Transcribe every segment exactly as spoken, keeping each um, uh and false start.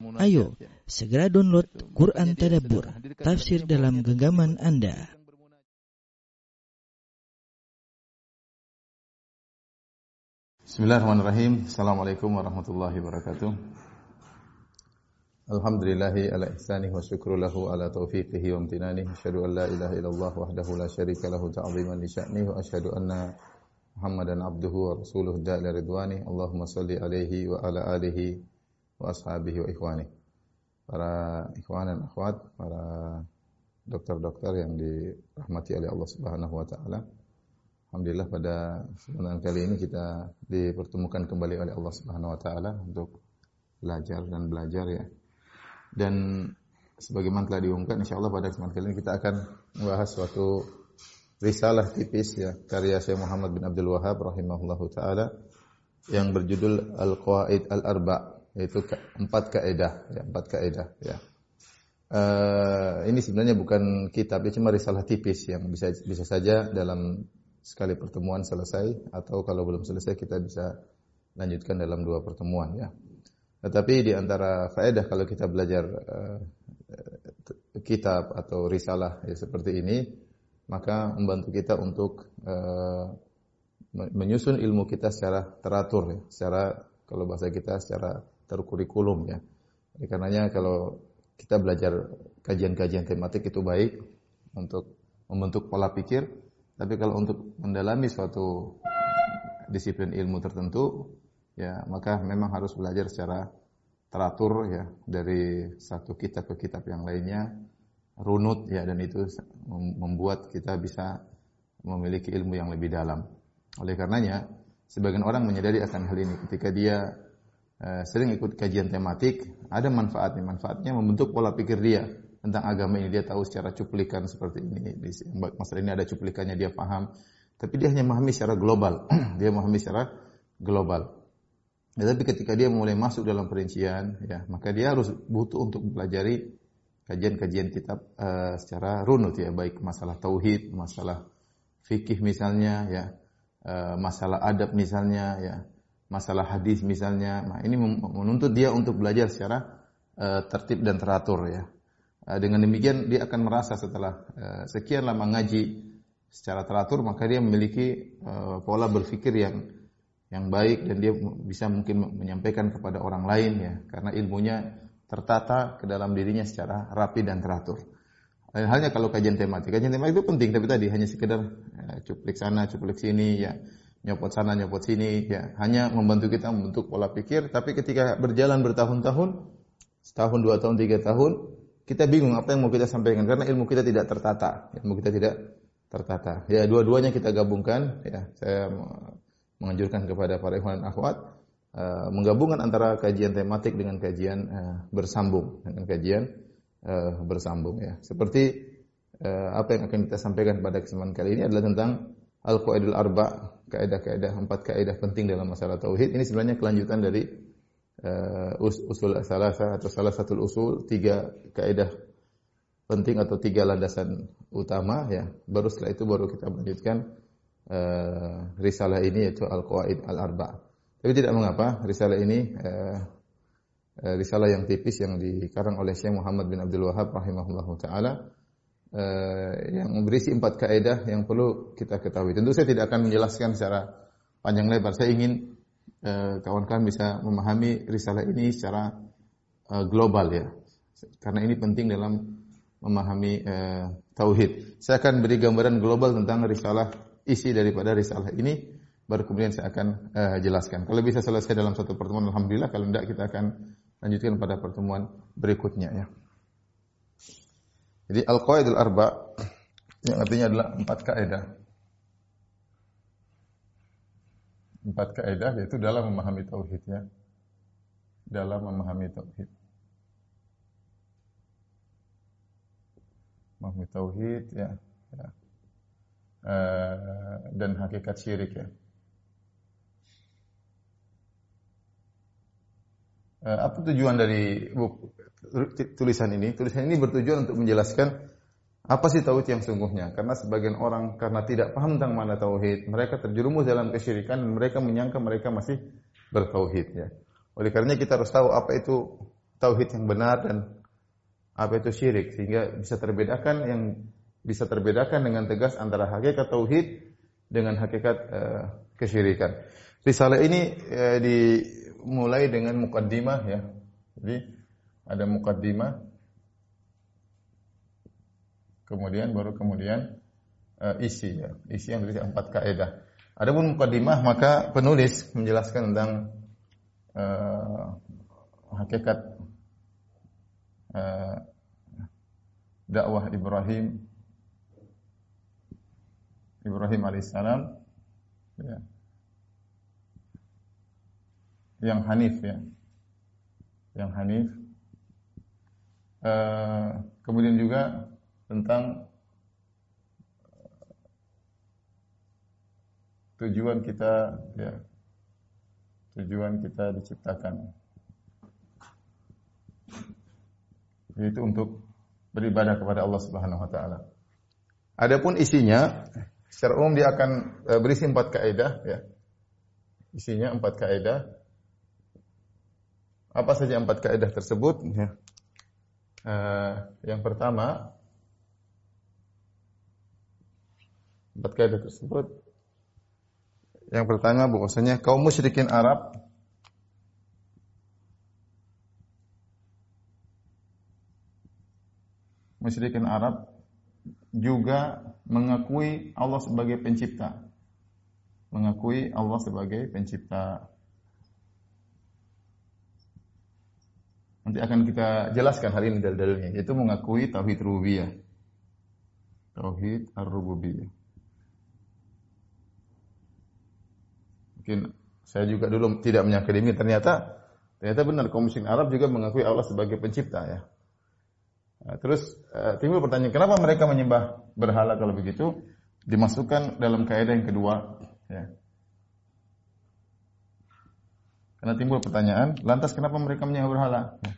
Ayo, segera download Quran Tadabbur, tafsir dalam genggaman Anda. Bismillahirrahmanirrahim. Assalamualaikum warahmatullahi wabarakatuh. Alhamdulillahi ala ihsanih wa syukru lahu ala taufiqihi wa amtinanih. Asyhadu an la ilaha illallah wahdahu la syarika lahu ta'ziman li sya'nih wa asyhadu anna Muhammadan abduhu wa rasuluhu da'ila ridwani. Allahumma salli alaihi wa ala alihi wa ashabihi wa ikhwani. Para ikhwan dan akhwat, para dokter-dokter yang dirahmati oleh Allah Subhanahu wa taala. Alhamdulillah pada kesempatan kali ini kita dipertemukan kembali oleh Allah Subhanahu wa taala untuk belajar dan belajar ya. Dan sebagaimana telah diumumkan, insyaallah pada kesempatan kali ini kita akan membahas suatu risalah tipis ya karya Syekh Muhammad bin Abdul Wahhab rahimahullahu taala yang berjudul Al-Qawaid Al-Arba', yaitu empat kaidah ya, empat kaidah ya. Uh, ini sebenarnya bukan kitab, ya cuma risalah tipis yang bisa bisa saja dalam sekali pertemuan selesai, atau kalau belum selesai kita bisa lanjutkan dalam dua pertemuan ya. Tetapi di antara faedah kalau kita belajar uh, kitab atau risalah ya seperti ini, maka membantu kita untuk uh, menyusun ilmu kita secara teratur ya, secara kalau bahasa kita secara terkurikulum ya. Oleh karenanya kalau kita belajar kajian-kajian tematik itu baik untuk membentuk pola pikir, tapi kalau untuk mendalami suatu disiplin ilmu tertentu ya maka memang harus belajar secara teratur ya, dari satu kitab ke kitab yang lainnya, runut ya, dan itu membuat kita bisa memiliki ilmu yang lebih dalam. Oleh karenanya sebagian orang menyadari akan hal ini ketika dia Uh, sering ikut kajian tematik, ada manfaatnya. Manfaatnya membentuk pola pikir dia tentang agama ini. Dia tahu secara cuplikan seperti ini. Masalah ini ada cuplikannya, dia paham. Tapi dia hanya memahami secara global. Dia memahami secara global. Ya, tapi ketika dia mulai masuk dalam perincian, ya, maka dia harus butuh untuk mempelajari kajian-kajian kitab uh, secara runut ya, baik masalah tauhid, masalah fikih misalnya, ya, uh, masalah adab misalnya, ya, masalah hadis misalnya. Nah, ini menuntut dia untuk belajar secara uh, tertib dan teratur ya. Uh, dengan demikian dia akan merasa setelah uh, sekian lama ngaji secara teratur, maka dia memiliki uh, pola berpikir yang yang baik, dan dia bisa mungkin menyampaikan kepada orang lain ya, karena ilmunya tertata ke dalam dirinya secara rapi dan teratur. Lain halnya kalau kajian tematik. Kajian tematik itu penting, tapi tadi hanya sekedar uh, cuplik sana, cuplik sini ya. Nyopot sana, nyopot sini, ya, hanya membantu kita membentuk pola pikir. Tapi ketika berjalan bertahun-tahun, setahun, dua tahun, tiga tahun, kita bingung apa yang mau kita sampaikan karena ilmu kita tidak tertata, ilmu kita tidak tertata. Ya, dua-duanya kita gabungkan. Ya, saya menganjurkan kepada para ikhwan dan akhwat uh, menggabungkan antara kajian tematik dengan kajian uh, bersambung, dengan kajian uh, bersambung. Ya, seperti uh, apa yang akan kita sampaikan pada kesempatan kali ini adalah tentang Al-Qawaidul Arba', kaidah-kaidah, empat kaidah penting dalam masalah tauhid. Ini sebenarnya kelanjutan dari uh, usul salasa atau salah satu usul, tiga kaidah penting atau tiga landasan utama ya. Baru setelah itu baru kita melanjutkan uh, risalah ini, yaitu Al-Qawaid Al-Arba'. Tapi tidak mengapa, risalah ini uh, uh, risalah yang tipis yang dikarang oleh Syekh Muhammad bin Abdul Wahhab rahimahullahu taala. Uh, yang berisi empat kaidah yang perlu kita ketahui. Tentu saya tidak akan menjelaskan secara panjang lebar. Saya ingin uh, kawan-kawan bisa memahami risalah ini secara uh, global ya, karena ini penting dalam memahami uh, tauhid. Saya akan beri gambaran global tentang risalah, isi daripada risalah ini, baru kemudian saya akan uh, jelaskan. Kalau bisa selesai dalam satu pertemuan, alhamdulillah. Kalau tidak, kita akan lanjutkan pada pertemuan berikutnya ya. Jadi Al-Qawaidul Arba' yang artinya adalah empat kaidah. Empat kaidah yaitu dalam memahami tauhid ya. Dalam memahami tauhid. Memahami tauhid ya. ya. Uh, dan hakikat syirik ya. Uh, apa tujuan dari buku tulisan ini? Tulisan ini bertujuan untuk menjelaskan apa sih tauhid yang sungguhnya. Karena sebagian orang karena tidak paham tentang mana tauhid, mereka terjerumus dalam kesyirikan dan mereka menyangka mereka masih bertauhid ya. Oleh karenanya kita harus tahu apa itu tauhid yang benar dan apa itu syirik, sehingga bisa terbedakan yang bisa terbedakan dengan tegas antara hakikat tauhid dengan hakikat uh, kesyirikan. Risalah ini uh, dimulai dengan mukaddimah ya. Jadi ada mukaddimah, kemudian baru kemudian uh, isi ya, isi yang berisi empat kaidah. Adapun mukaddimah maka penulis menjelaskan tentang uh, hakikat uh, dakwah Ibrahim Ibrahim alaihissalam ya, yang hanif ya, yang hanif. Uh, kemudian juga tentang tujuan kita ya, tujuan kita diciptakan, yaitu untuk beribadah kepada Allah Subhanahu wa taala. Adapun isinya secara umum dia akan e, berisi empat kaidah ya. Isinya empat kaidah. Apa saja empat kaidah tersebut ya? E, yang pertama, empat kaidah tersebut. Yang pertama bahwasanya kaum musyrikin Arab musyrikin Arab juga mengakui Allah sebagai pencipta. Mengakui Allah sebagai pencipta. Nanti akan kita jelaskan hari ini dalil-dalilnya, yaitu mengakui tauhid rububiyah. Tauhid ar-rububiyah. Mungkin saya juga dulu tidak menyangka demikian, ternyata ternyata benar kaum musyrikin Arab juga mengakui Allah sebagai pencipta ya. Nah, terus uh, timbul pertanyaan, kenapa mereka menyembah berhala kalau begitu? Dimasukkan dalam kaidah yang kedua ya. Karena timbul pertanyaan, lantas kenapa mereka menyembah berhala? Ya.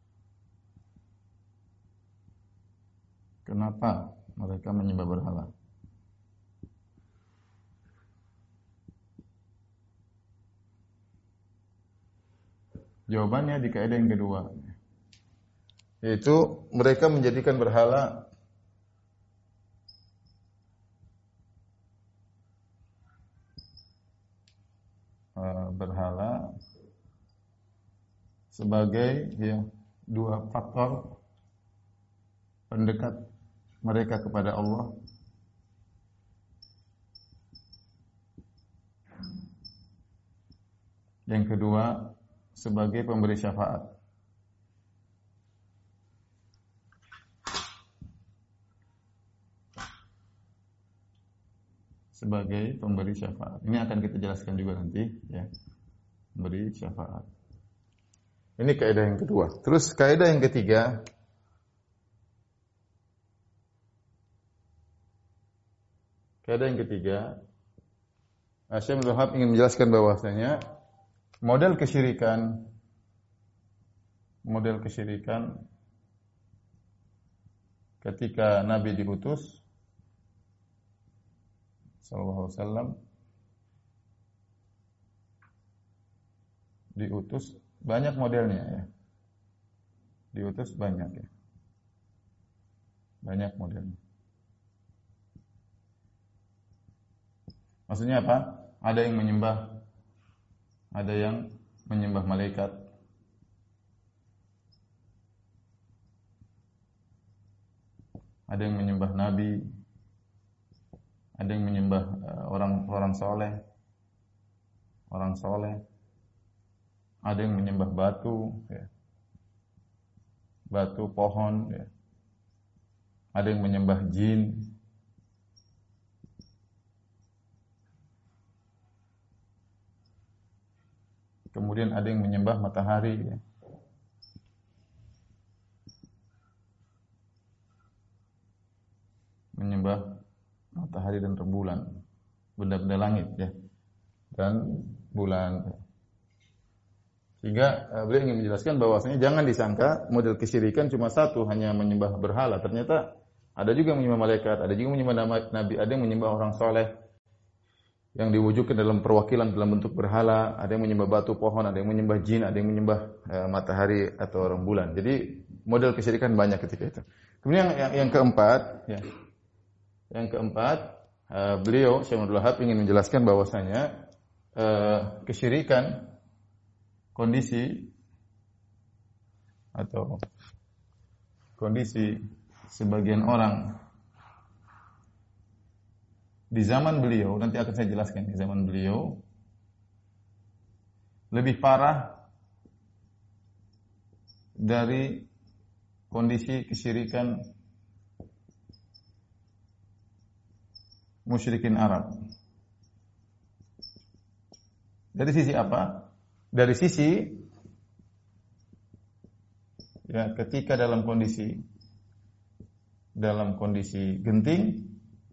Kenapa mereka menyembah berhala? Jawabannya di kaidah yang kedua, yaitu mereka menjadikan berhala uh, berhala sebagai ya, dua faktor pendekat mereka kepada Allah. Yang kedua, sebagai pemberi syafaat. Sebagai pemberi syafaat. Ini akan kita jelaskan juga nanti ya. Memberi syafaat. Ini kaidah yang kedua. Terus kaidah yang ketiga, kaidah yang ketiga, Syekh Abdul Wahab ingin menjelaskan bahwasanya model kesyirikan model kesyirikan ketika Nabi diutus sallallahu alaihi wasallam diutus banyak modelnya ya. Diutus banyak ya. Banyak modelnya. Maksudnya apa? Ada yang menyembah ada yang menyembah malaikat. Ada yang menyembah nabi. Ada yang menyembah orang-orang soleh, orang soleh. Ada yang menyembah batu, ya. Batu, pohon. Ya. Ada yang menyembah jin. Kemudian ada yang menyembah matahari. Ya. Menyembah matahari dan rembulan, benda-benda langit ya, dan bulan. Sehingga uh, beliau ingin menjelaskan bahwasanya jangan disangka model kesyirikan cuma satu, hanya menyembah berhala. Ternyata ada juga yang menyembah malaikat, ada juga yang menyembah nabi, ada yang menyembah orang soleh. yang diwujudkan dalam perwakilan dalam bentuk berhala, ada yang menyembah batu, pohon, ada yang menyembah jin, ada yang menyembah uh, matahari atau rembulan. Jadi model kesyirikan banyak ketika itu. Kemudian yang, yang keempat, ya, yang keempat, uh, beliau Syekh Abdul Wahab ingin menjelaskan bahwasanya uh, kesyirikan kondisi atau kondisi sebagian orang di zaman beliau, nanti akan saya jelaskan, di zaman beliau lebih parah dari kondisi kesyirikan musyrikin Arab. Dari sisi apa? Dari sisi ya, ketika dalam kondisi dalam kondisi genting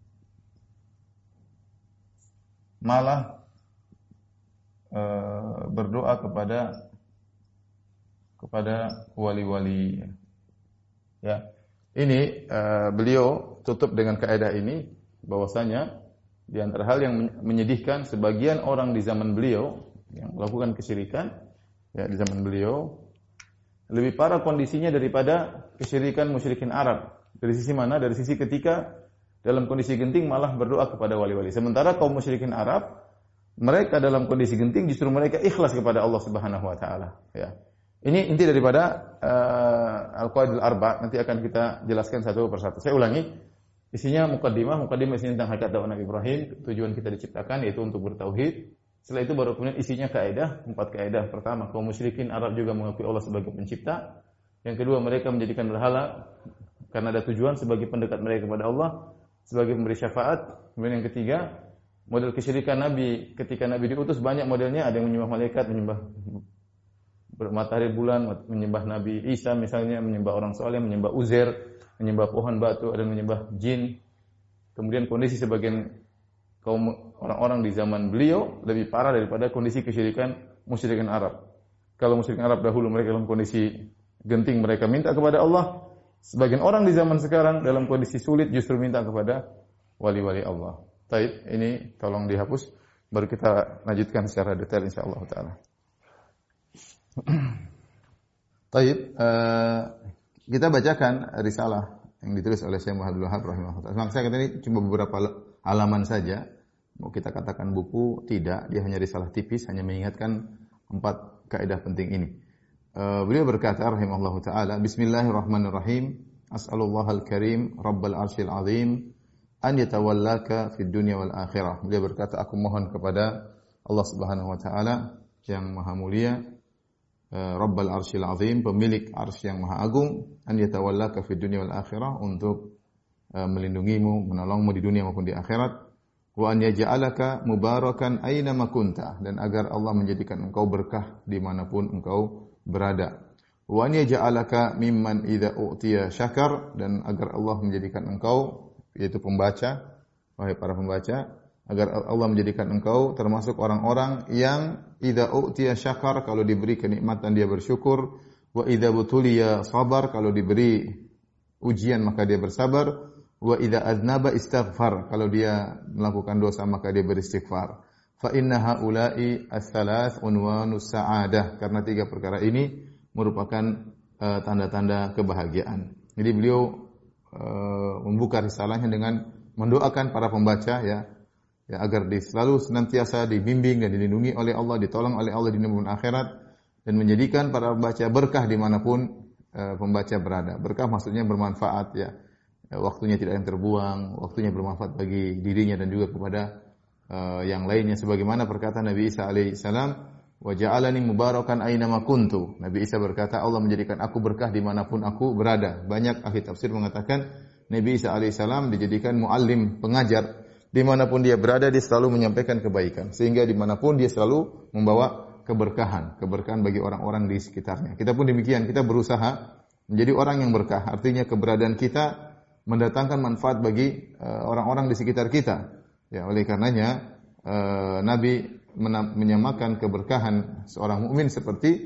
malah e, berdoa kepada kepada wali-wali. Ya, ini e, beliau tutup dengan kaidah ini bahwasanya di antara hal yang menyedihkan sebagian orang di zaman beliau yang melakukan kesyirikan ya di zaman beliau lebih parah kondisinya daripada kesyirikan musyrikin Arab. Dari sisi mana? Dari sisi ketika dalam kondisi genting malah berdoa kepada wali-wali. Sementara kaum musyrikin Arab, mereka dalam kondisi genting justru mereka ikhlas kepada Allah Subhanahu wa taala, ya. Ini inti daripada uh, Al-Qawaidul Arba', nanti akan kita jelaskan satu persatu. Saya ulangi. Isinya mukaddimah, mukaddimah isinya tentang hakikat dakwah Nabi Ibrahim, tujuan kita diciptakan yaitu untuk bertauhid. Setelah itu baru kemudian isinya kaidah, empat kaidah. Pertama, kaum musyrikin Arab juga mengakui Allah sebagai pencipta. Yang kedua, mereka menjadikan berhala karena ada tujuan sebagai pendekat mereka kepada Allah, sebagai pemberi syafaat. Kemudian yang ketiga, model kesyirikan Nabi ketika Nabi diutus banyak modelnya, ada yang menyembah malaikat, menyembah matahari bulan, menyembah Nabi Isa misalnya, menyembah orang soleh, menyembah Uzair, menyembah pohon batu, ada yang menyembah jin. Kemudian kondisi sebagian kaum orang-orang di zaman beliau lebih parah daripada kondisi kesyirikan musyrikin Arab. Kalau musyrikin Arab dahulu mereka dalam kondisi genting mereka minta kepada Allah. Sebagian orang di zaman sekarang dalam kondisi sulit justru minta kepada wali-wali Allah. Taib, ini tolong dihapus. Baru kita lanjutkan secara detail insyaAllah ta'ala. Taib, uh, kita bacakan risalah yang ditulis oleh Syekh Muhammad Abdul Wahab rahimahullah. Memang saya kata ini cuma beberapa halaman saja. Mau kita katakan buku, tidak. Dia hanya risalah tipis, hanya mengingatkan empat kaidah penting ini. Uh, beliau berkata rahimahullah ta'ala, Bismillahirrahmanirrahim, As'alullahal karim, Rabbal arsyil azim, an yatawallaka fid dunya wal akhirah. Beliau berkata, aku mohon kepada Allah Subhanahu wa ta'ala yang maha mulia, uh, Rabbal arsyil azim, pemilik arsy yang maha agung, an yatawallaka fid dunya wal akhirah, untuk uh, melindungimu, menolongmu di dunia maupun di akhirat. Wa an yaj'alaka mubarakan aina ma kunta, dan agar Allah menjadikan engkau berkah dimanapun engkau berada. Wa an yaj'alaka mimman idza u'tiya syakar, dan agar Allah menjadikan engkau, yaitu pembaca, wahai para pembaca, agar Allah menjadikan engkau termasuk orang-orang yang idza u'tiya syakar, kalau diberi kenikmatan dia bersyukur, wa idza butuliya sabar, kalau diberi ujian maka dia bersabar, wa idza aznaba istighfar, kalau dia melakukan dosa maka dia beristighfar. Fa inna haula'i ats-tsalaats unwanus sa'adah, karena tiga perkara ini merupakan uh, tanda-tanda kebahagiaan. Jadi beliau uh, membuka risalahnya dengan mendoakan para pembaca ya, ya agar di, selalu senantiasa dibimbing dan dilindungi oleh Allah, ditolong oleh Allah di dunia maupun akhirat, dan menjadikan para pembaca berkah dimanapun uh, pembaca berada. Berkah maksudnya bermanfaat ya. Waktunya tidak yang terbuang, waktunya bermanfaat bagi dirinya dan juga kepada Uh, yang lainnya, sebagaimana perkataan Nabi Isa alaihissalam, wa ja'alani mubarakan aina ma kuntu. Nabi Isa berkata, Allah menjadikan aku berkah dimanapun aku berada. Banyak ahli tafsir mengatakan Nabi Isa alaihissalam dijadikan muallim, pengajar, dimanapun dia berada dia selalu menyampaikan kebaikan, sehingga dimanapun dia selalu membawa keberkahan, keberkahan bagi orang-orang di sekitarnya. Kita pun demikian, kita berusaha menjadi orang yang berkah, artinya keberadaan kita mendatangkan manfaat bagi uh, orang-orang di sekitar kita. Ya, oleh karenanya uh, Nabi menyamakan keberkahan seorang mukmin seperti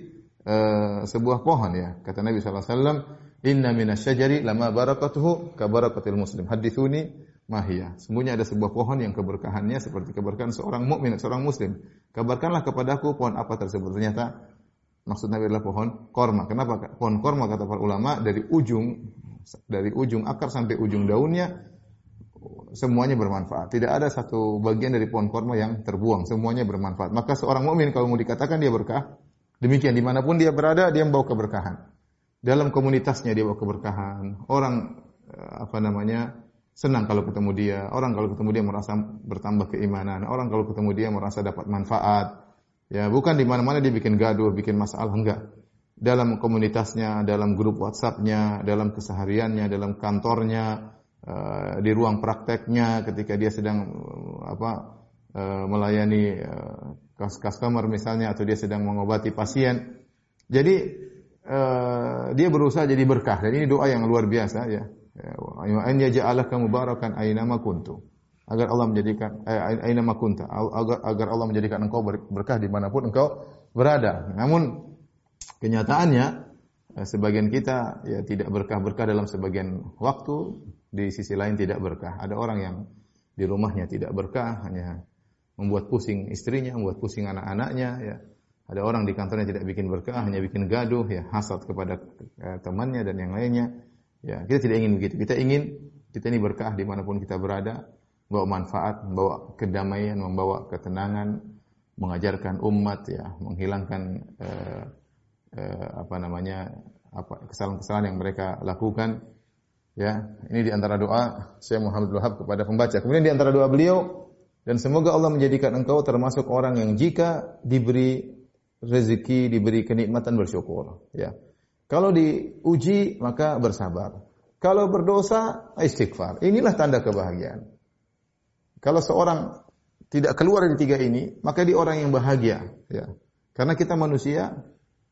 uh, sebuah pohon ya. Kata Nabi sallallahu alaihi wasallam, "Inna minasyajari lama barakatuhu ka barakatil muslim. Haditsuni mahiyah. Sungguhnya ada sebuah pohon yang keberkahannya seperti keberkahan seorang mukmin, seorang muslim. Kabarkanlah kepadaku pohon apa tersebut. Ternyata maksud Nabi adalah pohon korma. Kenapa pohon korma? Kata para ulama, dari ujung dari ujung akar sampai ujung daunnya semuanya bermanfaat. Tidak ada satu bagian dari pohon korma yang terbuang. Semuanya bermanfaat. Maka seorang mukmin kalau mau dikatakan dia berkah, demikian dimanapun dia berada dia membawa keberkahan. Dalam komunitasnya dia bawa keberkahan. Orang apa namanya senang kalau ketemu dia. Orang kalau ketemu dia merasa bertambah keimanan. Orang kalau ketemu dia merasa dapat manfaat. Ya, bukan di mana-mana dia bikin gaduh, bikin masalah, enggak. Dalam komunitasnya, dalam grup WhatsApp-nya, dalam kesehariannya, dalam kantornya, uh, di ruang prakteknya, ketika dia sedang uh, apa uh, melayani uh, customer misalnya, atau dia sedang mengobati pasien. Jadi uh, dia berusaha jadi berkah. Dan ini doa yang luar biasa ya. An yaj'alaka mubarakan aynama kuntu. Agar Allah menjadikan eh, aynama kunta, agar agar Allah menjadikan engkau berkah dimanapun engkau berada. Namun kenyataannya sebagian kita ya tidak berkah-berkah dalam sebagian waktu, di sisi lain tidak berkah. Ada orang yang di rumahnya tidak berkah, hanya membuat pusing istrinya, membuat pusing anak-anaknya ya. Ada orang di kantornya tidak bikin berkah, hanya bikin gaduh ya, hasad kepada eh, temannya dan yang lainnya. Ya, kita tidak ingin begitu. Kita ingin kita ini berkah dimanapun kita berada, membawa manfaat, membawa kedamaian, membawa ketenangan, mengajarkan umat ya, menghilangkan eh, eh, apa namanya apa kesalahan-kesalahan yang mereka lakukan. Ya, ini di antara doa Syekh Muhammad Wahab kepada pembaca. Kemudian di antara doa beliau, dan semoga Allah menjadikan engkau termasuk orang yang jika diberi rezeki, diberi kenikmatan bersyukur. Ya. Kalau diuji maka bersabar. Kalau berdosa istighfar. Inilah tanda kebahagiaan. Kalau seorang tidak keluar dari tiga ini, maka dia orang yang bahagia. Ya. Karena kita manusia,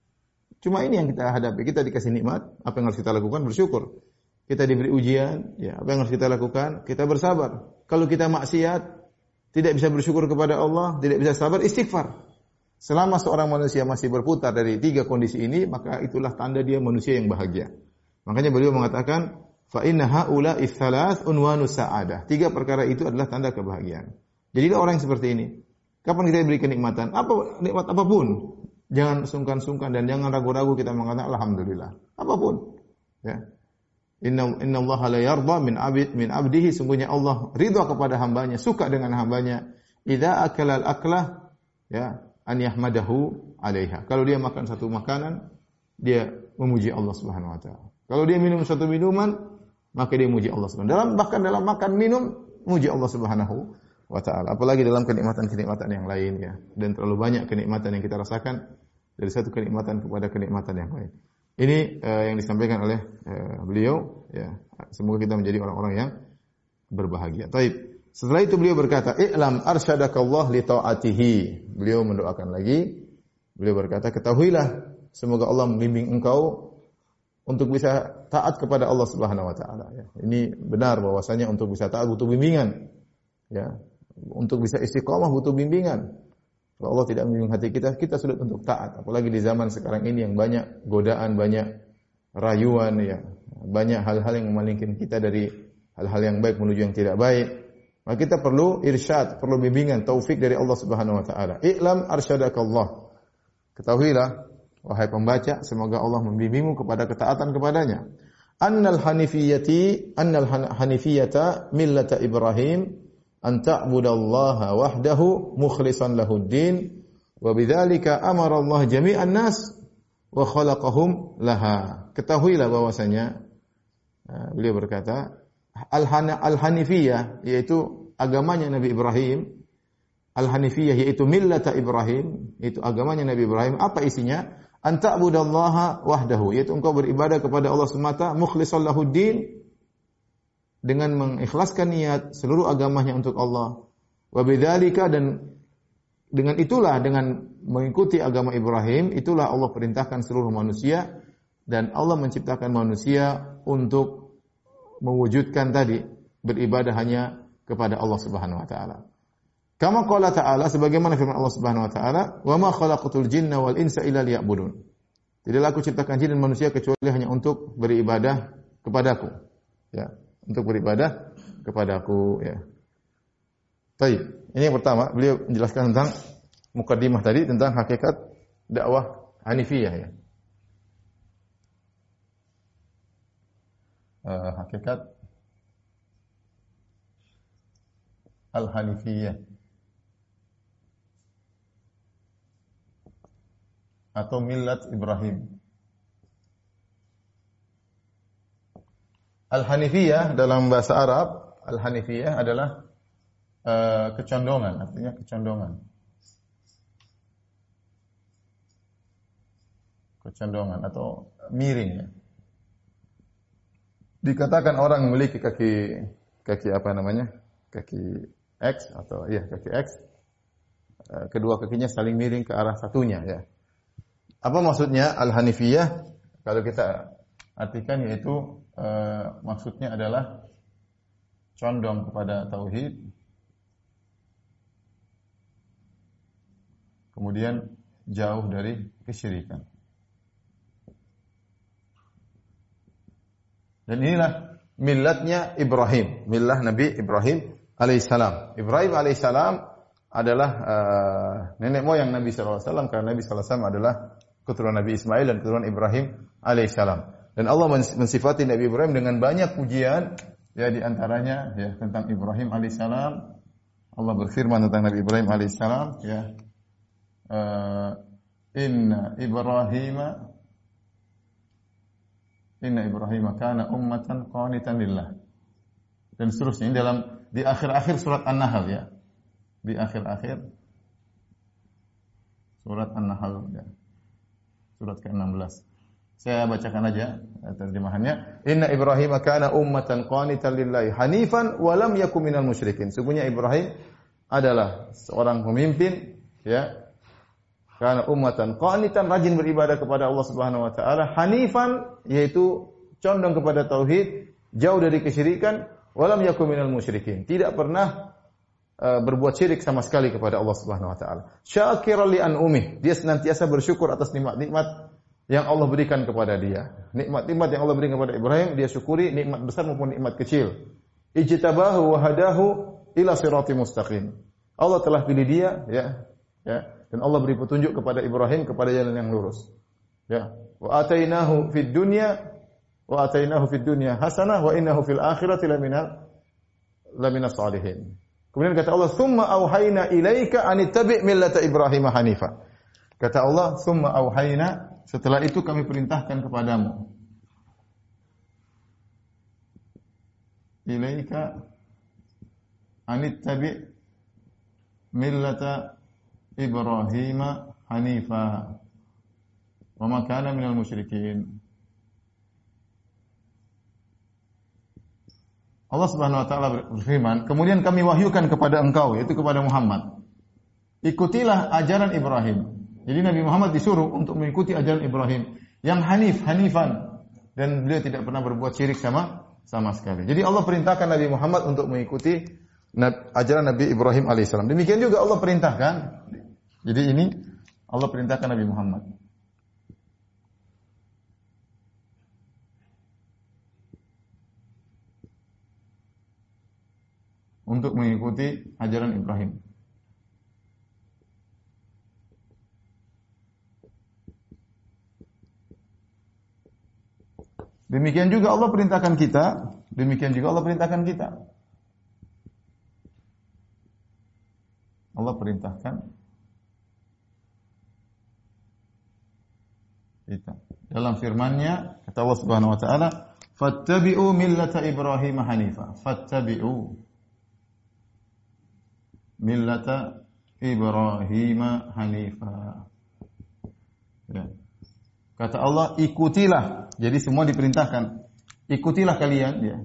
cuma ini yang kita hadapi. Kita dikasih nikmat, apa yang harus kita lakukan? Bersyukur. Kita diberi ujian, ya, apa yang harus kita lakukan? Kita bersabar. Kalau kita maksiat, tidak bisa bersyukur kepada Allah, tidak bisa sabar, istighfar. Selama seorang manusia masih berputar dari tiga kondisi ini, maka itulah tanda dia manusia yang bahagia. Makanya beliau mengatakan, fa inna haula'i tsalath unwanus sa'adah. Tiga perkara itu adalah tanda kebahagiaan. Jadilah orang yang seperti ini. Kapan kita diberi kenikmatan? Apa nikmat apapun, jangan sungkan-sungkan dan jangan ragu-ragu kita mengatakan alhamdulillah. Apapun. Ya. Inna innallaha la yarda min abid min abdihi, sungguhnya Allah ridha kepada hambanya, suka dengan hambanya. Idza akala al-aklah ya an yahmadahu alaiha. Kalau dia makan satu makanan, dia memuji Allah Subhanahu wa taala. Kalau dia minum satu minuman, maka dia memuji Allah Subhanahu wa taala. Dalam bahkan dalam makan minum memuji Allah Subhanahu wa taala. Apalagi dalam kenikmatan-kenikmatan yang lain ya. Dan terlalu banyak kenikmatan yang kita rasakan dari satu kenikmatan kepada kenikmatan yang lain. Ini uh, yang disampaikan oleh uh, beliau ya. Semoga kita menjadi orang-orang yang berbahagia. Taib. Setelah itu beliau berkata, "I'lam arsyadakallah li ta'atihi." Beliau mendoakan lagi. Beliau berkata, "Ketahuilah semoga Allah membimbing engkau untuk bisa taat kepada Allah Subhanahu wa taala." Ya. Ini benar bahwasanya untuk bisa taat butuh bimbingan. Ya. Untuk bisa istiqamah butuh bimbingan. Kalau Allah tidak membimbing hati kita, kita sulit untuk taat. Apalagi di zaman sekarang ini yang banyak godaan, banyak rayuan ya. Banyak hal-hal yang memalingkan kita dari hal-hal yang baik menuju yang tidak baik. Maka kita perlu irsyad, perlu bimbingan, taufik dari Allah Subhanahu wa taala. I'lam arsyadakallah. Ketahuilah wahai pembaca, semoga Allah membimbingmu kepada ketaatan kepadanya. Annal hanifiyati, annal hanifiyata millata Ibrahim an ta'budallaha wahdahu mukhlishan lahud-din wa bidzalika amara Allah jami'an nas wa khalaqahum laha. Ketahuilah bahwasanya beliau berkata Al-Hanifiyah yaitu agamanya Nabi Ibrahim. Al-Hanifiyah yaitu millata Ibrahim, itu agamanya Nabi Ibrahim. Apa isinya? An ta'budallaha wahdahu, yaitu engkau beribadah kepada Allah semata, mukhlishan lahud-din, dengan mengikhlaskan niat seluruh agamanya untuk Allah. Wa bidzalika, dan dengan itulah, dengan mengikuti agama Ibrahim, itulah Allah perintahkan seluruh manusia, dan Allah menciptakan manusia untuk mewujudkan tadi beribadah hanya kepada Allah Subhanahu wa taala. Kama qala ta'ala, sebagaimana firman Allah Subhanahu wa taala, "Wa ma khalaqatul jinna wal insa illa liya'budun." Tidaklah aku ciptakan jin dan manusia kecuali hanya untuk beribadah kepadaku. Ya, untuk beribadah kepadaku ya. Baik, ini yang pertama, beliau menjelaskan tentang mukaddimah tadi tentang hakikat dakwah Hanifiyah ya. Uh, hakikat Al-Hanifiyah atau millat Ibrahim. Al-Hanifiyah dalam bahasa Arab, Al-Hanifiyah adalah uh, kecondongan, artinya kecondongan. Kecondongan atau miring ya. Dikatakan orang memiliki kaki kaki apa namanya? Kaki X atau iya kaki X. Kedua kakinya saling miring ke arah satunya ya. Apa maksudnya Al-Hanifiyah? Kalau kita artikan yaitu eh, maksudnya adalah condong kepada tauhid. Kemudian jauh dari kesyirikan. Dan inilah millatnya Ibrahim, millah Nabi Ibrahim alaihissalam. Ibrahim alaihissalam adalah uh, nenek moyang Nabi sallallahu alaihi wasallam karena Nabi sallallahu alaihi wasallam adalah keturunan Nabi Ismail dan keturunan Ibrahim alaihissalam. Dan Allah mensifati Nabi Ibrahim dengan banyak pujian, ya di antaranya ya tentang Ibrahim alaihissalam. Allah berfirman tentang Nabi Ibrahim alaihissalam, ya uh, Inna Ibrahima Inna Ibrahim kana ummatan qanitan lillah. Dan seterusnya ini dalam di akhir-akhir surat An-Nahl ya. Di akhir-akhir surat An-Nahl ya. Surat ke enam belas. Saya bacakan aja terjemahannya. Inna Ibrahim kana ummatan qanitan lillahi hanifan wa lam yakun minal musyrikin. Sungguhnya Ibrahim adalah seorang pemimpin ya. Karena ummatan qanitan, rajin beribadah kepada Allah Subhanahu wa taala, hanifan yaitu condong kepada tauhid, jauh dari kesyirikan, walam yakun minal musyrikin. Tidak pernah uh, berbuat syirik sama sekali kepada Allah Subhanahu wa taala. Syakiran li an'umih, dia senantiasa bersyukur atas nikmat-nikmat yang Allah berikan kepada dia. Nikmat-nikmat yang Allah berikan kepada Ibrahim, dia syukuri, nikmat besar maupun nikmat kecil. Ijtabahu wa hadahu ila siratim mustaqim. Allah telah pilih dia, ya, ya. Dan Allah beri petunjuk kepada Ibrahim kepada jalan yang lurus. Ya. Wa atainahu fid dunya wa atainahu fid dunya hasanah wa innahu fil akhirati lamina lamina salihin. Kemudian kata Allah, "Tsumma auhayna ilaika an ittabi' millata Ibrahim hanifa." Kata Allah, "Tsumma auhayna," setelah itu kami perintahkan kepadamu. Ilaika an ittabi' millata Ibrahim hanifa wa ma kana minal musyrikin. Allah Subhanahu wa taala berfirman, kemudian kami wahyukan kepada engkau, yaitu kepada Muhammad, ikutilah ajaran Ibrahim. Jadi Nabi Muhammad disuruh untuk mengikuti ajaran Ibrahim yang hanif, hanifan, dan beliau tidak pernah berbuat syirik sama sama sekali. Jadi Allah perintahkan Nabi Muhammad untuk mengikuti ajaran Nabi Ibrahim alaihissalam. Demikian juga Allah perintahkan. Jadi ini Allah perintahkan Nabi Muhammad untuk mengikuti ajaran Ibrahim. Demikian juga Allah perintahkan kita, demikian juga Allah perintahkan kita. Allah perintahkan kita. Dalam firman-Nya kata Allah Subhanahu wa taala, "Fattabi'u millata Ibrahim hanifa." Fattabi'u millata Ibrahim hanifa. Ya. Kata Allah, ikutilah. Jadi semua diperintahkan. Ikutilah kalian, ya.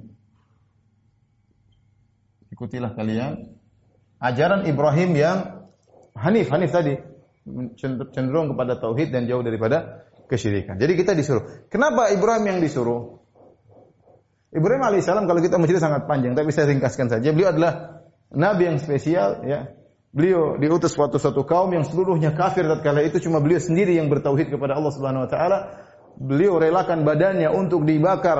Ikutilah kalian ajaran Ibrahim yang hanif, hanif tadi cenderung kepada tauhid dan jauh daripada kesyirikan. Jadi kita disuruh. Kenapa Ibrahim yang disuruh? Ibrahim alaihissalam kalau kita mencerita sangat panjang, tapi saya ringkaskan saja. Beliau adalah nabi yang spesial, ya. Beliau diutus suatu satu kaum yang seluruhnya kafir tatkala itu, cuma beliau sendiri yang bertauhid kepada Allah Subhanahu wa taala. Beliau relakan badannya untuk dibakar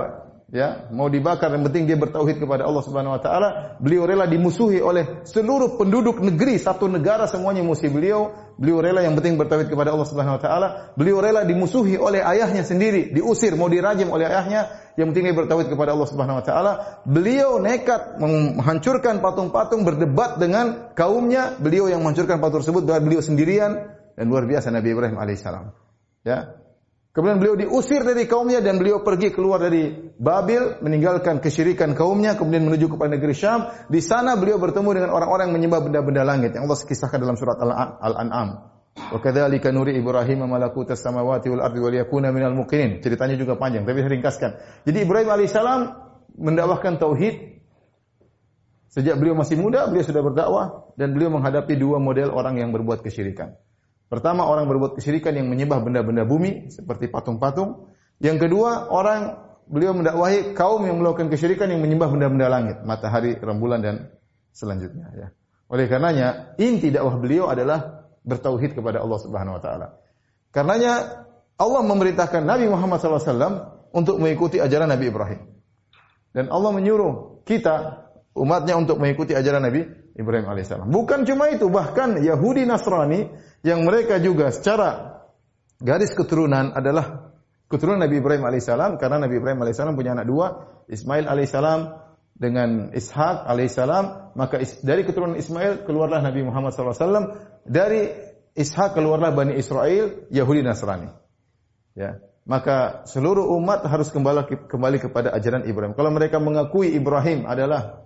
ya, mau dibakar, yang penting dia bertauhid kepada Allah Subhanahu wa taala. Beliau rela dimusuhi oleh seluruh penduduk negeri, satu negara semuanya musuh beliau. Beliau rela yang penting bertauhid kepada Allah Subhanahu wa taala. Beliau rela dimusuhi oleh ayahnya sendiri, diusir, mau dirajam oleh ayahnya, yang penting dia bertauhid kepada Allah Subhanahu wa taala. Beliau nekat menghancurkan patung-patung, berdebat dengan kaumnya. Beliau yang menghancurkan patung tersebut, beliau sendirian, dan luar biasa Nabi Ibrahim alaihissalam. Ya. Kemudian beliau diusir dari kaumnya dan beliau pergi keluar dari Babil, meninggalkan kesyirikan kaumnya, kemudian menuju kepada negeri Syam. Di sana beliau bertemu dengan orang-orang yang menyembah benda-benda langit yang Allah kisahkan dalam surat Al-An'am. Wa kadzalika nuri Ibrahim malakutas samawati wal ardi wa liyakuna minal muqinin. Ceritanya juga panjang, tapi saya ringkaskan. Jadi Ibrahim alaihissalam mendakwahkan tauhid. Sejak beliau masih muda, beliau sudah berdakwah dan beliau menghadapi dua model orang yang berbuat kesyirikan. Pertama, orang berbuat kesyirikan yang menyembah benda-benda bumi seperti patung-patung. Yang kedua, orang beliau mendakwahi kaum yang melakukan kesyirikan yang menyembah benda-benda langit, matahari, rembulan dan selanjutnya, ya. Oleh karenanya, inti dakwah beliau adalah bertauhid kepada Allah Subhanahu wa taala. Karenanya Allah memerintahkan Nabi Muhammad sallallahu alaihi wasallam untuk mengikuti ajaran Nabi Ibrahim. Dan Allah menyuruh kita umatnya untuk mengikuti ajaran Nabi Ibrahim alaihissalam. Bukan cuma itu, bahkan Yahudi Nasrani yang mereka juga secara garis keturunan adalah keturunan Nabi Ibrahim alaihissalam, karena Nabi Ibrahim alaihissalam punya anak dua, Ismail alaihissalam dengan Ishak alaihissalam. Maka dari keturunan Ismail keluarlah Nabi Muhammad sallallahu alaihi wasallam, dari Ishak keluarlah Bani Israel, Yahudi Nasrani. Ya, maka seluruh umat harus kembali kembali kepada ajaran Ibrahim. Kalau mereka mengakui Ibrahim adalah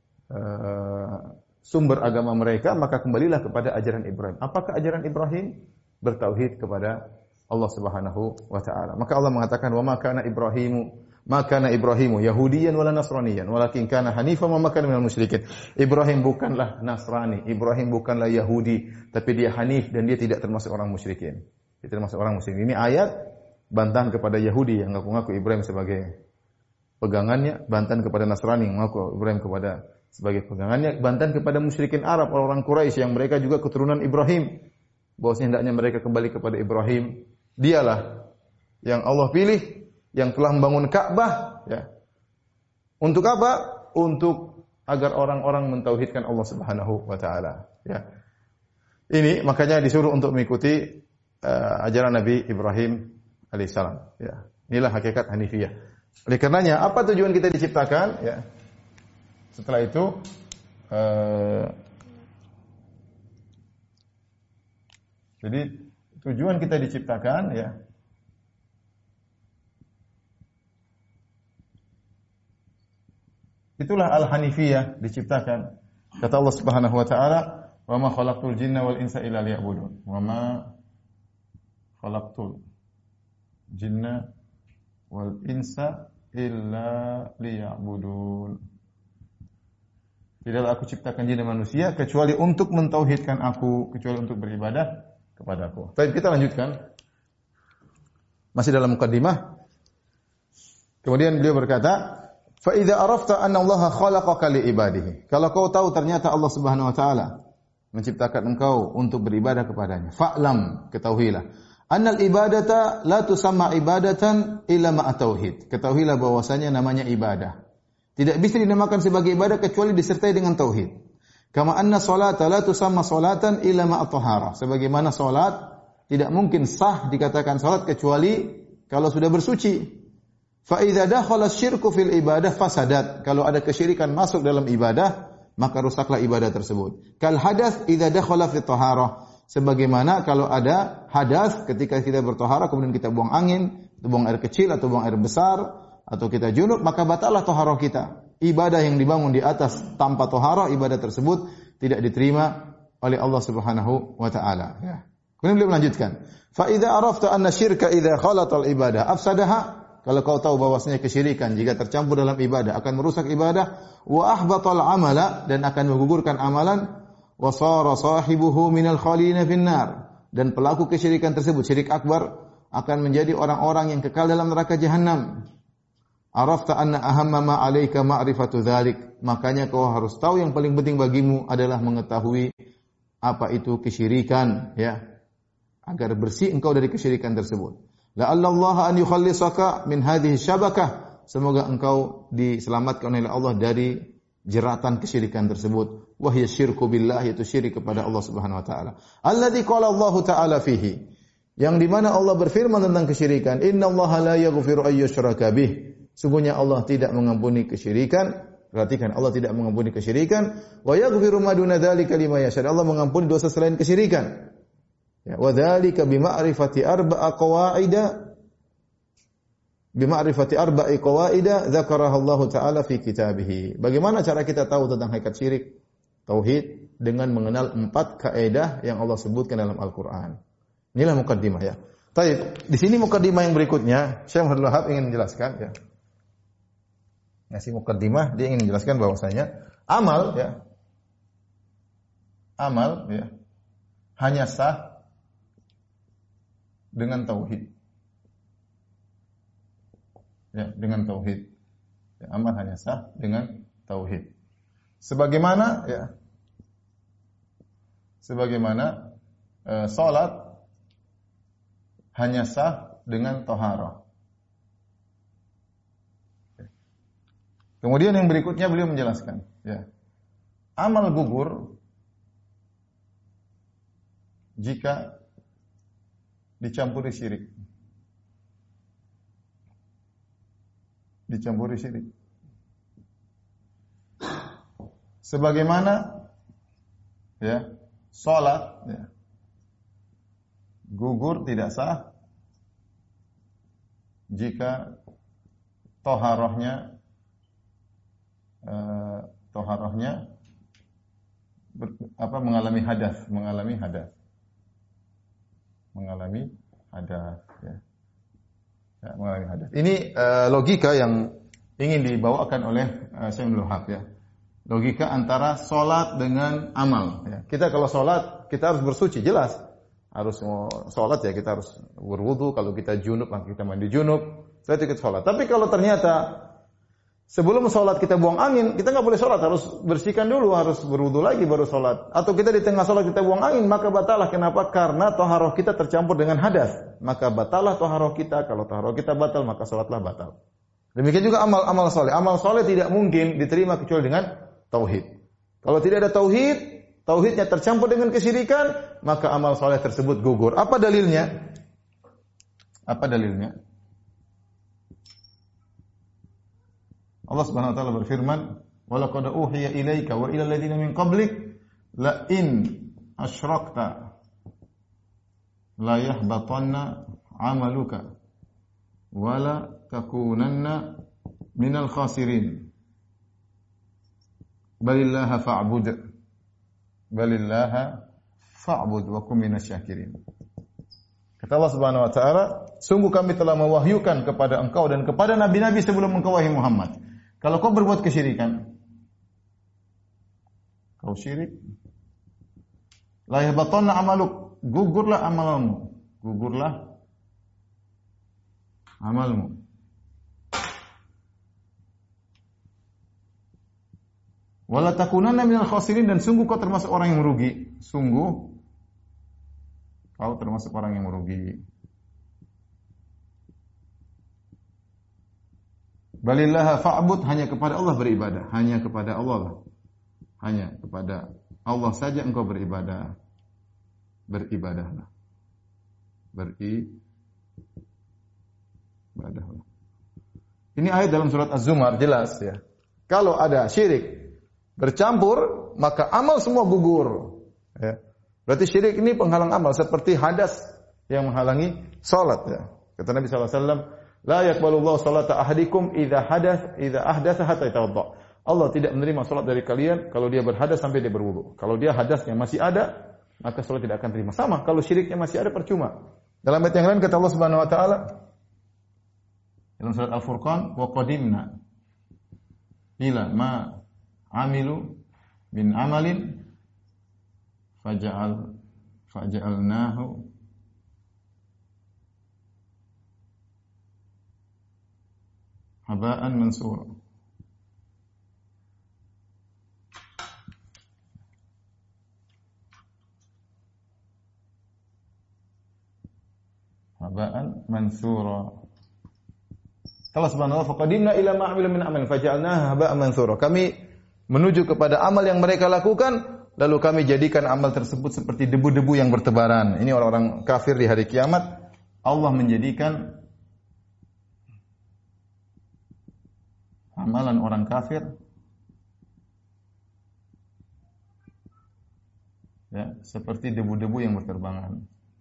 uh, sumber agama mereka, maka kembalilah kepada ajaran Ibrahim. Apakah ajaran Ibrahim? Bertauhid kepada Allah Subhanahu wa taala. Maka Allah mengatakan, "Wa ma kana Ibrahimu, ma kana Ibrahimu Yahudiyan wala Nasraniyan, walakin kana hanifan wa ma kana minal musyrikin." Ibrahim bukanlah Nasrani, Ibrahim bukanlah Yahudi, tapi dia hanif dan dia tidak termasuk orang musyrikin. Dia termasuk orang musyrikin. Ini ayat bantahan kepada Yahudi yang mengaku Ibrahim sebagai pegangannya, bantahan kepada Nasrani yang mengaku Ibrahim kepada sebagai pegangannya, bantahan kepada musyrikin Arab, orang-orang Quraisy yang mereka juga keturunan Ibrahim. Bahwasanya hendaknya mereka kembali kepada Ibrahim. Dialah yang Allah pilih, yang telah membangun Ka'bah, ya. Untuk apa? Untuk agar orang-orang mentauhidkan Allah Subhanahu wa taala, ya. Ini makanya disuruh untuk mengikuti uh, ajaran Nabi Ibrahim alaihissalam, ya. Inilah hakikat Hanifiyah. Oleh karenanya, apa tujuan kita diciptakan, ya? Setelah itu uh, jadi tujuan kita diciptakan, ya, itulah al-hanifiyah, diciptakan. Kata Allah Subhanahu wa taala, "Wa ma khalaqtul jinna wal insa illa liya'budun." Wa ma khalaqtul jinna wal insa illa liya'budun. Tidaklah aku ciptakan jin dan manusia kecuali untuk mentauhidkan aku, kecuali untuk beribadah kepadaku. Baik, kita lanjutkan. Masih dalam mukaddimah. Kemudian beliau berkata, "Fa idza arafta anna Allah khalaqaka li ibadihi." Kalau kau tahu ternyata Allah Subhanahu wa taala menciptakan engkau untuk beribadah kepadanya, fa'lam, ketahuilah, annal ibadata la tusamma ibadatan illa ma'a tauhid. Ketahuilah bahwasanya namanya ibadah tidak bisa dinamakan sebagai ibadah kecuali disertai dengan tauhid. Kama anna salata la tusamma salatan illa ma'a taharah. Sebagaimana salat tidak mungkin sah dikatakan salat kecuali kalau sudah bersuci. Fa idza dakhala syirku fil ibadah fasadat. Kalau ada kesyirikan masuk dalam ibadah, maka rusaklah ibadah tersebut. Kal hadath idza dakhala fit taharah. Sebagaimana kalau ada hadas ketika kita bertaharah kemudian kita buang angin, atau buang air kecil atau buang air besar, atau kita junub, maka batallah taharah kita. Ibadah yang dibangun di atas tanpa taharah, ibadah tersebut tidak diterima oleh Allah Subhanahu wa taala, ya. Kemudian beliau melanjutkan, "Fa idza arafta anna syirka idza khalatal ibadah afsadaha." Kalau kau tahu bahwasanya kesyirikan jika tercampur dalam ibadah akan merusak ibadah, wa ahbatal amala, dan akan menggugurkan amalan, wa sara sahibuhu minal khalina finnar, dan pelaku kesyirikan tersebut, syirik akbar, akan menjadi orang-orang yang kekal dalam neraka jahanam. Arafta anna ahamma ma 'alaika ma'rifatu dzalik. Makanya kau harus tahu yang paling penting bagimu adalah mengetahui apa itu kesyirikan, ya, agar bersih engkau dari kesyirikan tersebut. La'alla Allah an yukhallisaka min hadhihi syabakah semoga engkau diselamatkan oleh Allah dari jeratan kesyirikan tersebut. Wahya syirku billah, yaitu syirik kepada Allah Subhanahu wa taala. Alladzi qala Allah taala fihi, yang di mana Allah berfirman tentang kesyirikan, innallaha la yaghfiru ay yushraka bih. Sungguhnya Allah tidak mengampuni kesyirikan. Perhatikan, Allah tidak mengampuni kesyirikan. Wa yaghfiru ma duna dzalika liman yasha. Allah mengampuni dosa selain kesyirikan. Ya, wa dzalika bima'rifati arba'a qawaida bima'rifati arba'i qawaida dzakaraha Allah taala fi kitabih. Bagaimana cara kita tahu tentang hakikat syirik tauhid? Dengan mengenal empat kaidah yang Allah sebutkan dalam Al-Qur'an. Inilah mukaddimah ya. Baik, di sini mukaddimah yang berikutnya, Syekh Abdul Wahab ingin menjelaskan ya. Ngasih mukaddimah, dia ingin menjelaskan bahwasanya amal ya. Amal ya hanya sah dengan tauhid. Ya, dengan tauhid. Ya, amal hanya sah dengan tauhid. Sebagaimana ya sebagaimana e, salat hanya sah dengan taharah. Kemudian yang berikutnya beliau menjelaskan, ya. Amal gugur jika dicampuri syirik. Dicampuri syirik. Sebagaimana ya, salat ya, gugur tidak sah jika toharohnya eh, toharohnya ber, apa mengalami hadas, mengalami hadas, mengalami hadas. Ya. Ya, mengalami hadas. Ini uh, logika yang ingin dibawakan oleh uh, Syekh Abdul Wahab ya. Logika antara salat dengan amal ya. Kita kalau salat kita harus bersuci, jelas. Harus mau salat ya kita harus berwudu, kalau kita junub maka kita mandi junub, setelah itu kita salat. Tapi kalau ternyata sebelum salat kita buang angin, kita enggak boleh salat, harus bersihkan dulu, harus berwudu lagi baru salat. Atau kita di tengah salat kita buang angin, maka batalah. Kenapa? Karena taharah kita tercampur dengan hadas. Maka batalah taharah kita. Kalau taharah kita batal, maka salatlah batal. Demikian juga amal-amal saleh. Amal saleh tidak mungkin diterima kecuali dengan tauhid. Kalau tidak ada tauhid, tauhidnya tercampur dengan kesyirikan, maka amal saleh tersebut gugur. Apa dalilnya? Apa dalilnya? Allah Subhanahu wa taala berfirman, "Wa laqad uhiya ilaika wa ilal ladzina min qablik la in asyrakta la yahbatanna 'amaluka wa la takunanna minal khasirin. Balillaha fa'bud balillaha fa'bud wa kum minasyakirin." Kata Allah Subhanahu wa taala, sungguh kami telah mewahyukan kepada engkau dan kepada nabi-nabi sebelum engkau wahai Muhammad, kalau kau berbuat kesyirikan, kau syirik, la yahbatanna amaluk, gugurlah amalmu, gugurlah amalmu. Wala takunanna minal khasirin, dan sungguh kau termasuk orang yang merugi. Sungguh kau termasuk orang yang merugi. Balillaha fa'bud, hanya kepada Allah beribadah, hanya kepada Allah lah. Hanya kepada Allah saja engkau beribadah. Beribadahlah. Beribadahlah. Ini ayat dalam surat Az-Zumar jelas ya. Kalau ada syirik bercampur, maka amal semua gugur. Ya. Berarti syirik ini penghalang amal, seperti hadas yang menghalangi salat. Ya. Kata Nabi sallallahu alaihi wasallam, la yaqbalullahu salata ahadikum idza hadath idza ahdatha hatta yatawadda. Allah tidak menerima salat dari kalian kalau dia berhadas sampai dia berwudu. Kalau dia hadasnya masih ada, maka salat tidak akan terima. Sama kalau syiriknya masih ada, percuma. Dalam ayat yang lain kata Allah Subhanahu wa taala dalam surat Al-Furqan, wa qadimna ila ma amilu min amalin faja'al faja'alnahu haba'an mansura. Haba'an mansura. Allah Subhanahu wa taala, faqadimna ila ma 'amilu min amalin faj'alnahu haba'an mantsura. Kami menuju kepada amal yang mereka lakukan, lalu kami jadikan amal tersebut seperti debu-debu yang bertebaran. Ini orang-orang kafir di hari kiamat. Allah menjadikan amalan orang kafir ya, seperti debu-debu yang berterbangan.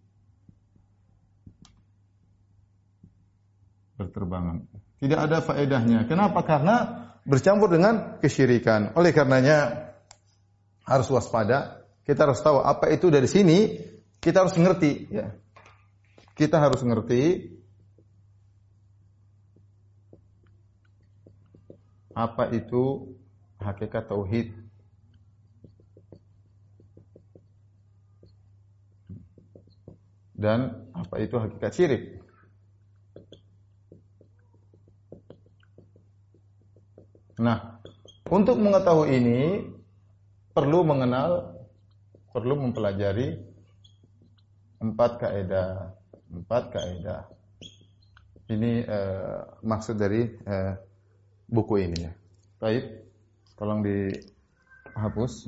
Berterbangan. Tidak ada faedahnya. Kenapa? Karena bercampur dengan kesyirikan. Oleh karenanya harus waspada. Kita harus tahu apa itu dari sini. Kita harus ngerti. Ya. Kita harus ngerti apa itu hakikat tauhid. Dan apa itu hakikat syirik. Nah, untuk mengetahui ini perlu mengenal, perlu mempelajari empat kaidah, empat kaidah. Ini eh, maksud dari eh, buku ini ya. Baik, tolong dihapus.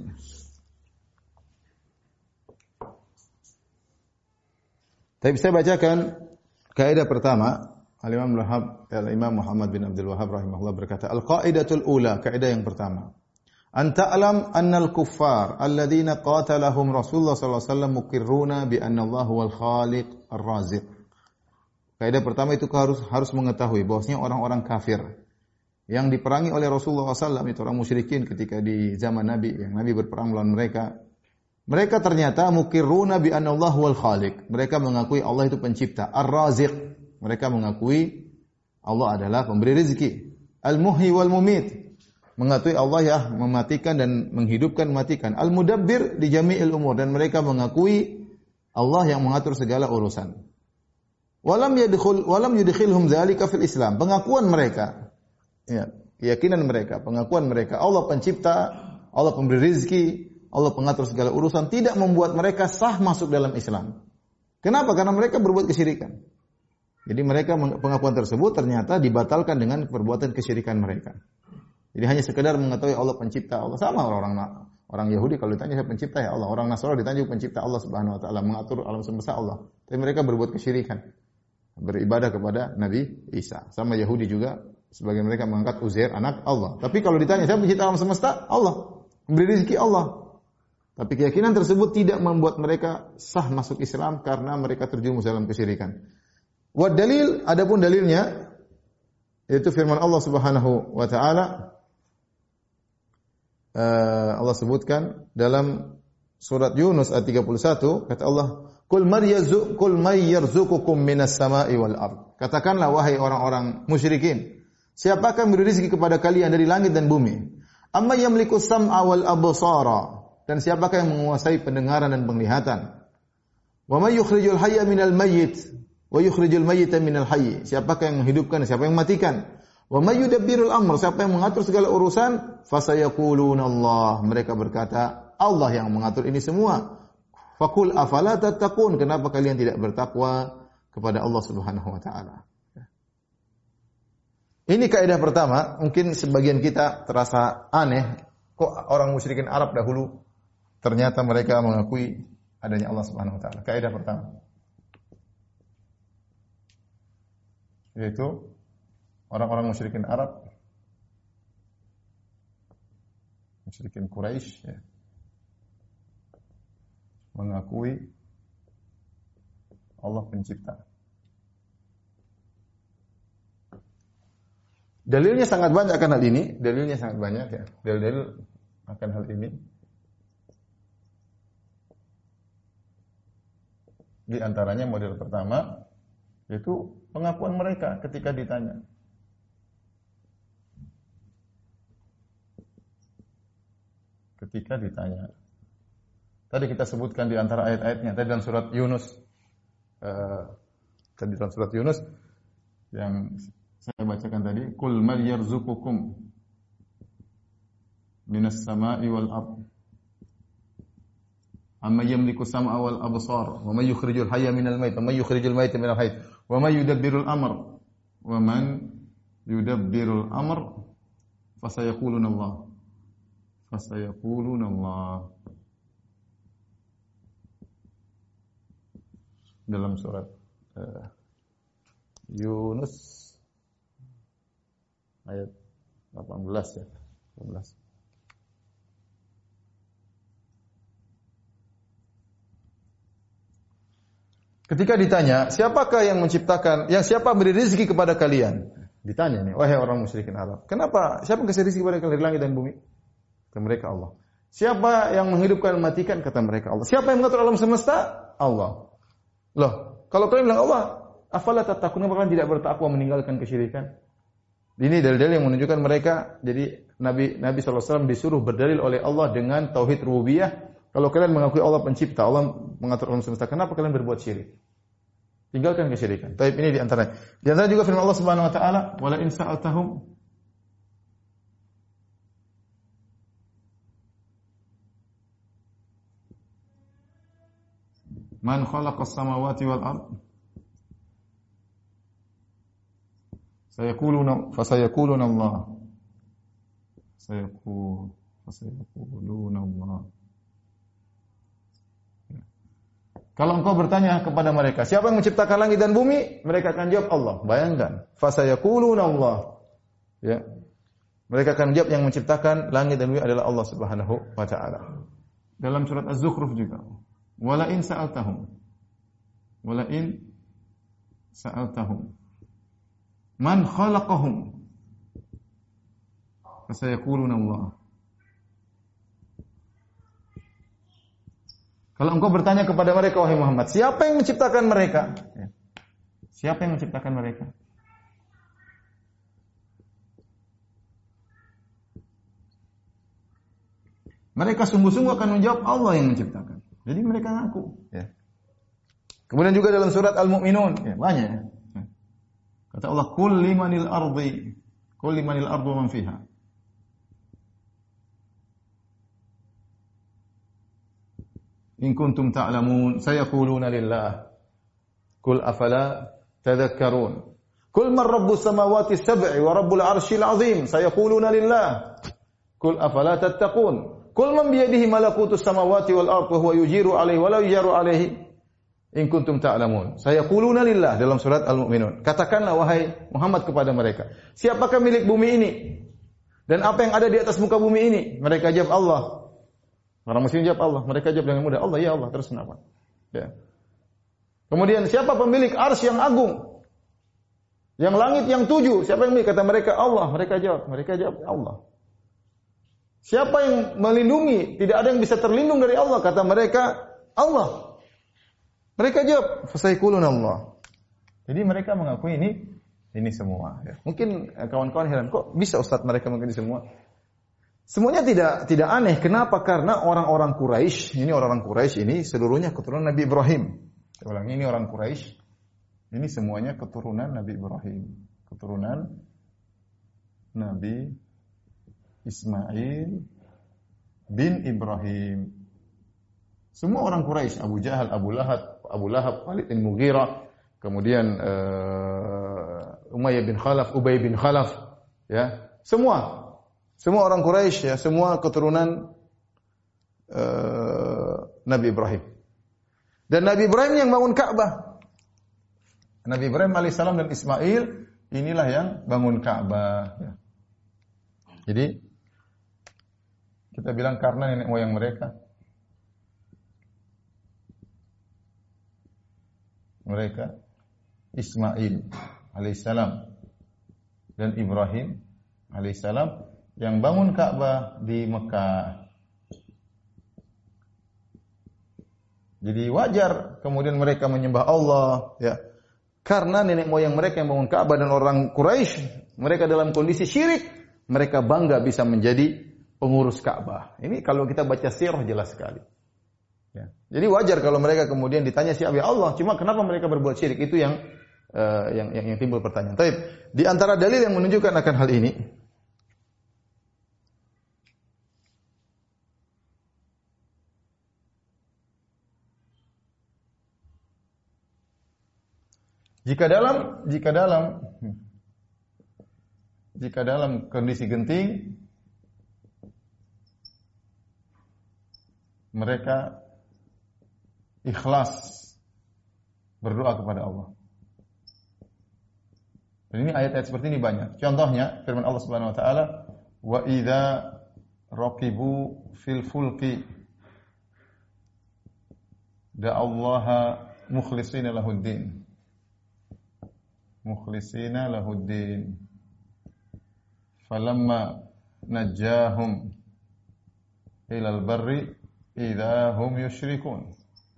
Tapi saya bacakan kaidah pertama. Al-Imam Al-Wahhab, Al-Imam Muhammad bin Abdul Wahhab rahimahullah berkata, Al-qaidatul ula, kaidah yang pertama. An ta'lam anna al-kuffar alladhina qatalahum Rasulullah sallallahu alaihi wasallam muqirruna bi anna Allah huwal khaliq ar-raziq. Kaidah pertama itu harus harus mengetahui bahwasanya orang-orang kafir yang diperangi oleh Rasulullah sallallahu alaihi wasallam itu orang musyrikin ketika di zaman Nabi, yang Nabi berperang melawan mereka. Mereka ternyata muqirruna bi anna Allah huwal khaliq. Mereka mengakui Allah itu pencipta, ar-raziq. Mereka mengakui Allah adalah pemberi rezeki. Al-muhyi wal mumit. Mengakui Allah ya mematikan dan menghidupkan, mematikan. Al-mudabbir di jami'il umur. Dan mereka mengakui Allah yang mengatur segala urusan. Walam yadkhul walam yudkhilhum dzalika fil Islam. Pengakuan mereka, ya, keyakinan mereka, pengakuan mereka Allah pencipta, Allah pemberi rezeki, Allah pengatur segala urusan tidak membuat mereka sah masuk dalam Islam. Kenapa? Karena mereka berbuat kesyirikan. Jadi mereka pengakuan tersebut ternyata dibatalkan dengan perbuatan kesyirikan mereka. Jadi hanya sekedar mengetahui Allah pencipta, Allah sama orang-orang orang Yahudi kalau ditanya siapa pencipta ya Allah, orang Nasrani ditanya pencipta Allah Subhanahu wa taala, mengatur alam semesta Allah. Tapi mereka berbuat kesyirikan. Beribadah kepada Nabi Isa. Sama Yahudi juga sebagian mereka mengangkat Uzair anak Allah. Tapi kalau ditanya siapa pencipta alam semesta? Allah. Memberi rezeki Allah. Tapi keyakinan tersebut tidak membuat mereka sah masuk Islam karena mereka terjerumus dalam kesyirikan. Wa dalil, adapun dalilnya yaitu firman Allah Subhanahu wa taala. Uh, Allah sebutkan dalam surat Yunus ayat tiga puluh satu, kata Allah, "Qul may yarzuq qul may yarzuqukum minas sama'i wal ard." Katakanlah wahai orang-orang musyrikin, siapakah yang memberi rezeki kepada kalian dari langit dan bumi? Amma yamliku sam'a wal absara, dan siapakah yang menguasai pendengaran dan penglihatan? Wa may yukhrijul hayya minal mayyit wa yukhrijul mayyita minal hayy. Siapakah yang menghidupkan, siapa yang mematikan? Wa may yudabbirul amr, siapa yang mengatur segala urusan? Fasayaquluna Allah. Mereka berkata, Allah yang mengatur ini semua. Faqul afala tattaqun, kenapa kalian tidak bertakwa kepada Allah Subhanahu wa taala? Ini kaidah pertama, mungkin sebagian kita terasa aneh, kok orang musyrikin Arab dahulu ternyata mereka mengakui adanya Allah Subhanahu wa taala. Kaidah pertama, yaitu orang-orang musyrikin Arab, musyrikin Quraisy, ya, mengakui Allah pencipta. Dalilnya sangat banyak akan hal ini, dalilnya sangat banyak ya, dalil-dalil akan hal ini. Di antaranya model pertama yaitu pengakuan mereka ketika ditanya. Ketika ditanya. Tadi kita sebutkan di antara ayat-ayatnya, tadi dalam surat Yunus, uh, tadi dalam surat Yunus yang saya bacakan tadi, "Qul man yarzuqukum minas sama'i wal ard." Amma yamliku sam'a wal absar, wa may yukhrijul hayya minal mayt, wa may yukhrijul mayta minal hayy, wa may yudabbirul amr, wa man yudabbirul amr fasayaquluna Allah. Fasayaquluna Allah. Dalam surat uh, Yunus ayat delapan belas ya. delapan belas. Ketika ditanya, siapakah yang menciptakan, yang siapa beri rezeki kepada kalian? Ditanya nih, wahai orang musyrikin Arab, kenapa? Siapa yang kasih rezeki kepada kalian dari langit dan bumi? Kata mereka Allah. Siapa yang menghidupkan dan mematikan? Kata mereka Allah. Siapa yang mengatur alam semesta? Allah. Loh, kalau kalian bilang Allah, afala tattaqun, kenapa kalian tidak bertakwa meninggalkan kesyirikan? Ini dalil-dalil yang menunjukkan mereka, jadi Nabi Nabi shallallahu alaihi wasallam disuruh berdalil oleh Allah dengan tauhid rububiyah. Kalau kalian mengakui Allah pencipta, Allah mengatur alam semesta, kenapa kalian berbuat syirik? Tinggalkan kesyirikan. Taib ini di antaranya. Di antara juga firman Allah Subhanahu wa taala, "Wala in sa'altahum" Man khalaqas samawati wal ard sayaquluna fasayaquluna Allah. Sayaqul fasayaquluna Allah. Kalau engkau bertanya kepada mereka, siapa yang menciptakan langit dan bumi? Mereka akan jawab Allah. Bayangkan, fasayaquluna Allah. Ya. Mereka akan jawab yang menciptakan langit dan bumi adalah Allah Subhanahu wa taala. Dalam surat Az-Zukhruf juga. Wala in sa'altahum. Wala in sa'altahum. Man khalaqahum? Fasayaquluna Allah. Kalau engkau bertanya kepada mereka, wahai Muhammad, siapa yang menciptakan mereka? Ya. Siapa yang menciptakan mereka? Mereka sungguh-sungguh akan menjawab Allah yang menciptakan. Jadi mereka ngaku. Ya. Kemudian juga dalam surat Al-Mu'minun, ya, banyak. Ya. Kata Allah, Kul limanil ardi, Kul limanil ardu man fiha. In kuntum ta'lamun sayaquluna lillah. Qul afala tadhakkarun. Qul man rabbus samawati sab'i wa rabbul arsyil 'azim sayaquluna lillah. Qul afala tattaqun. Qul man bi yadihi malakutus samawati wal ardh wa huwa yujiru 'alaihi wa la yujaru 'alaihi. In kuntum ta'lamun sayaquluna lillah dalam surat Al-Mu'minun. Katakanlah wahai Muhammad kepada mereka, siapakah milik bumi ini? Dan apa yang ada di atas muka bumi ini? Mereka jawab Allah. Orang muslim jawab Allah, mereka jawab dengan mudah, Allah, ya Allah, terus kenapa? Ya. Kemudian siapa pemilik arsy yang agung? Yang langit yang tujuh, siapa yang milik? Kata mereka Allah, mereka jawab, mereka jawab Allah. Siapa yang melindungi? Tidak ada yang bisa terlindung dari Allah, kata mereka Allah. Mereka jawab, fasayquluna Allah. Jadi mereka mengakui ini ini semua. Ya. Mungkin kawan-kawan heran, kok bisa Ustaz mereka mengakui semua? Semuanya tidak tidak aneh. Kenapa? Karena orang-orang Quraisy, ini orang-orang Quraisy ini seluruhnya keturunan Nabi Ibrahim. Saya ulangi, ini orang Quraisy. Ini semuanya keturunan Nabi Ibrahim, keturunan Nabi Ismail bin Ibrahim. Semua orang Quraisy, Abu Jahal, Abu Lahab, Abu Lahab, Walid bin Mughirah, kemudian uh, Umayyah bin Khalaf, Ubay bin Khalaf, ya, semua. Semua orang Quraisy, ya, semua keturunan uh, Nabi Ibrahim. Dan Nabi Ibrahim yang bangun Ka'bah. Nabi Ibrahim alaihissalam dan Ismail inilah yang bangun Ka'bah. Ya. Jadi kita bilang karena nenek moyang mereka, mereka Ismail alaihissalam dan Ibrahim alaihissalam yang bangun Ka'bah di Mekah. Jadi wajar kemudian mereka menyembah Allah, ya. Karena nenek moyang mereka yang bangun Ka'bah dan orang Quraisy, mereka dalam kondisi syirik, mereka bangga bisa menjadi pengurus Ka'bah. Ini kalau kita baca sirah jelas sekali. Ya. Jadi wajar kalau mereka kemudian ditanya siapa Allah, cuma kenapa mereka berbuat syirik, itu yang uh, yang, yang yang timbul pertanyaan. Tapi di antara dalil yang menunjukkan akan hal ini, Jika dalam jika dalam jika dalam kondisi genting mereka ikhlas berdoa kepada Allah. Dan ini ayat-ayat seperti ini banyak. Contohnya firman Allah Subhanahu wa taala, "Wa idza raqibu fil fulki da'allaha mukhlishina lahuddin." Mukhlishina lahuddin. Falamma najjahum ilal barri idza hum yusyrikun.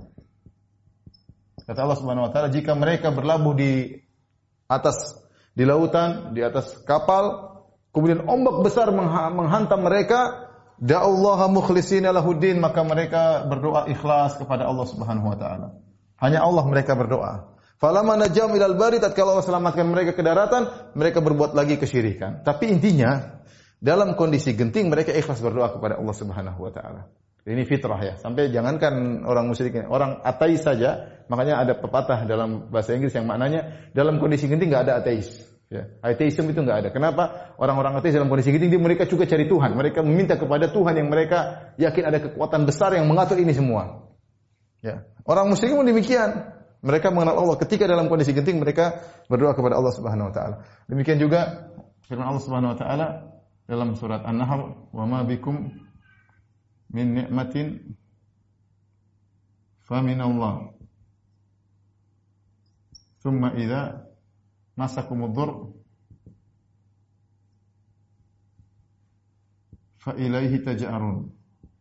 Kata Allah Subhanahu wa taala, jika mereka berlabuh di atas di lautan, di atas kapal, kemudian ombak besar menghantam mereka, da'allaha mukhlishina lahuddin, maka mereka berdoa ikhlas kepada Allah Subhanahu wa taala. Hanya Allah mereka berdoa. Falamma najjahum ilal barri, tatkala Allah selamatkan mereka ke daratan, mereka berbuat lagi kesyirikan. Tapi intinya, dalam kondisi genting mereka ikhlas berdoa kepada Allah Subhanahu wa taala. Ini fitrah ya. Sampai jangankan orang musyrik, orang ateis saja, makanya ada pepatah dalam bahasa Inggris yang maknanya dalam kondisi genting enggak ada ateis. Ya, ateisme itu enggak ada. Kenapa? Orang-orang ateis dalam kondisi genting dia mereka juga cari Tuhan. Mereka meminta kepada Tuhan yang mereka yakin ada kekuatan besar yang mengatur ini semua. Ya. Orang musyrik pun demikian. Mereka mengenal Allah ketika dalam kondisi genting mereka berdoa kepada Allah Subhanahu wa taala. Demikian juga firman Allah Subhanahu wa taala dalam surat An-Nahl, "Wa ma bikum min ni'matin fa min Allah. Tsumma idza masakumud dhurr fa ilaihi taj'arun."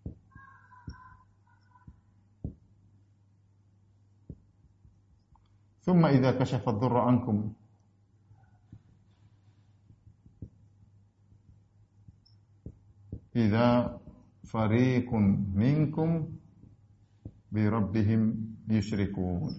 Tsumma idza kashafa ad-dhurra ankum idza fariqun minkum bi rabbihim yusyrikun.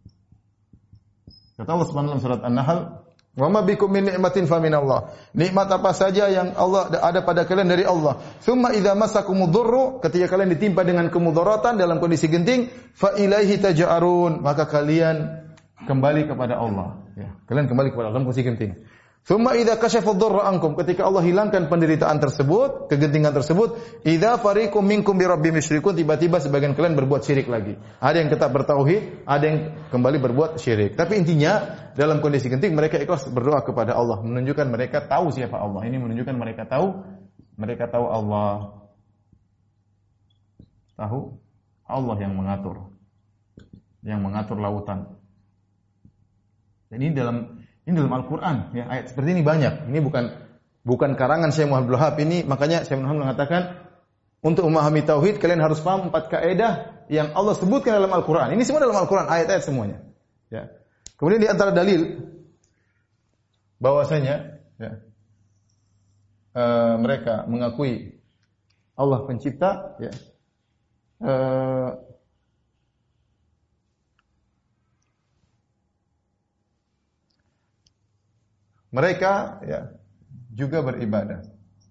Kata Allah Subhanahu wa taala surat An-Nahl, "Wa ma bikum min ni'matin fa min Allah." Nikmat apa saja yang Allah ada pada kalian dari Allah. Tsumma idza masakumud dhurru, ketika kalian ditimpa dengan kemudaratan dalam kondisi genting, fa ilaihi taj'arun, maka kalian kembali kepada Allah. Ya, kalian kembali kepada Allah dalam kondisi genting. Tsumma idza kashafa ad-dhurra ankum, ketika Allah hilangkan penderitaan tersebut, kegentingan tersebut, idza fariqum minkum bi rabbihim yusyrikun, tiba-tiba sebagian kalian berbuat syirik lagi. Ada yang tetap bertauhid, ada yang kembali berbuat syirik. Tapi intinya dalam kondisi genting mereka ikhlas berdoa kepada Allah, menunjukkan mereka tahu siapa Allah. Ini menunjukkan mereka tahu mereka tahu Allah. Tahu Allah yang mengatur. Yang mengatur lautan. Dan ini dalam Ini dalam Al-Quran, ya, ayat seperti ini banyak. Ini bukan bukan karangan Syekh Muhammad Abdul Wahab ini, makanya Syekh Muhammad mengatakan untuk memahami tauhid kalian harus paham empat kaidah yang Allah sebutkan dalam Al-Quran. Ini semua dalam Al-Quran, ayat-ayat semuanya. Ya. Kemudian di antara dalil bahwasanya ya, uh, mereka mengakui Allah pencipta, ya, uh, mereka ya juga beribadah.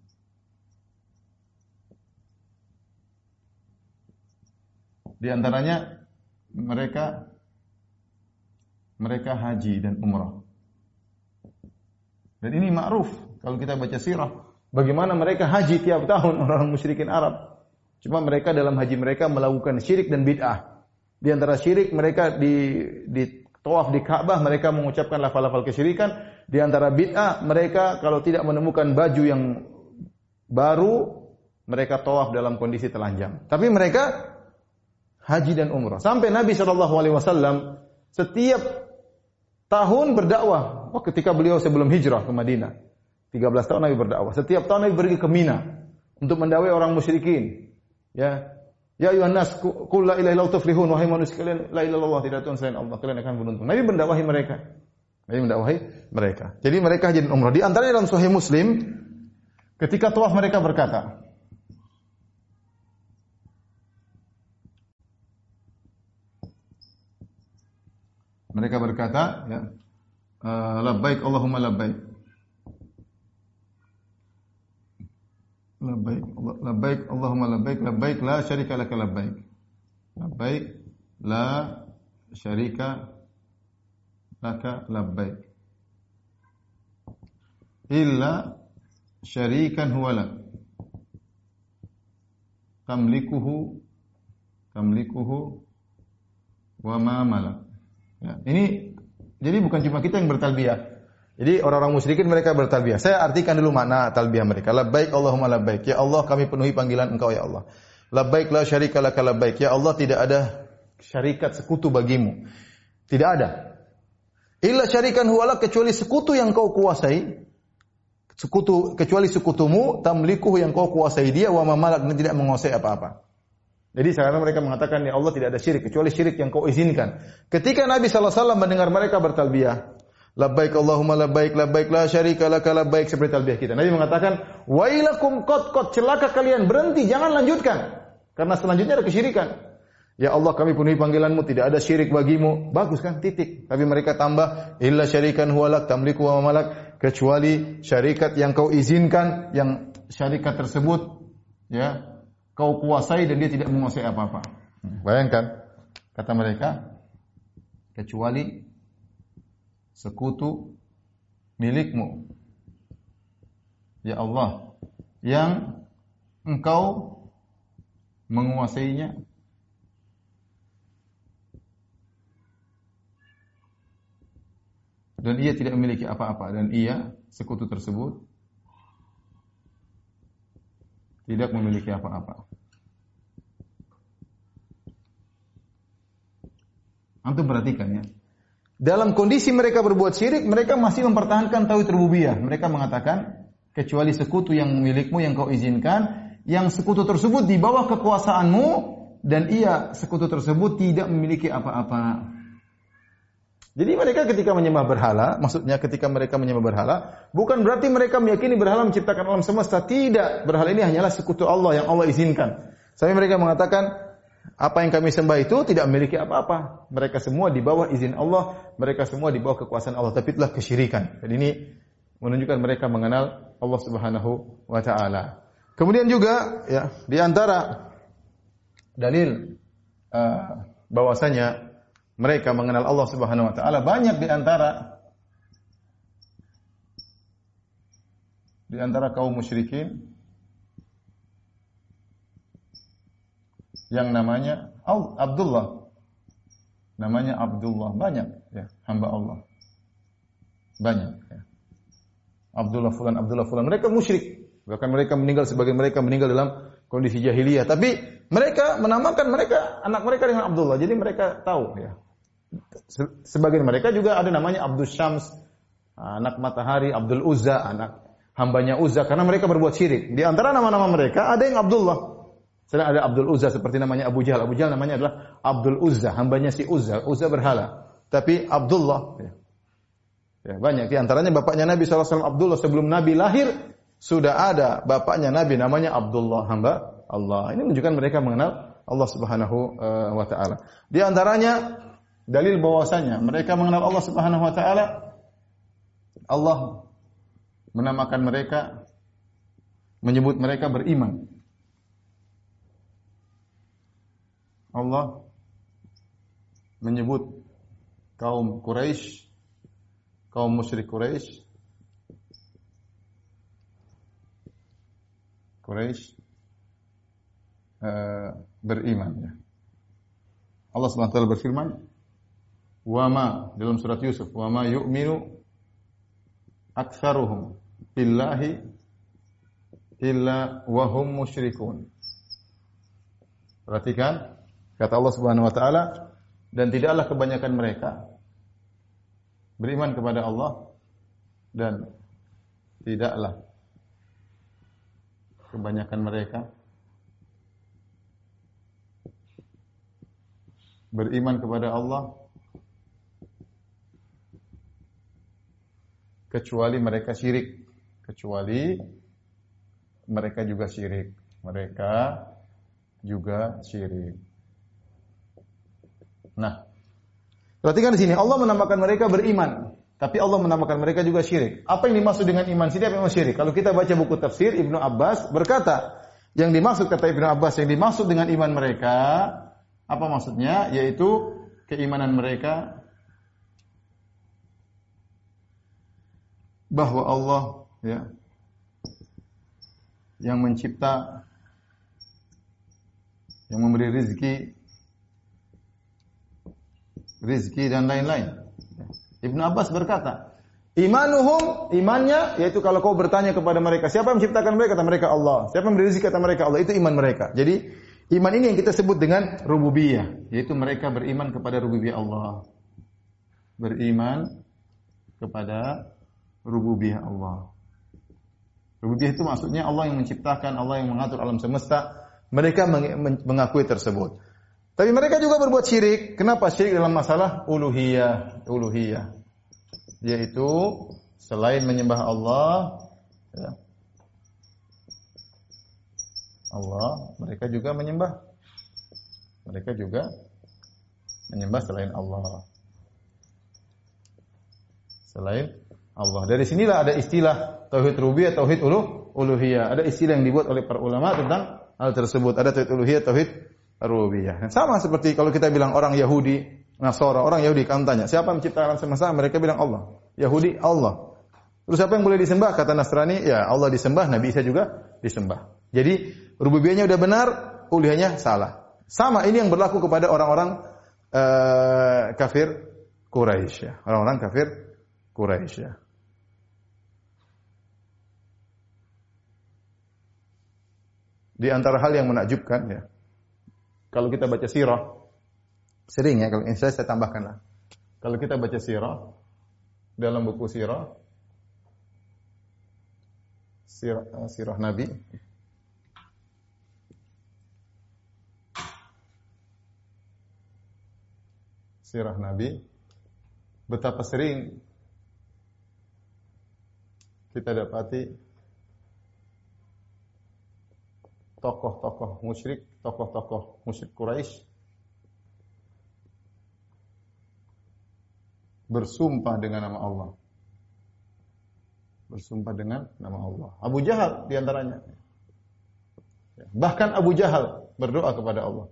Di antaranya mereka mereka haji dan umrah. Dan ini ma'ruf kalau kita baca sirah, bagaimana mereka haji tiap tahun orang musyrikin Arab. Cuma mereka dalam haji mereka melakukan syirik dan bid'ah. Di antara syirik mereka di di tawaf di Ka'bah mereka mengucapkan lafal-lafal kesyirikan. Di antara bid'ah mereka kalau tidak menemukan baju yang baru mereka tawaf dalam kondisi telanjang. Tapi mereka haji dan umrah. Sampai Nabi shallallahu alaihi wasallam setiap tahun berdakwah. Oh, ketika beliau sebelum hijrah ke Madinah, tiga belas tahun Nabi berdakwah. Setiap tahun Nabi pergi ke Mina untuk mendakwai orang musyrikin. Ya, ya ayuhan nas qul la ilaha illallah tuflihun, wahai manusia kalian la ilaha illallah, tidak Tuhan selain Allah, kalian akan beruntung. Nabi mendakwahi mereka. Nabi mendakwahi mereka. Jadi mereka haji dan umrah. Di antaranya dalam Sahih Muslim, ketika tawaf mereka berkata, mereka berkata, ya, labbaik Allahumma labbaik. Labbaik, labbaik Allahumma labbaik, labbaik la syarika laka labbaik. Labbaik la syarika laka labbaik. Illa syarikan huwa lak tamlikuhu tamlikuhu wa ma malak. Ya, ini jadi bukan cuma kita yang bertalbiyah. Jadi orang-orang musyrikin mereka bertalbiyah. Saya artikan dulu makna talbiyah mereka. Labbaik Allahumma labbaik. Ya Allah, kami penuhi panggilan Engkau ya Allah. Labbaik la syarika laka labbaik. Ya Allah, tidak ada syarikat sekutu bagimu. Tidak ada. Illa syarikan huwa lak, kecuali sekutu yang kau kuasai. Sekutu kecuali sekutumu, tamlikuhu yang kau kuasai dia, wa ma malak, dan tidak menguasai apa-apa. Jadi sekarang mereka mengatakan ya Allah tidak ada syirik kecuali syirik yang kau izinkan. Ketika Nabi sallallahu alaihi wasallam mendengar mereka bertalbiyah, labbaik Allahumma labbaik labbaik la syarika laka labbaik, seperti talbiyah kita. Nabi mengatakan wailakum qad qad, celaka kalian, berhenti, jangan lanjutkan. Karena selanjutnya ada kesyirikan. Ya Allah, kami penuhi panggilanmu, tidak ada syirik bagimu. Bagus kan? Titik. Tapi mereka tambah illa syarikan huwa lak tamliku wa malak, kecuali syarikat yang kau izinkan, yang syarikat tersebut ya kau kuasai dan dia tidak menguasai apa-apa. Bayangkan kata mereka, kecuali sekutu milikmu ya Allah yang engkau menguasainya, dan ia tidak memiliki apa-apa, dan ia sekutu tersebut tidak memiliki apa-apa. Antum perhatikan ya. Dalam kondisi mereka berbuat syirik, mereka masih mempertahankan tauhid rububiyah. Mereka mengatakan kecuali sekutu yang milikmu yang kau izinkan, yang sekutu tersebut di bawah kekuasaanmu, dan ia sekutu tersebut tidak memiliki apa-apa. Jadi mereka ketika menyembah berhala, maksudnya ketika mereka menyembah berhala, bukan berarti mereka meyakini berhala menciptakan alam semesta. Tidak, berhala ini hanyalah sekutu Allah yang Allah izinkan. Sampai mereka mengatakan, apa yang kami sembah itu tidak memiliki apa-apa. Mereka semua di bawah izin Allah, mereka semua di bawah kekuasaan Allah. Tapi itulah kesyirikan. Jadi ini menunjukkan mereka mengenal Allah Subhanahu wa taala. Kemudian juga ya, di antara dalil uh, bahwasanya mereka mengenal Allah Subhanahu wa taala, banyak di antara di antara kaum musyrikin yang namanya Abdullah. Namanya Abdullah, banyak ya, hamba Allah. Banyak ya. Abdullah fulan, Abdullah fulan, mereka musyrik. Bahkan mereka meninggal, sebagian mereka meninggal dalam kondisi jahiliyah, tapi mereka menamakan mereka anak mereka dengan Abdullah. Jadi mereka tahu ya. Sebagian mereka juga ada namanya Abdul Syams, anak matahari, Abdul Uzza, anak hambanya Uzza, karena mereka berbuat syirik. Di antara nama-nama mereka ada yang Abdullah. Sedang ada Abdul Uzza seperti namanya Abu Jahal. Abu Jahal namanya adalah Abdul Uzza, hambanya si Uzza. Uzza berhala. Tapi Abdullah. Ya, ya banyak. Di antaranya bapaknya Nabi shallallahu alaihi wasallam Abdullah. Sebelum Nabi lahir, sudah ada bapaknya Nabi namanya Abdullah, hamba Allah. Ini menunjukkan mereka mengenal Allah Subhanahu wa taala. Di antaranya dalil bahwasanya mereka mengenal Allah Subhanahu wa taala, Allah menamakan mereka, menyebut mereka beriman. Allah menyebut kaum Quraisy, kaum musyrik Quraisy, Quraisy uh, beriman ya. Allah Subhanahu wa taala berfirman, "Wa ma," dalam surat Yusuf, "Wa ma yu'minu aktsaruhum billahi illa wa hum musyrikun." Perhatikan kata Allah Subhanahu wa taala, dan tidaklah kebanyakan mereka beriman kepada Allah, dan tidaklah kebanyakan mereka beriman kepada Allah kecuali mereka syirik, kecuali mereka juga syirik, mereka juga syirik. Nah, perhatikan di sini Allah menamakan mereka beriman, tapi Allah menamakan mereka juga syirik. Apa yang dimaksud dengan iman syirik? Apa yang syirik? Kalau kita baca buku tafsir, Ibnu Abbas berkata, yang dimaksud kata Ibnu Abbas, yang dimaksud dengan iman mereka, apa maksudnya? Yaitu keimanan mereka bahwa Allah ya yang mencipta, yang memberi rizki, rizki dan lain-lain. Ibnu Abbas berkata, imanuhum, imannya, yaitu kalau kau bertanya kepada mereka, siapa yang menciptakan mereka? Kata mereka Allah. Siapa yang memberi rizki? Kata mereka Allah. Itu iman mereka. Jadi, iman ini yang kita sebut dengan rububiyah, yaitu mereka beriman kepada rububiyah Allah. Beriman kepada rububiyah Allah. Rububiyah itu maksudnya Allah yang menciptakan, Allah yang mengatur alam semesta. Mereka mengakui tersebut. Tapi mereka juga berbuat syirik. Kenapa syirik dalam masalah uluhiyah? Uluhiyah, yaitu selain menyembah Allah, ya, Allah, mereka juga menyembah. Mereka juga menyembah selain Allah. Selain Allah. Dari sinilah ada istilah tauhid rububiyah, tauhid uluh, uluhiyah. Ada istilah yang dibuat oleh para ulama tentang hal tersebut. Ada tauhid uluhiyah, tauhid rububiyah. Sama seperti kalau kita bilang orang Yahudi, Nasara, orang Yahudi kamu tanya, siapa yang menciptakan semesta? Mereka bilang Allah. Yahudi Allah. Terus siapa yang boleh disembah? Kata Nasrani, ya Allah disembah, Nabi Isa juga disembah. Jadi rububiyahnya udah benar, uluhiyahnya salah. Sama ini yang berlaku kepada orang-orang uh, kafir Quraisy, ya. Orang-orang kafir Quraisy, ya. Di antara hal yang menakjubkan, ya, kalau kita baca sirah, sering ya, kalau ini saya, saya tambahkan lah. Kalau kita baca sirah, dalam buku sirah, sirah, sirah Nabi, sirah Nabi, betapa sering kita dapati tokoh-tokoh musyrik, tokoh-tokoh musyrik Quraisy bersumpah dengan nama Allah. Bersumpah dengan nama Allah. Abu Jahal diantaranya. Bahkan Abu Jahal berdoa kepada Allah.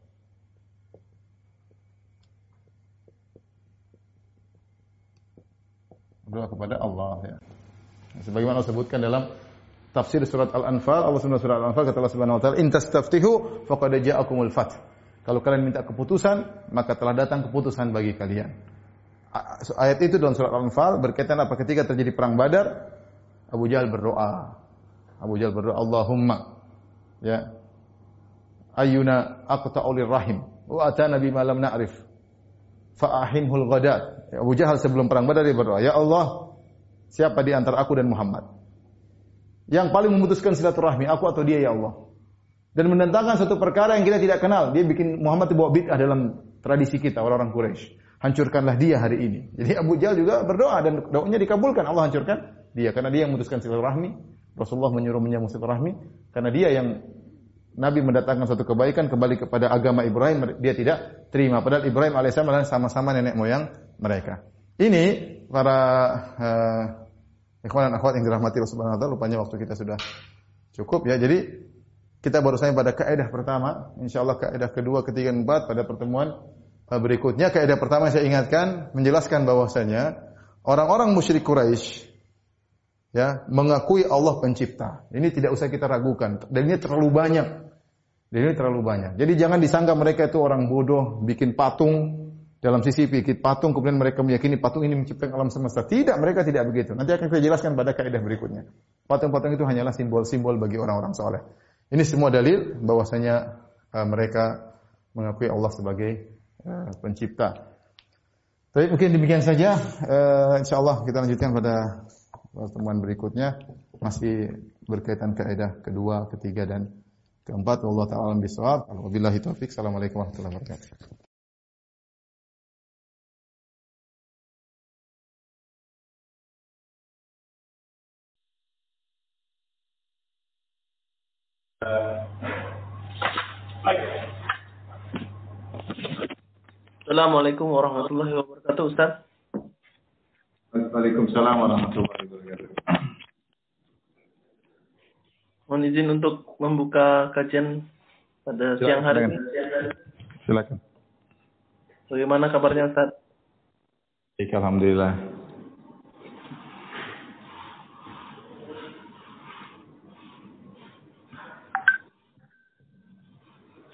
Berdoa kepada Allah, ya. Sebagaimana Allah sebutkan dalam tafsir surat Al-Anfal, Allah Subhanahu surat Al-Anfal kata Allah Subhanahu wa taala, "In tastaftihu faqad ja'akumul fath." Kalau kalian minta keputusan, maka telah datang keputusan bagi kalian. Ayat itu dalam surat Al-Anfal berkaitan apa? Ketika terjadi perang Badar, Abu Jahal berdoa. Abu Jahal berdoa, "Allahumma ya ayyuna aqta'u lirrahim wa atana bima lam na'rif fa ahimhul ghadat." Abu Jahal sebelum perang Badar dia berdoa, "Ya Allah, siapa di antara aku dan Muhammad yang paling memutuskan silaturahmi, aku atau dia, ya Allah?" Dan menentangkan satu perkara yang kita tidak kenal. Dia bikin Muhammad bawa bid'ah dalam tradisi kita, orang-orang Quraisy. Hancurkanlah dia hari ini. Jadi Abu Jahal juga berdoa dan doanya dikabulkan. Allah hancurkan dia karena dia yang memutuskan silaturahmi. Rasulullah menyuruh menyambung silaturahmi karena dia yang Nabi mendatangkan suatu kebaikan kembali kepada agama Ibrahim, dia tidak terima. Padahal Ibrahim alaihissalam adalah sama-sama nenek moyang mereka. Ini para uh, ikhwan dan akhwat yang dirahmati Allah Subhanahu wa taala, rupanya waktu kita sudah cukup, ya. Jadi kita baru sampai pada kaidah pertama. Insyaallah kaidah kedua, ketiga, dan keempat pada pertemuan berikutnya. Kaidah pertama saya ingatkan menjelaskan bahwasanya orang-orang musyrik Quraisy, ya, mengakui Allah pencipta. Ini tidak usah kita ragukan dan ini terlalu banyak. Dan ini terlalu banyak. Jadi jangan disangka mereka itu orang bodoh bikin patung. Dalam sisi bikin patung, kemudian mereka meyakini patung ini menciptakan alam semesta. Tidak, mereka tidak begitu. Nanti akan saya jelaskan pada kaidah berikutnya. Patung-patung itu hanyalah simbol-simbol bagi orang-orang soleh. Ini semua dalil bahwasanya uh, mereka mengakui Allah sebagai uh, pencipta. Tapi mungkin demikian saja. Uh, InsyaAllah kita lanjutkan pada pertemuan berikutnya. Masih berkaitan kaidah kedua, ketiga, dan keempat. Wallahu ta'ala alam bisawab. Wabillahi taufiq. Assalamualaikum warahmatullahi wabarakatuh. Assalamualaikum warahmatullahi wabarakatuh, Ustaz. Waalaikumsalam warahmatullahi wabarakatuh. Mohon izin untuk membuka kajian pada silakan, siang hari ini. Silakan. Bagaimana kabarnya, Ustaz? Baik, alhamdulillah.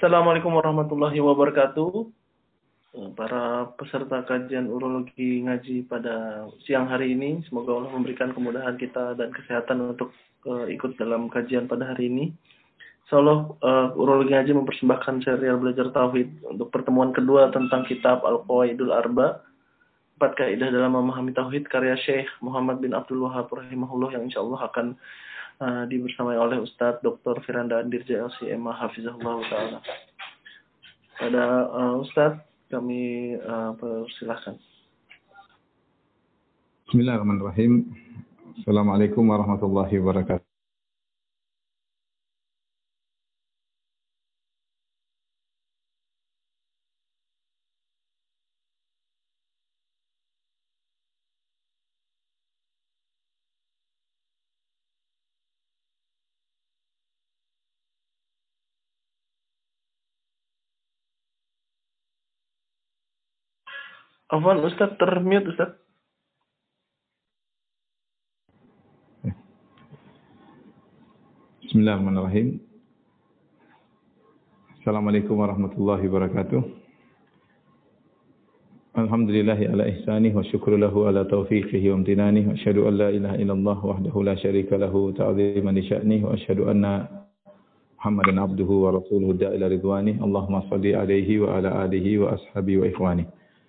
Assalamualaikum warahmatullahi wabarakatuh. Para peserta kajian urologi ngaji pada siang hari ini, semoga Allah memberikan kemudahan kita dan kesehatan untuk uh, ikut dalam kajian pada hari ini. Insyaallah uh, urologi ngaji mempersembahkan serial belajar tauhid untuk pertemuan kedua tentang kitab Al-Qawaidul Arba, empat kaidah dalam memahami tauhid, karya Syekh Muhammad bin Abdul Wahab rahimahullah, yang insyaallah akan Uh, dibersamai oleh Ustadz Doktor Firanda Andir J L C M A Hafizahullah Ta'ala. Pada uh, Ustadz, kami uh, persilahkan. Bismillahirrahmanirrahim. Assalamualaikum warahmatullahi wabarakatuh. Afwan, Ustadz termute, Ustadz. Bismillahirrahmanirrahim. Assalamualaikum warahmatullahi wabarakatuh. Alhamdulillahi ala ihsanih wa syukru lahu ala taufiqihi wa amtinanih wa asyhadu an la ilaha illallah wahdahu la syarika lahu ta'ziman li sya'nih wa asyhadu anna Muhammadan abduhu wa rasuluhu da'ila ridwanih. Allahumma shalli alaihi wa ala alihi wa ashabihi wa ikhwanih.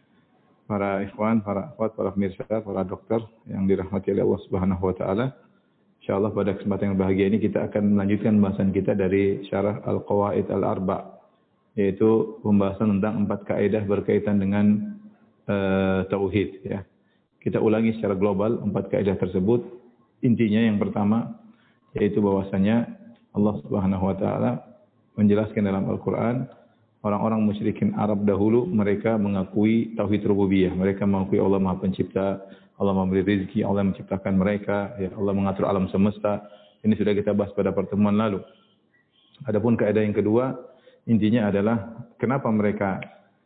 Para ikhwan, para akhwat, para pemirsa, para dokter yang dirahmati oleh Allah Subhanahu wa taala. Insyaallah pada kesempatan yang bahagia ini kita akan melanjutkan pembahasan kita dari syarah Al-Qawaid Al-Arba, yaitu pembahasan tentang empat kaidah berkaitan dengan uh, tauhid, ya. Kita ulangi secara global empat kaidah tersebut. Intinya yang pertama yaitu bahwasanya Allah Subhanahu wa taala menjelaskan dalam Al-Qur'an, orang-orang musyrikin Arab dahulu mereka mengakui tauhid rububiyah. Mereka mengakui Allah Maha Pencipta, Allah memberi rezeki, Allah menciptakan mereka, ya, Allah mengatur alam semesta. Ini sudah kita bahas pada pertemuan lalu. Adapun kaidah yang kedua, intinya adalah kenapa mereka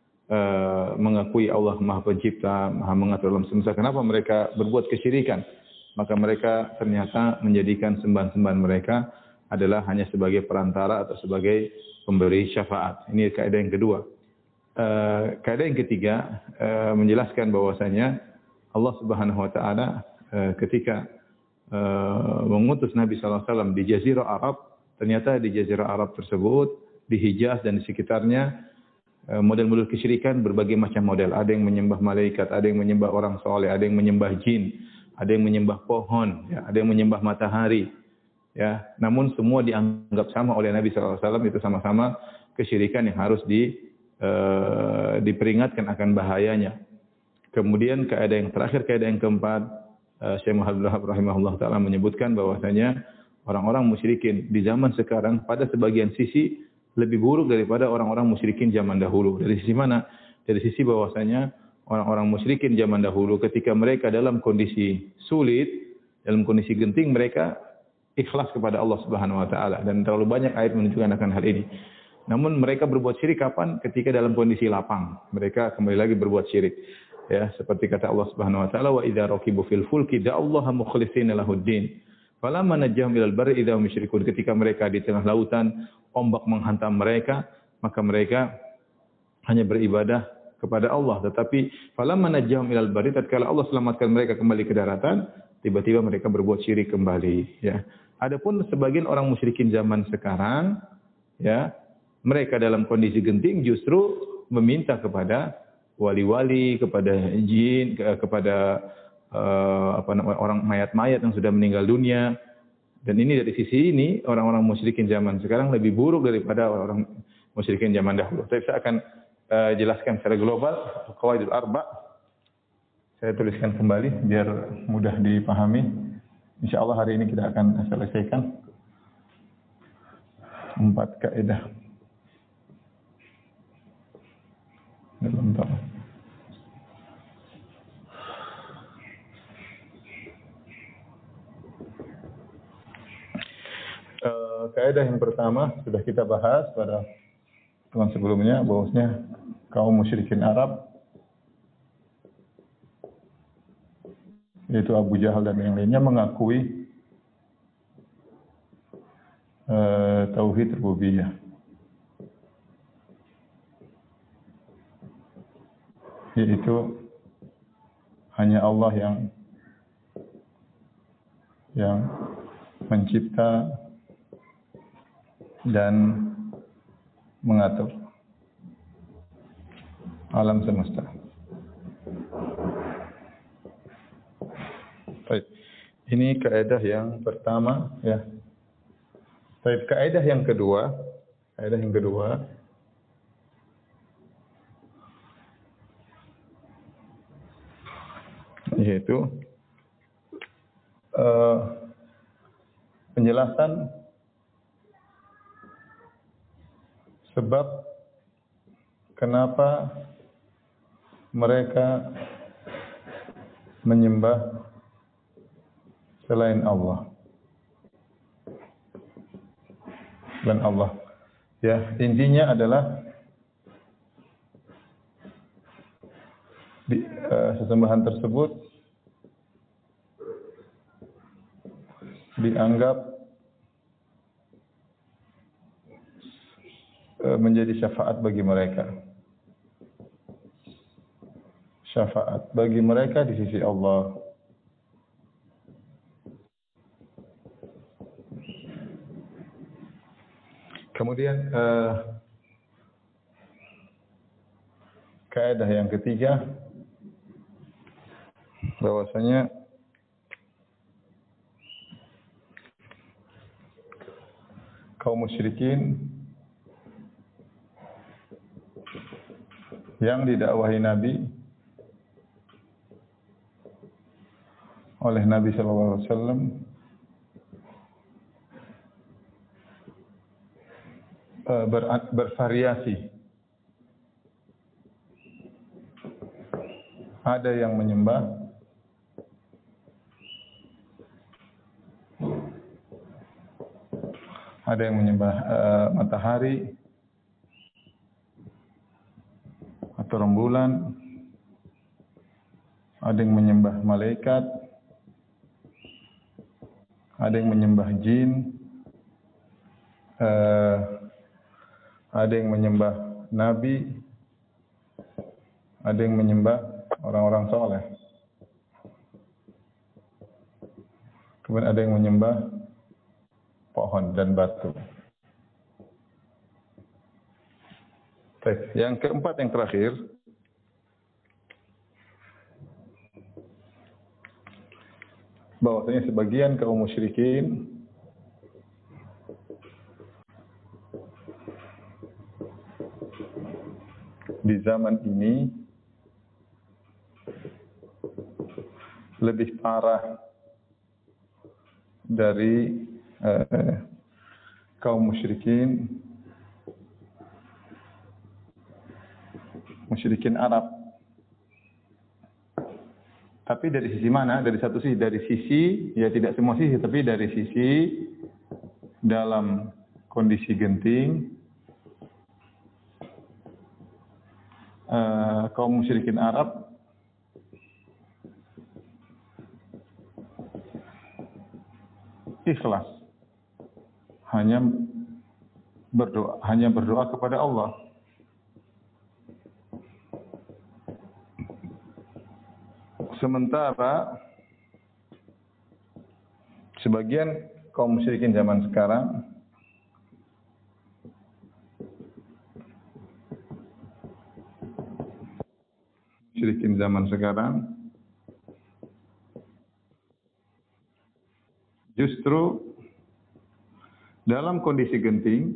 uh, mengakui Allah Maha Pencipta, Maha mengatur alam semesta, kenapa mereka berbuat kesyirikan? Maka mereka ternyata menjadikan sembahan-sembahan mereka adalah hanya sebagai perantara atau sebagai pemberi syafaat. Ini kaidah yang kedua. Uh, kaidah yang ketiga uh, menjelaskan bahwasanya Allah Subhanahu wa taala uh, ketika uh, mengutus Nabi sallallahu alaihi wasallam di Jazirah Arab, ternyata di Jazirah Arab tersebut, di Hijaz dan di sekitarnya, uh, model-model kesyirikan berbagai macam model. Ada yang menyembah malaikat, ada yang menyembah orang soleh, ada yang menyembah jin, ada yang menyembah pohon, ya, ada yang menyembah matahari. Ya, namun semua dianggap sama oleh Nabi sallallahu alaihi wasallam, itu sama-sama kesyirikan yang harus di uh, diperingatkan akan bahayanya. Kemudian kaidah yang terakhir, kaidah yang keempat, uh, Syekh Muhammad rahimahullah taala menyebutkan bahwasanya orang-orang musyrikin di zaman sekarang pada sebagian sisi lebih buruk daripada orang-orang musyrikin zaman dahulu. Dari sisi mana? Dari sisi bahwasanya orang-orang musyrikin zaman dahulu ketika mereka dalam kondisi sulit, dalam kondisi genting, mereka ikhlas kepada Allah Subhanahu wa taala, dan terlalu banyak ayat menunjukkan akan hal ini. Namun mereka berbuat syirik kapan? Ketika dalam kondisi lapang, mereka kembali lagi berbuat syirik. Ya, seperti kata Allah Subhanahu wa taala, wa idza raqibu fil fulki da'allaha mukhlishina lahuddin. Falamma najjahum ilal barri idza hum musyrikun. Ketika mereka di tengah lautan, ombak menghantam mereka, maka mereka hanya beribadah kepada Allah. Tetapi falamma najjahum ilal barri, tatkala Allah selamatkan mereka kembali ke daratan, tiba-tiba mereka berbuat syirik kembali, ya. Adapun sebagian orang musyrikin zaman sekarang, ya, mereka dalam kondisi genting justru meminta kepada wali-wali, kepada jin, kepada uh, apa namanya, orang mayat-mayat yang sudah meninggal dunia. Dan ini dari sisi ini orang-orang musyrikin zaman sekarang lebih buruk daripada orang musyrikin zaman dahulu. Saya akan uh, jelaskan secara global Qawaidul Arba. Saya tuliskan kembali biar mudah dipahami. Insyaallah hari ini kita akan selesaikan empat kaidah. Bentar. Uh, kaidah yang pertama sudah kita bahas pada pertemuan sebelumnya, bahwasanya kaum musyrikin Arab, yaitu Abu Jahal dan yang lainnya, mengakui uh, tauhid rububiyah. yaitu hanya Allah yang yang mencipta dan mengatur alam semesta. Baik. Ini kaidah yang pertama, ya. Baik, kaidah yang kedua, kaidah yang kedua yaitu uh, penjelasan sebab kenapa mereka menyembah selain Allah. Dan Allah. Ya, intinya adalah di, uh, sesembahan tersebut dianggap uh, menjadi syafaat bagi mereka. Syafaat bagi mereka di sisi Allah. Kemudian uh, kaidah yang ketiga bahwasanya kaum musyrikin yang didakwahi Nabi oleh Nabi sallallahu alaihi wasallam ber, bervariasi. Ada yang menyembah ada yang menyembah uh, matahari atau rembulan, ada yang menyembah malaikat, ada yang menyembah jin, uh, ada yang menyembah nabi, ada yang menyembah orang-orang soleh. Kemudian ada yang menyembah pohon dan batu. Baik, yang keempat, yang terakhir, bahwasanya sebagian kaum musyrikin di zaman ini lebih parah dari eh, kaum musyrikin musyrikin Arab. Tapi dari sisi mana? Dari satu sisi, dari sisi, ya tidak semua sisi, tapi dari sisi dalam kondisi genting, Uh, kaum musyrikin Arab ikhlas, hanya berdoa, hanya berdoa kepada Allah. Sementara sebagian kaum musyrikin zaman sekarang musyrikin zaman sekarang justru dalam kondisi genting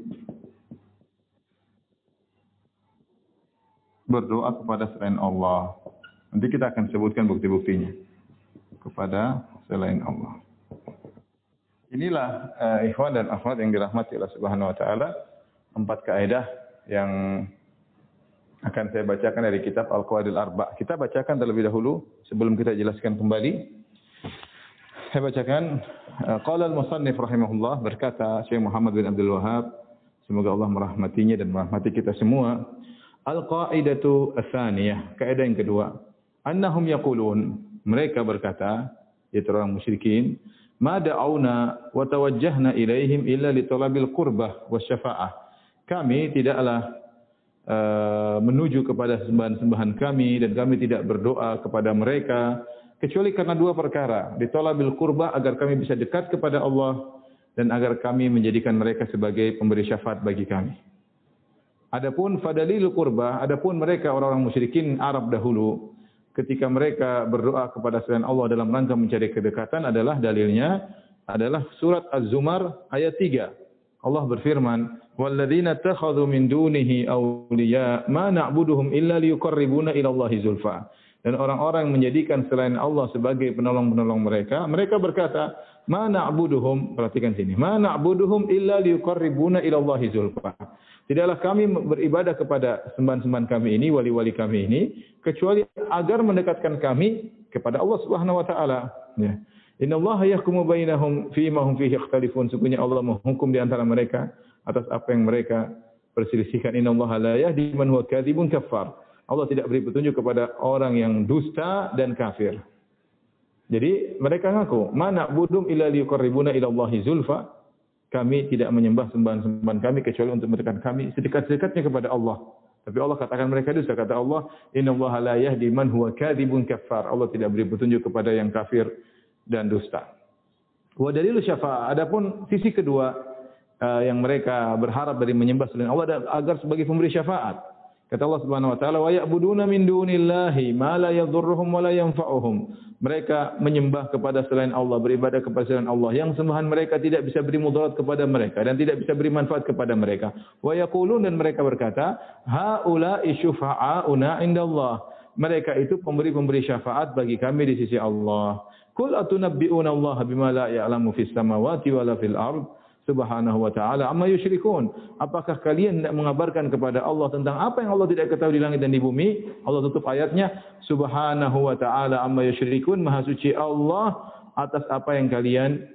berdoa kepada selain Allah. Nanti kita akan sebutkan bukti-buktinya kepada selain Allah. Inilah uh, ikhwan dan akhwat yang dirahmati Allah Subhanahu wa taala, empat kaidah yang akan saya bacakan dari kitab Al-Qawaidul Arba'. Kita bacakan terlebih dahulu sebelum kita jelaskan kembali. Saya bacakan, qala al-musannif rahimahullah, berkata Syekh Muhammad bin Abdul Wahhab, semoga Allah merahmatinya dan merahmati kita semua. Al-qaidatu ats-tsaniyah, kaidah yang kedua. Annahum yaqulun, mereka berkata, yaitu orang musyrikin, ma da'auna wa tawajjahna ilaihim illa li talabil qurbah wasyafa'ah. Kami tidaklah uh, menuju kepada sembahan-sembahan kami dan kami tidak berdoa kepada mereka kecuali karena dua perkara, ditolabil qurbah agar kami bisa dekat kepada Allah dan agar kami menjadikan mereka sebagai pemberi syafaat bagi kami. Adapun fadalil qurbah, adapun mereka orang-orang musyrikin Arab dahulu ketika mereka berdoa kepada selain Allah dalam rangka mencari kedekatan adalah dalilnya adalah surat Az-Zumar ayat tiga. Allah berfirman, "Walladzina takhadhu min dunihi awliya ma na'buduhum illa liyuqarribuna ila Allahi zulfa." Dan orang-orang menjadikan selain Allah sebagai penolong-penolong mereka, mereka berkata, "Ma na'buduhum," perhatikan sini, "ma na'buduhum illa liyuqarribuna ila Allahi zulfa." Tidaklah kami beribadah kepada sembahan-sembahan kami ini, wali-wali kami ini, kecuali agar mendekatkan kami kepada Allah Subhanahu wa taala. Ya. Innallaha yahkumu bainahum fima hum fihi ikhtalifun. Sesungguhnya Allah menghukum di antara mereka atas apa yang mereka perselisihkan. Innallaha la yahdi man huwa kadzibun kafar. Allah tidak beri petunjuk kepada orang yang dusta dan kafir. Jadi mereka ngaku, "Ma na'budum illa liyuqarribuna ila Allahi zulfa." Kami tidak menyembah sembahan-sembahan kami kecuali untuk mendekatkan kami sedekat-dekatnya kepada Allah. Tapi Allah katakan mereka dusta. Kata Allah, "Innallaha la yahdi man huwa kadzibun kafar." Allah tidak beri petunjuk kepada yang kafir dan dusta. Wa dalilu syafaat. Adapun sisi kedua uh, yang mereka berharap dari menyembah selain Allah agar sebagai pemberi syafaat. Kata Allah Subhanahu wa taala, "Wa ya'buduna min dunillahi ma la yadhurruhum wa la yanfa'uhum." Mereka menyembah kepada selain Allah, beribadah kepada selain Allah yang sembahan mereka tidak bisa beri mudarat kepada mereka dan tidak bisa beri manfaat kepada mereka. Wa yaqulun, dan mereka berkata, "Haula'i syufa'auna 'indallah." Mereka itu pemberi-pemberi syafaat bagi kami di sisi Allah. Qul atunabbi'una Allah bima la ya'lamu fis samawati wala fil ard subhanahu wa ta'ala amma yusyrikun. Apakah kalian tidak mengabarkan kepada Allah tentang apa yang Allah tidak ketahui di langit dan di bumi? Allah tutup ayatnya, subhanahu wa ta'ala amma yusyrikun. Maha suci Allah atas apa yang kalian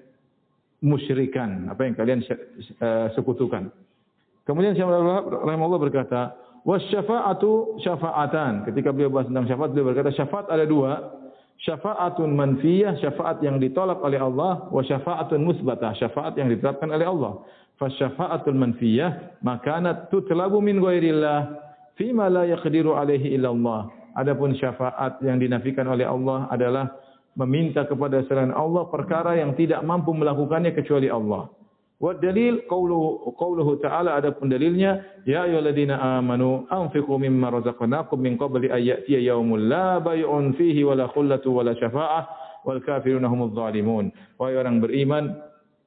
musyrikan, apa yang kalian uh, sekutukan. Kemudian Syekh rahimahullah berkata, wasyafa'atu syafa'atan. Ketika beliau bahas tentang syafaat, beliau berkata syafaat ada dua. Syafa'atun manfiyah, syafaat yang ditolak oleh Allah, wa syafa'atun musbatah, syafaat yang ditetapkan oleh Allah. Fa syafa'atul manfiyah makanat tutlabu min ghairillah fima la yaqdiru alaihi illa Allah. Adapun syafaat yang dinafikan oleh Allah adalah meminta kepada selain Allah perkara yang tidak mampu melakukannya kecuali Allah. Wa dalil qauluhu qauluhu ta'ala, adapun dalilnya, ya ayyuhalladzina amanu anfiqu mimma razaqnakum min qabli an ya'tiya yaumun la bay'un fihi wala khullatu wala syafa'ah wal kafiruna humudz zalimun. Wahai orang beriman,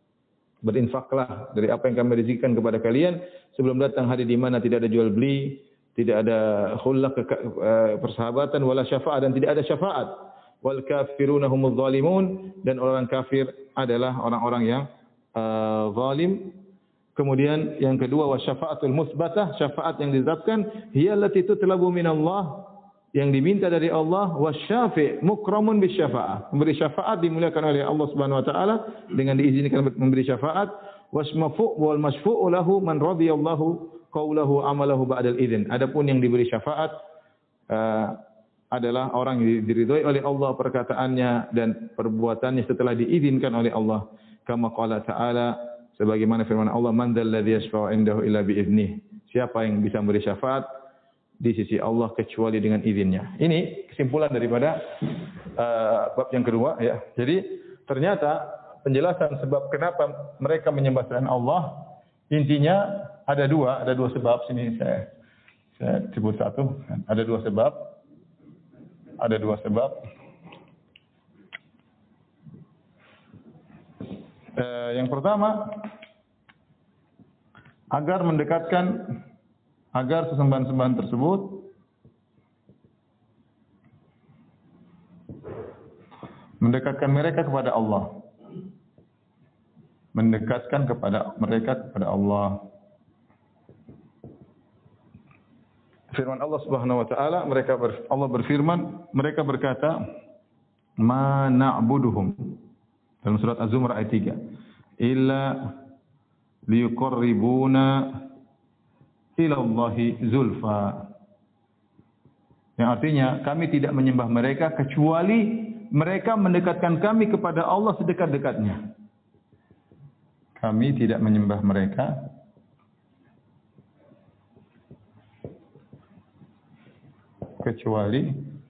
berinfaklah dari apa yang kami rezekikan kepada kalian sebelum datang hari di mana tidak ada jual beli, tidak ada khullah persahabatan, wala syafa'ah, dan tidak ada syafaat. Wal kafiruna humudz zalimun, dan orang kafir adalah orang-orang yang Uh, zalim. Kemudian yang kedua, wa syafa'atul musbatah, syafaat yang ditetapkan, hiya allati tutlabu minallah, yang diminta dari Allah, wa syafi' mukramun bis syafa'ah, memberi syafaat dimuliakan oleh Allah Subhanahu wa taala dengan diizinkan memberi syafaat. Wasmafu' wal masfu'u lahu man radiyallahu qawlahu amalahu ba'dal idzin. Adapun yang diberi syafaat uh, adalah orang yang diridhoi oleh Allah perkataannya dan perbuatannya setelah diizinkan oleh Allah. Kama qala ta'ala, sebagaimana firman Allah, man dzalladzi yashfa'u 'indahu illa bi idznih. Siapa yang bisa memberi syafaat di sisi Allah kecuali dengan izinnya. Ini kesimpulan daripada uh, bab yang kedua ya. Jadi ternyata penjelasan sebab kenapa mereka menyembah selain Allah, intinya ada dua, ada dua sebab. Sini saya saya sebut satu. Ada dua sebab. Ada dua sebab. Eh, yang pertama, agar mendekatkan, agar sesembahan-sembahan tersebut mendekatkan mereka kepada Allah, mendekatkan kepada mereka kepada Allah. Firman Allah Subhanahu wa taala, mereka ber, Allah berfirman, mereka berkata, ma na'buduhum, dalam surat Az-Zumar ayat tiga, illa liyuqarribuna ila Allahi zulfa. Yang artinya kami tidak menyembah mereka kecuali mereka mendekatkan kami kepada Allah sedekat-dekatnya. Kami tidak menyembah mereka kecuali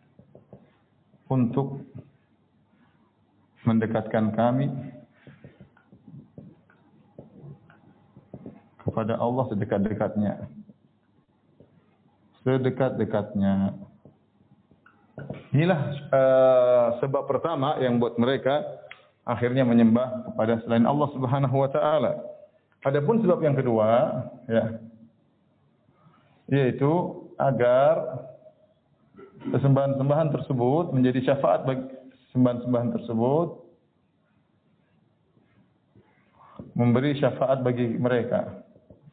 untuk mendekatkan kami kepada Allah sedekat-dekatnya. Sedekat-dekatnya. Inilah uh, sebab pertama yang buat mereka akhirnya menyembah kepada selain Allah Subhanahu wa taala. Adapun sebab yang kedua, ya, yaitu agar sembahan-sembahan tersebut menjadi syafaat bagi sembahan-sembahan tersebut, memberi syafaat bagi mereka.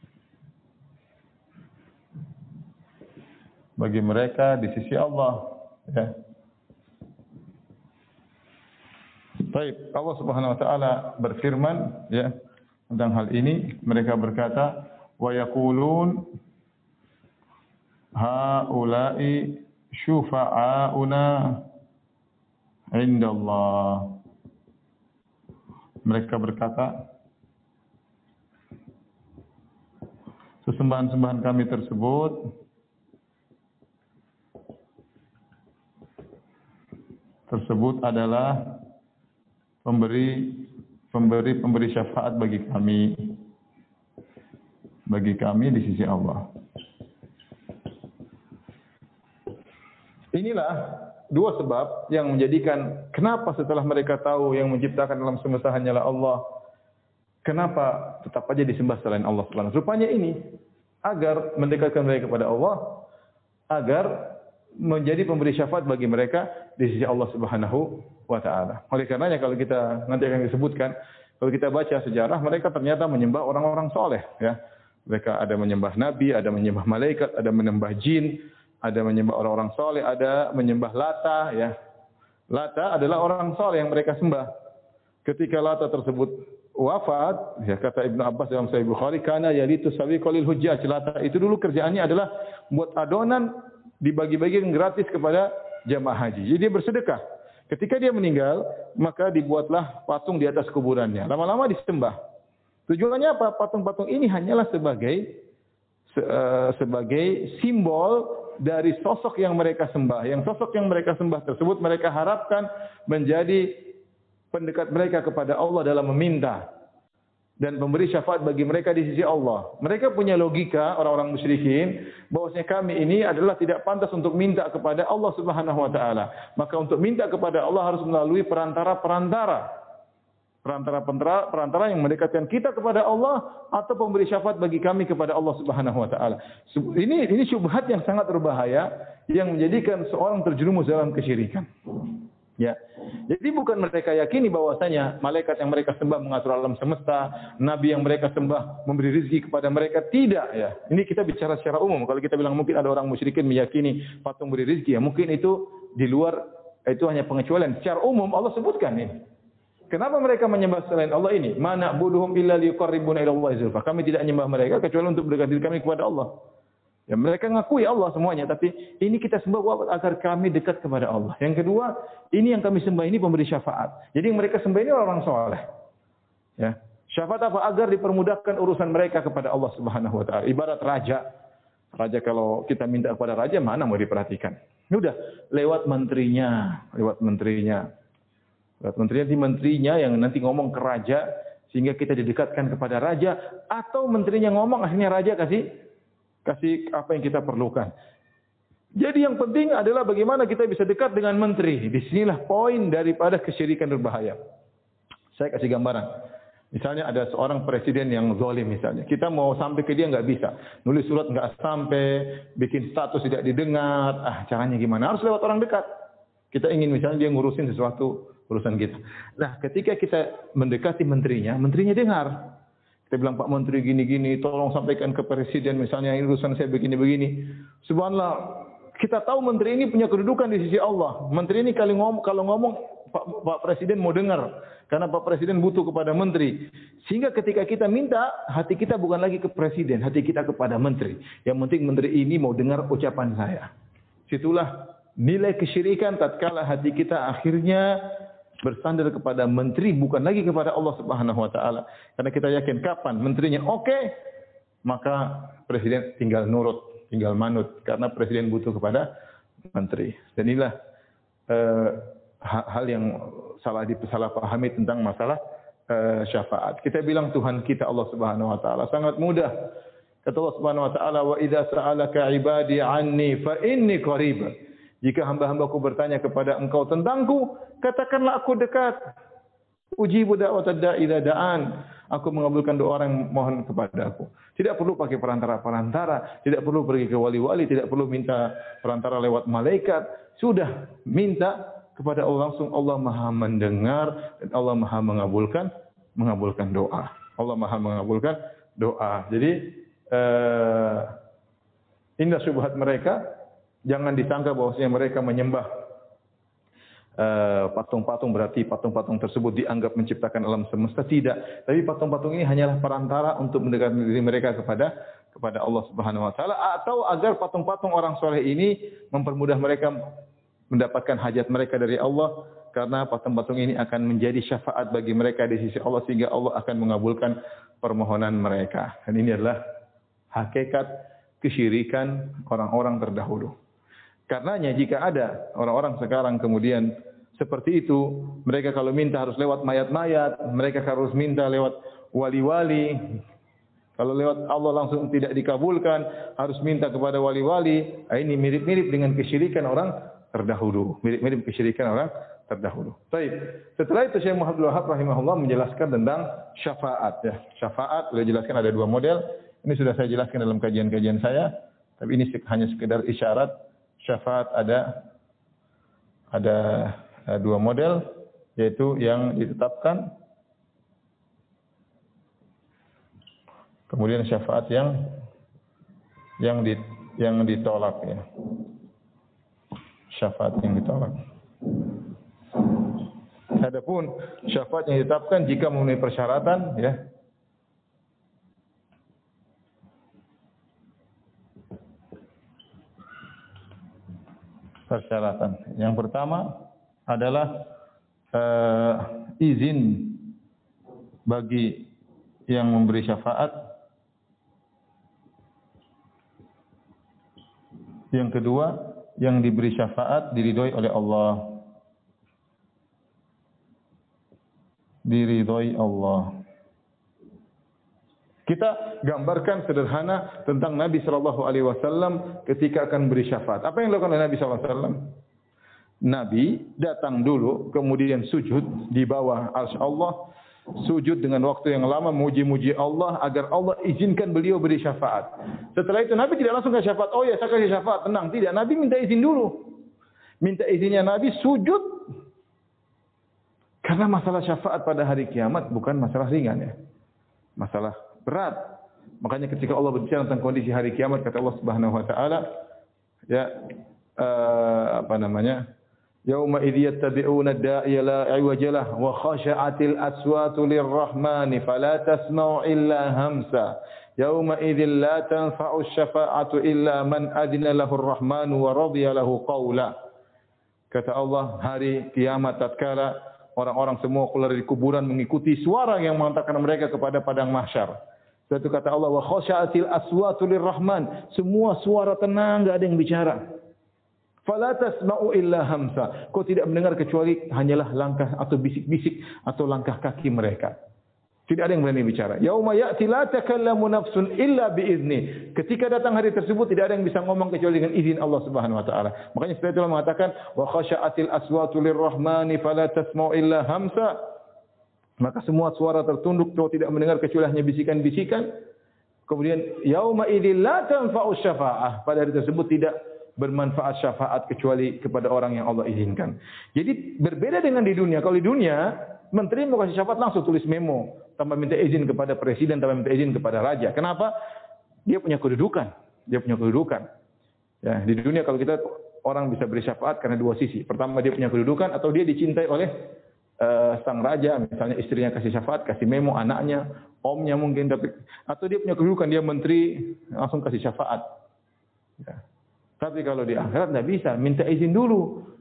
Bagi mereka di sisi Allah. Ya. Baik, Allah Subhanahu wa taala berfirman, ya, tentang hal ini. Mereka berkata, wa yaqulun haula'i syufa'auna indallah. Mereka berkata, sesembahan-sembahan kami tersebut tersebut adalah pemberi pemberi pemberi syafaat bagi kami bagi kami di sisi Allah. Inilah dua sebab yang menjadikan kenapa setelah mereka tahu yang menciptakan alam semesta hanyalah Allah, kenapa tetap aja disembah selain Allah Subhanahu wa taala. Rupanya ini agar mendekatkan mereka kepada Allah, agar menjadi pemberi syafaat bagi mereka di sisi Allah Subhanahu wa taala. Oleh karenanya kalau kita nanti akan disebutkan, kalau kita baca sejarah, mereka ternyata menyembah orang-orang soleh, ya. Mereka ada menyembah nabi, ada menyembah malaikat, ada menyembah jin, ada menyembah orang-orang soleh, ada menyembah Lata, ya. Lata adalah orang soleh yang mereka sembah. Ketika Lata tersebut wafat, ya, kata Ibnu Abbas dalam Sahih Bukhari, kana yalitu sawiqul hujjaj. Lata itu dulu kerjaannya adalah buat adonan dibagi-bagikan gratis kepada jamaah haji. Jadi dia bersedekah. Ketika dia meninggal, maka dibuatlah patung di atas kuburannya. Lama-lama disembah. Tujuannya apa? Patung-patung ini hanyalah sebagai se, uh, sebagai simbol dari sosok yang mereka sembah. Yang sosok yang mereka sembah tersebut mereka harapkan menjadi pendekat mereka kepada Allah dalam meminta dan memberi syafaat bagi mereka di sisi Allah. Mereka punya logika, orang-orang musyrikin, bahwasanya kami ini adalah tidak pantas untuk minta kepada Allah Subhanahu wa taala. Maka untuk minta kepada Allah harus melalui perantara-perantara. Perantara-perantara perantara yang mendekatkan kita kepada Allah atau pemberi syafaat bagi kami kepada Allah Subhanahu wa taala. Ini ini syubhat yang sangat berbahaya yang menjadikan seorang terjerumus dalam kesyirikan. Ya. Jadi bukan mereka yakini bahwasanya malaikat yang mereka sembah mengatur alam semesta, nabi yang mereka sembah memberi rezeki kepada mereka, tidak, ya. Ini kita bicara secara umum. Kalau kita bilang mungkin ada orang musyrikin meyakini patung beri rezeki, ya mungkin itu di luar, itu hanya pengecualian. Secara umum Allah sebutkan ini. Kenapa mereka menyembah selain Allah ini? Ma na'buduhum illa liqarribuna ila Allah zulfa. Kami tidak menyembah mereka kecuali untuk mendekatkan kami kepada Allah. Ya, mereka ngakui Allah semuanya, tapi ini kita sembah agar kami dekat kepada Allah. Yang kedua, ini yang kami sembah ini pemberi syafaat. Jadi yang mereka sembah ini orang soleh. Ya. Syafaat apa? Agar dipermudahkan urusan mereka kepada Allah Subhanahu wa taala. Ibarat raja. Raja kalau kita minta kepada raja, mana mau diperhatikan? Sudah, lewat menterinya, lewat menterinya. Lewat menterinya, di menterinya yang nanti ngomong ke raja sehingga kita didekatkan kepada raja, atau menterinya ngomong akhirnya raja kasih kasih apa yang kita perlukan. Jadi yang penting adalah bagaimana kita bisa dekat dengan menteri. Disinilah poin daripada kesyirikan berbahaya. Saya kasih gambaran. Misalnya ada seorang presiden yang zalim misalnya. Kita mau sampai ke dia nggak bisa. Nulis surat nggak sampai, bikin status tidak didengar. Ah, caranya gimana? Harus lewat orang dekat. Kita ingin misalnya dia ngurusin sesuatu urusan kita. Nah, ketika kita mendekati menterinya, menterinya dengar. Kita bilang, Pak Menteri gini-gini, tolong sampaikan ke Presiden, misalnya ini urusan saya begini-begini. Subhanallah, kita tahu Menteri ini punya kedudukan di sisi Allah. Menteri ini kalau ngomong, kalau ngomong Pak, Pak Presiden mau dengar. Karena Pak Presiden butuh kepada Menteri. Sehingga ketika kita minta, hati kita bukan lagi ke Presiden, hati kita kepada Menteri. Yang penting Menteri ini mau dengar ucapan saya. Situlah nilai kesyirikan tatkala hati kita akhirnya bersandar kepada menteri, bukan lagi kepada Allah Subhanahu wa taala. Karena kita yakin kapan menterinya oke, okay, maka presiden tinggal nurut, tinggal manut, karena presiden butuh kepada menteri. Dan inilah uh, hal yang salah disalahpahami tentang masalah uh, syafaat. Kita bilang Tuhan kita Allah Subhanahu wa taala sangat mudah. Kata Allah Subhanahu wa taala, "Wa idza sa'alaka 'ibadi 'anni fa inni qarib." Jika hamba-hambaku bertanya kepada engkau tentangku, katakanlah aku dekat. Ujibu da'watad da'i idza da'an. Aku mengabulkan doa orang yang mohon kepada aku. Tidak perlu pakai perantara-perantara, tidak perlu pergi ke wali-wali, tidak perlu minta perantara lewat malaikat. Sudah minta kepada Allah langsung, Allah Maha mendengar dan Allah Maha mengabulkan mengabulkan doa. Allah Maha mengabulkan doa. Jadi uh, indah syubhat mereka. Jangan disangka bahwasanya mereka menyembah uh, patung-patung, berarti patung-patung tersebut dianggap menciptakan alam semesta. Tidak. Tapi patung-patung ini hanyalah perantara untuk mendekatkan diri mereka kepada kepada Allah Subhanahu wa taala, atau agar patung-patung orang soleh ini mempermudah mereka mendapatkan hajat mereka dari Allah, karena patung-patung ini akan menjadi syafaat bagi mereka di sisi Allah, sehingga Allah akan mengabulkan permohonan mereka. Dan ini adalah hakikat kesyirikan orang-orang terdahulu. Karenanya jika ada orang-orang sekarang kemudian seperti itu, mereka kalau minta harus lewat mayat-mayat, mereka harus minta lewat wali-wali. Kalau lewat Allah langsung tidak dikabulkan, harus minta kepada wali-wali. Ini mirip-mirip dengan kesyirikan orang terdahulu. Mirip-mirip kesyirikan orang terdahulu. Baik. Setelah itu Syekh Muhammad Abdul Wahhab rahimahullah menjelaskan tentang syafaat. Ya. Syafaat beliau jelaskan ada dua model. Ini sudah saya jelaskan dalam kajian-kajian saya. Tapi ini hanya sekedar isyarat. Syafaat ada ada dua model, yaitu yang ditetapkan, kemudian syafaat yang yang di, yang ditolak ya. Syafaat yang ditolak. Adapun syafaat yang ditetapkan jika memenuhi persyaratan ya. Persyaratan. Yang pertama adalah uh, izin bagi yang memberi syafaat. Yang kedua, yang diberi syafaat diridhoi oleh Allah. Diridhoi Allah. Kita gambarkan sederhana tentang Nabi Shallallahu Alaihi Wasallam ketika akan beri syafaat. Apa yang dilakukan oleh Nabi Shallallahu Alaihi Wasallam? Nabi datang dulu, kemudian sujud di bawah arsy Allah, sujud dengan waktu yang lama, muji-muji Allah agar Allah izinkan beliau beri syafaat. Setelah itu Nabi tidak langsung ke syafaat. Oh ya, saya kasih syafaat, tenang. Tidak, Nabi minta izin dulu. Minta izinnya Nabi sujud. Karena masalah syafaat pada hari kiamat bukan masalah ringan ya. Masalah berat. Makanya ketika Allah berbicara tentang kondisi hari kiamat, kata Allah Subhanahu wa taala, ya uh, apa namanya? Yauma idz yattabi'una ad-da'iya la iwajalah wa khasha'atil aswatu lirrahmani fala tasma'u illa hamsa. Yauma idz la tanfa'u asy-syafa'atu illa man adina lahu ar-rahmanu wa radiya lahu qawla. Kata Allah, hari kiamat tatkala orang-orang semua keluar dari kuburan mengikuti suara yang mengantarkan mereka kepada padang mahsyar. Suatu kata Allah, wa khasha'atil aswatu lirrahman. Semua suara tenang, enggak ada yang bicara. Fala tasma'u illa hamsa. Kau tidak mendengar kecuali hanyalah langkah atau bisik-bisik atau langkah kaki mereka. Tidak ada yang berani bicara. Yauma ya'ti la takallamu nafsun illa biizni. Ketika datang hari tersebut tidak ada yang bisa ngomong kecuali dengan izin Allah Subhanahu wa taala. Makanya setelah itu Allah mengatakan wa khasha'atil aswatu lirrahmani fala tasma'u illa hamsa. Maka semua suara tertunduk, kau tidak mendengar kecuali hanya bisikan-bisikan. Kemudian yauma idzil la tanfa'u syafa'ah. Pada hari tersebut tidak bermanfaat syafaat kecuali kepada orang yang Allah izinkan. Jadi berbeda dengan di dunia. Kalau di dunia, menteri mau kasih syafaat langsung tulis memo, tanpa minta izin kepada presiden, tanpa minta izin kepada raja. Kenapa? Dia punya kedudukan. Dia punya kedudukan. Ya, di dunia kalau kita orang bisa beri syafaat karena dua sisi. Pertama dia punya kedudukan atau dia dicintai oleh Uh, sang raja, misalnya istrinya kasih syafaat, kasih memo anaknya, omnya mungkin, tapi atau dia punya kedudukan, dia menteri, langsung kasih syafaat. Ya. Tapi kalau di akhirat tidak bisa, minta izin dulu.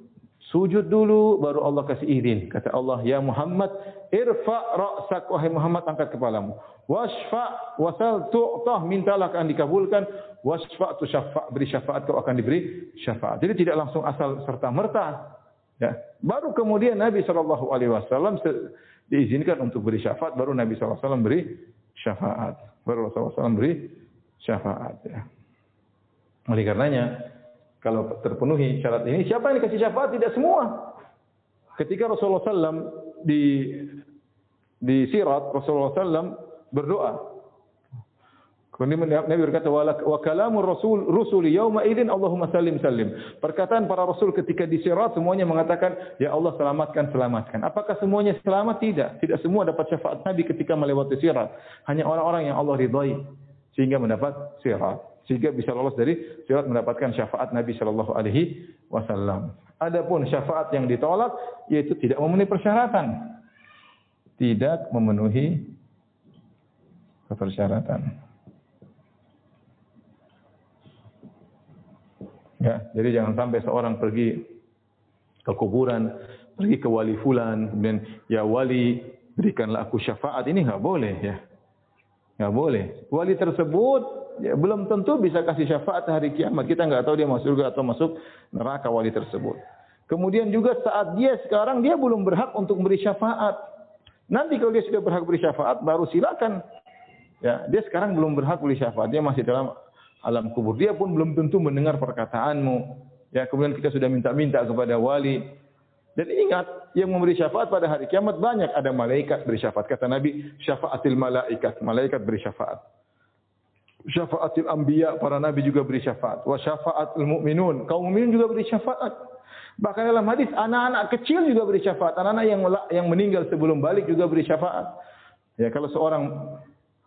Sujud dulu, baru Allah kasih izin. Kata Allah, ya Muhammad, irfa' ra'sak, wahai Muhammad, angkat kepalamu. Washfa' wasal tu'tah, mintalah akan dikabulkan. Washfa' tu syafa', beri syafaat, kau akan diberi syafaat. Jadi tidak langsung asal serta merta. Ya. Baru kemudian Nabi shallallahu alaihi wasallam diizinkan untuk beri syafaat, baru Nabi shallallahu alaihi wasallam beri syafaat. Baru Rasulullah shallallahu alaihi wasallam beri syafaat. Ya. Oleh karenanya, kalau terpenuhi syarat ini, siapa yang dikasih syafaat? Tidak semua. Ketika Rasulullah shallallahu alaihi wasallam di di sirat, Rasulullah shallallahu alaihi wasallam berdoa. Kemudian Nabi berkata, wa kalamur rasul rusuli yauma idzin Allahumma sallim sallim. Perkataan para rasul ketika di sirat semuanya mengatakan, ya Allah selamatkan selamatkan. Apakah semuanya selamat? Tidak. Tidak semua dapat syafaat Nabi ketika melewati sirat. Hanya orang-orang yang Allah ridhai sehingga mendapat sirat. Sehingga bisa lolos dari sirat mendapatkan syafaat Nabi sallallahu alaihi wasallam. Adapun syafaat yang ditolak yaitu tidak memenuhi persyaratan. Tidak memenuhi persyaratan. Ya, jadi jangan sampai seorang pergi ke kuburan, pergi ke wali fulan, dan ya wali berikanlah aku syafaat, ini enggak boleh ya. Enggak boleh. Wali tersebut ya, belum tentu bisa kasih syafaat hari kiamat. Kita enggak tahu dia masuk surga atau masuk neraka wali tersebut. Kemudian juga saat dia sekarang dia belum berhak untuk memberi syafaat. Nanti kalau dia sudah berhak beri syafaat baru silakan. Ya, dia sekarang belum berhak beri syafaat, dia masih dalam alam kubur. Dia pun belum tentu mendengar perkataanmu. Ya, kemudian kita sudah minta-minta kepada wali. Dan ingat, yang memberi syafaat pada hari kiamat banyak. Ada malaikat beri syafaat. Kata Nabi, syafaatil malaikat. Malaikat beri syafaat. Syafaatil anbiya, para nabi juga beri syafaat. Wa syafaatul mu'minun. Kaum mukminin juga beri syafaat. Bahkan dalam hadis, anak-anak kecil juga beri syafaat. Anak-anak yang yang meninggal sebelum balik juga beri syafaat. Ya, kalau seorang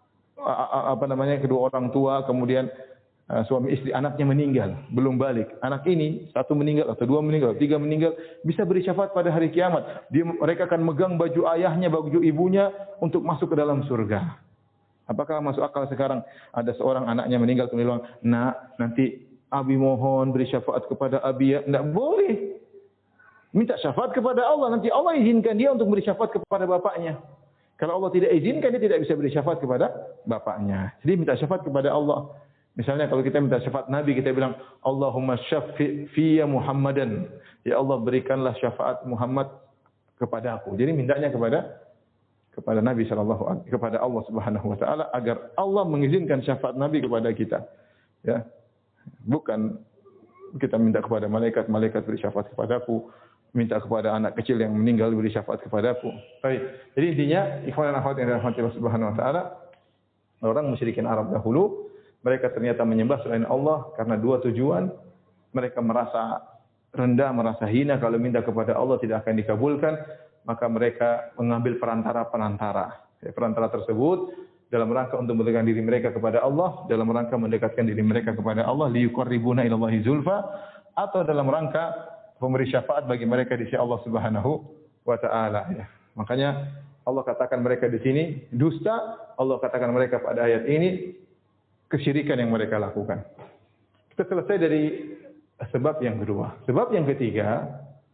apa namanya kedua orang tua kemudian Uh, suami istri anaknya meninggal, belum balik. Anak ini satu meninggal atau dua meninggal, atau tiga meninggal, bisa beri syafaat pada hari kiamat. Dia mereka akan megang baju ayahnya, baju ibunya untuk masuk ke dalam surga. Apakah masuk akal sekarang ada seorang anaknya meninggal kemudian, "Nak, nanti abi mohon beri syafaat kepada abi ya." Enggak boleh. Minta syafaat kepada Allah, nanti Allah izinkan dia untuk beri syafaat kepada bapaknya. Kalau Allah tidak izinkan, dia tidak bisa beri syafaat kepada bapaknya. Jadi minta syafaat kepada Allah. Misalnya kalau kita minta syafaat Nabi, kita bilang, Allahumma syafi' fiyya Muhammadan. Ya Allah, berikanlah syafaat Muhammad kepada aku. Jadi mintanya kepada kepada Nabi sallallahu alaihi wasallam, kepada Allah Subhanahu wa taala agar Allah mengizinkan syafaat Nabi kepada kita. Ya. Bukan kita minta kepada malaikat, malaikat beri syafaat kepadaku, minta kepada anak kecil yang meninggal beri syafaat kepadaku. Baik. Jadi intinya, ikhwan dan akhwat yang dirahmati Allah Subhanahu wa taala, orang musyrikin Arab dahulu mereka ternyata menyembah selain Allah karena dua tujuan. Mereka merasa rendah, merasa hina kalau minta kepada Allah tidak akan dikabulkan. Maka mereka mengambil perantara-perantara. Ya, perantara tersebut dalam rangka untuk mendekatkan diri mereka kepada Allah, dalam rangka mendekatkan diri mereka kepada Allah, liyuqarribuna ilallahi zulfa, atau dalam rangka memberi syafaat bagi mereka di sisi Allah Subhanahu wa taala. Ya. Makanya Allah katakan mereka di sini dusta. Allah katakan mereka pada ayat ini kesyirikan yang mereka lakukan. Kita selesai dari sebab yang kedua. Sebab yang ketiga,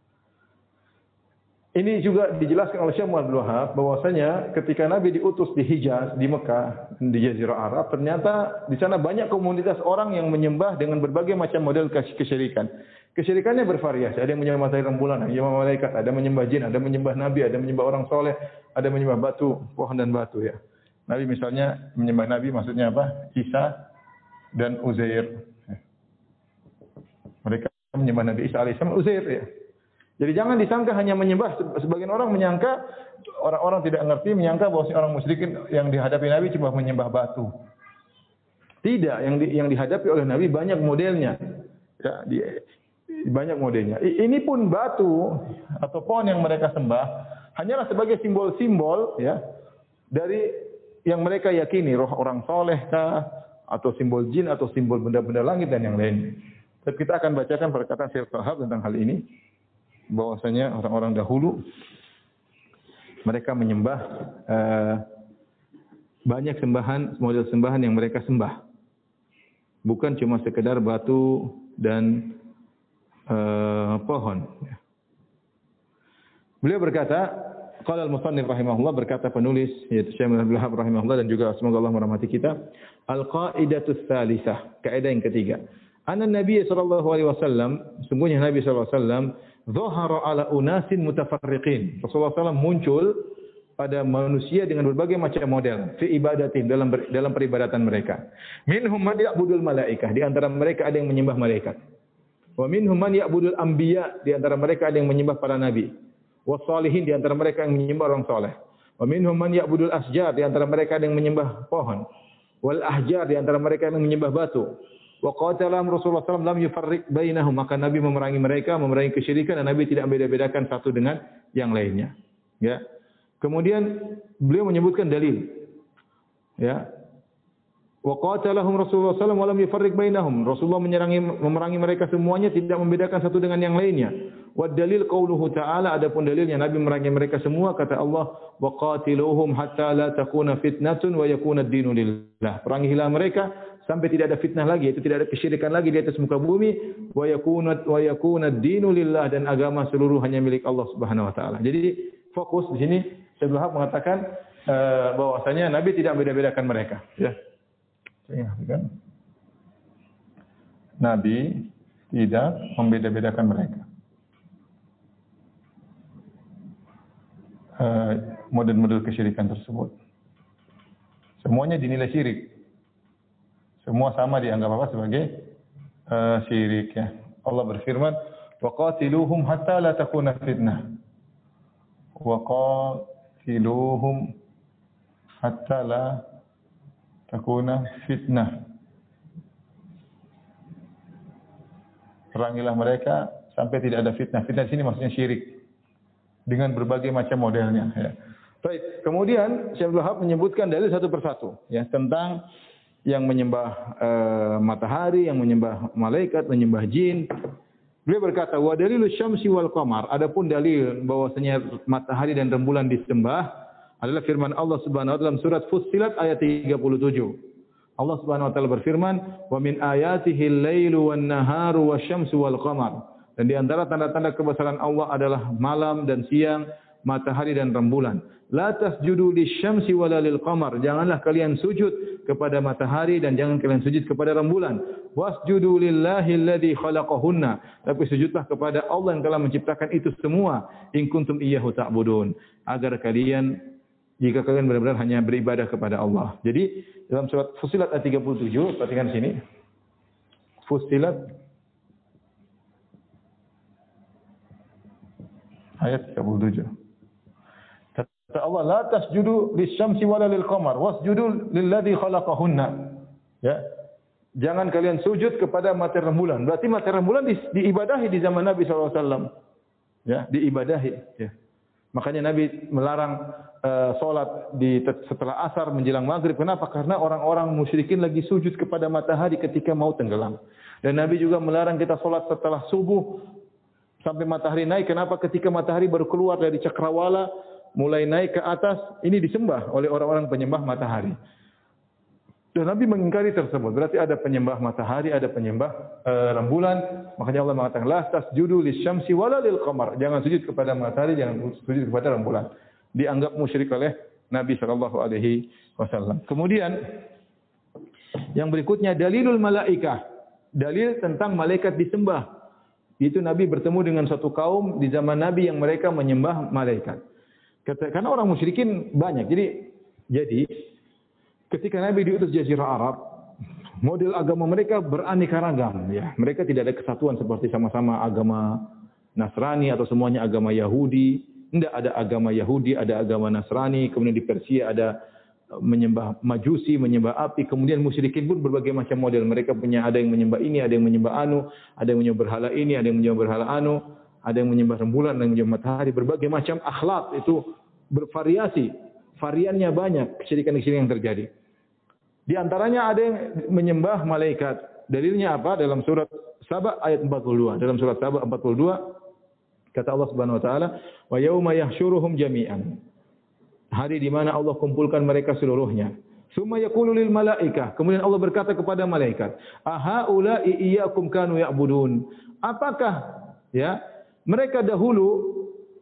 ini juga dijelaskan oleh Syekh Muhammad Abdul Wahab bahwasanya ketika Nabi diutus di Hijaz, di Mekah, di Jazirah Arab, ternyata di sana banyak komunitas orang yang menyembah dengan berbagai macam model kesyirikan. Kesyirikannya bervariasi. Ada yang menyembah matahari rembulan, ada yang menyembah malaikat, ada yang menyembah jin, ada yang menyembah nabi, ada yang menyembah orang soleh, ada yang menyembah batu, pohon dan batu ya. Nabi misalnya menyembah Nabi maksudnya apa? Isa dan Uzair. Mereka menyembah Nabi Isa alaihissalam, Uzair ya. Jadi jangan disangka hanya menyembah. Sebagian orang menyangka, orang-orang tidak mengerti, menyangka bahwa orang musyrikin yang dihadapi Nabi cuma menyembah batu. Tidak, yang di, yang dihadapi oleh Nabi banyak modelnya. Ya, di, banyak modelnya. Ini pun batu atau pohon yang mereka sembah hanyalah sebagai simbol-simbol ya dari yang mereka yakini, roh orang soleh kah, atau simbol jin, atau simbol benda-benda langit dan yang lain. Tapi kita akan bacakan perkataan Syekh Wahab tentang hal ini, bahwasanya orang-orang dahulu mereka menyembah uh, banyak sembahan, model sembahan yang mereka sembah. Bukan cuma sekedar batu dan uh, pohon. Beliau berkata, qala al-musannif rahimahullah, berkata penulis yaitu Syekh Abdul Wahhab rahimahullah dan juga semoga Allah merahmati kita, al-qaidatus tsalisah, kaidah yang ketiga. Anna Nabi sallallahu alaihi wasallam, sungguhnya Nabi sallallahu alaihi wasallam dhahara ala unasin mutafarriqin. Rasulullah sallallahu alaihi wasallam muncul pada manusia dengan berbagai macam model fi ibadatin, dalam dalam peribadatan mereka. Minhum man ya'budul malaikah, di antara mereka ada yang menyembah malaikat. Wa minhum man ya'budul anbiya, di antara mereka ada yang menyembah para nabi. Wasalihin, di antara mereka yang menyembah orang saleh. Wa minhum man ya'budul asjar, di antara mereka ada yang menyembah pohon. Wal ahjar, di antara mereka yang menyembah batu. Wa qatalahum Rasulullah sallallahu alaihi wasallam lam yufarriq bainahum, maka Nabi memerangi mereka, memerangi kesyirikan, dan Nabi tidak membeda-bedakan satu dengan yang lainnya. Ya. Kemudian beliau menyebutkan dalil. Ya. Wa qatalahum Rasulullah sallallahu alaihi wasallam wa lam yufarriq bainahum. Rasulullah menyerangi memerangi mereka semuanya, tidak membedakan satu dengan yang lainnya. Wa dalil qauluhu ta'ala, adapun dalilnya Nabi memerangi mereka semua, kata Allah, wa qatiluhum hatta la takuna fitnatun wa yakuna ad-dinu lillah. Perangilah mereka sampai tidak ada fitnah lagi, itu tidak ada kesyirikan lagi di atas muka bumi, wa yakuna wa yakuna ad-dinu lillah, dan agama seluruh hanya milik Allah Subhanahu wa taala. Jadi fokus di sini Syekh Abdul Wahhab mengatakan uh, bahwasanya Nabi tidak membeda-bedakan mereka, ya. Saya ingatkan, Nabi tidak membeda-bedakan mereka. Model-model kesyirikan tersebut semuanya dinilai syirik, semua sama dianggap apa sebagai uh, syirik, ya. Allah berfirman, wa qatiluhum hatta la takuna fitnah, wa qatiluhum hatta la takuna fitnah. Perangilah mereka sampai tidak ada fitnah. Fitnah di sini maksudnya syirik dengan berbagai macam modelnya, ya. Baik, kemudian Syekh Abdul Wahhab menyebutkan dalil satu persatu, ya, tentang yang menyembah uh, matahari, yang menyembah malaikat, menyembah jin. Beliau berkata, wa dalilus syamsi wal qamar, adapun dalil bahwasanya matahari dan rembulan disembah adalah firman Allah Subhanahu wa taala dalam surat Fussilat ayat tiga puluh tujuh. Allah Subhanahu wa taala berfirman, wa min ayatihi al-lailu wan naharu wasyamsu wal qamar. Dan di antara tanda-tanda kebesaran Allah adalah malam dan siang, matahari dan rembulan. La tasjudu lisyamsi wala lil qamar. Janganlah kalian sujud kepada matahari dan jangan kalian sujud kepada rembulan. Wasjudu lillahi alladhi khalaqahunna. Tapi sujudlah kepada Allah yang telah menciptakan itu semua. In kuntum iyyahu ta'budun. Agar kalian, jika kalian benar-benar hanya beribadah kepada Allah. Jadi dalam surat Fussilat ayat tiga puluh tujuh, perhatikan sini. Fussilat ayat tiga puluh tujuh. Kata Allah, la tasjudu lisyamsi wala lil qamar, wasjudu lilladzi khalaqahunna. Ya. Jangan kalian sujud kepada matahari rembulan. Berarti matahari rembulan di, diibadahi di zaman Nabi sallallahu alaihi wasallam. Ya, diibadahi, ya. Makanya Nabi melarang uh, salat di setelah asar menjelang maghrib. Kenapa? Karena orang-orang musyrikin lagi sujud kepada matahari ketika mau tenggelam. Dan Nabi juga melarang kita salat setelah subuh sampai matahari naik. Kenapa? Ketika matahari baru keluar dari cakrawala, mulai naik ke atas, ini disembah oleh orang-orang penyembah matahari. Dan Nabi mengingkari tersebut. Berarti ada penyembah matahari, ada penyembah uh, rembulan. Makanya Allah mengatakan, la tasjudu lisyamsi wala lil qamar. Jangan sujud kepada matahari, jangan sujud kepada rembulan. Dianggap musyrik oleh Nabi sallallahu alaihi wasallam. Kemudian yang berikutnya dalilul malaikah. Dalil tentang malaikat disembah. Itu Nabi bertemu dengan satu kaum di zaman Nabi yang mereka menyembah malaikat. Karena orang musyrikin banyak. Jadi jadi ketika Nabi diutus Jazirah Arab, model agama mereka beraneka ragam, ya. Mereka tidak ada kesatuan seperti sama-sama agama Nasrani atau semuanya agama Yahudi. Tidak ada agama Yahudi, ada agama Nasrani. Kemudian di Persia ada menyembah Majusi, menyembah api. Kemudian musyrikin pun berbagai macam model. Mereka punya, ada yang menyembah ini, ada yang menyembah anu, ada yang menyembah berhala ini, ada yang menyembah berhala anu, ada yang menyembah rembulan, ada yang menyembah matahari. Berbagai macam akhlak itu bervariasi, variannya banyak kesyirikan-kesyirikan yang terjadi. Di antaranya ada yang menyembah malaikat. Dalilnya apa? Dalam surat Saba ayat empat puluh dua. Dalam surat Saba empat puluh dua kata Allah Subhanahu wa taala, "Wa yauma yahsyuruhum jami'an." Hari di mana Allah kumpulkan mereka seluruhnya. Summa yaqulu lil malaikah. Kemudian Allah berkata kepada malaikat, "Aha ula'i iyyakum kanu ya'budun." Apakah ya mereka dahulu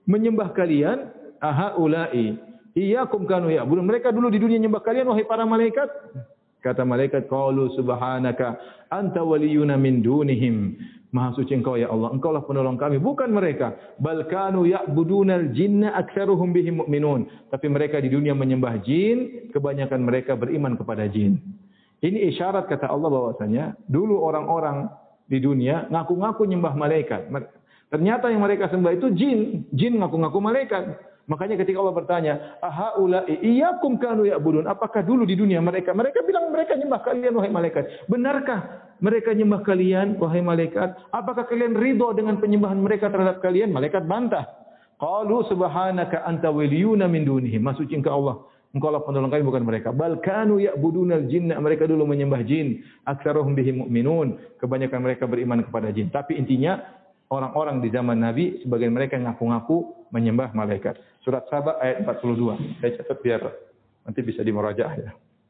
menyembah kalian ahaula'i iyyakum kanu ya'budun. Mereka dulu di dunia menyembah kalian wahai para malaikat. Kata malaikat, qalu subhanaka anta waliyuna min dunihim. Maha suci Engkau ya Allah, Engkaulah penolong kami, bukan mereka. Bal kanu ya'budunal jinna aktsaruhum bihim mu'minun. Tapi mereka di dunia menyembah jin, kebanyakan mereka beriman kepada jin. Ini isyarat kata Allah bahwasanya dulu orang-orang di dunia ngaku-ngaku nyembah malaikat. Ternyata yang mereka sembah itu jin, jin ngaku-ngaku malaikat. Makanya ketika Allah bertanya, ahaula'i iyyakum kanu ya'budun, apakah dulu di dunia mereka mereka bilang mereka nyembah kalian wahai malaikat. Benarkah mereka nyembah kalian wahai malaikat? Apakah kalian ridho dengan penyembahan mereka terhadap kalian? Malaikat bantah. Qalu subhanaka anta waliyuna min dunihim. Maksud engkau Allah, engkau lah penolong kami, bukan mereka. Bal kanu ya'budunal jinna, mereka dulu menyembah jin. Aktsaruhum bihim mu'minun, kebanyakan mereka beriman kepada jin. Tapi intinya orang-orang di zaman Nabi sebagian mereka ngaku-ngaku menyembah malaikat. Surat Saba ayat empat puluh dua. Saya catat biar nanti bisa dimurajaah ya.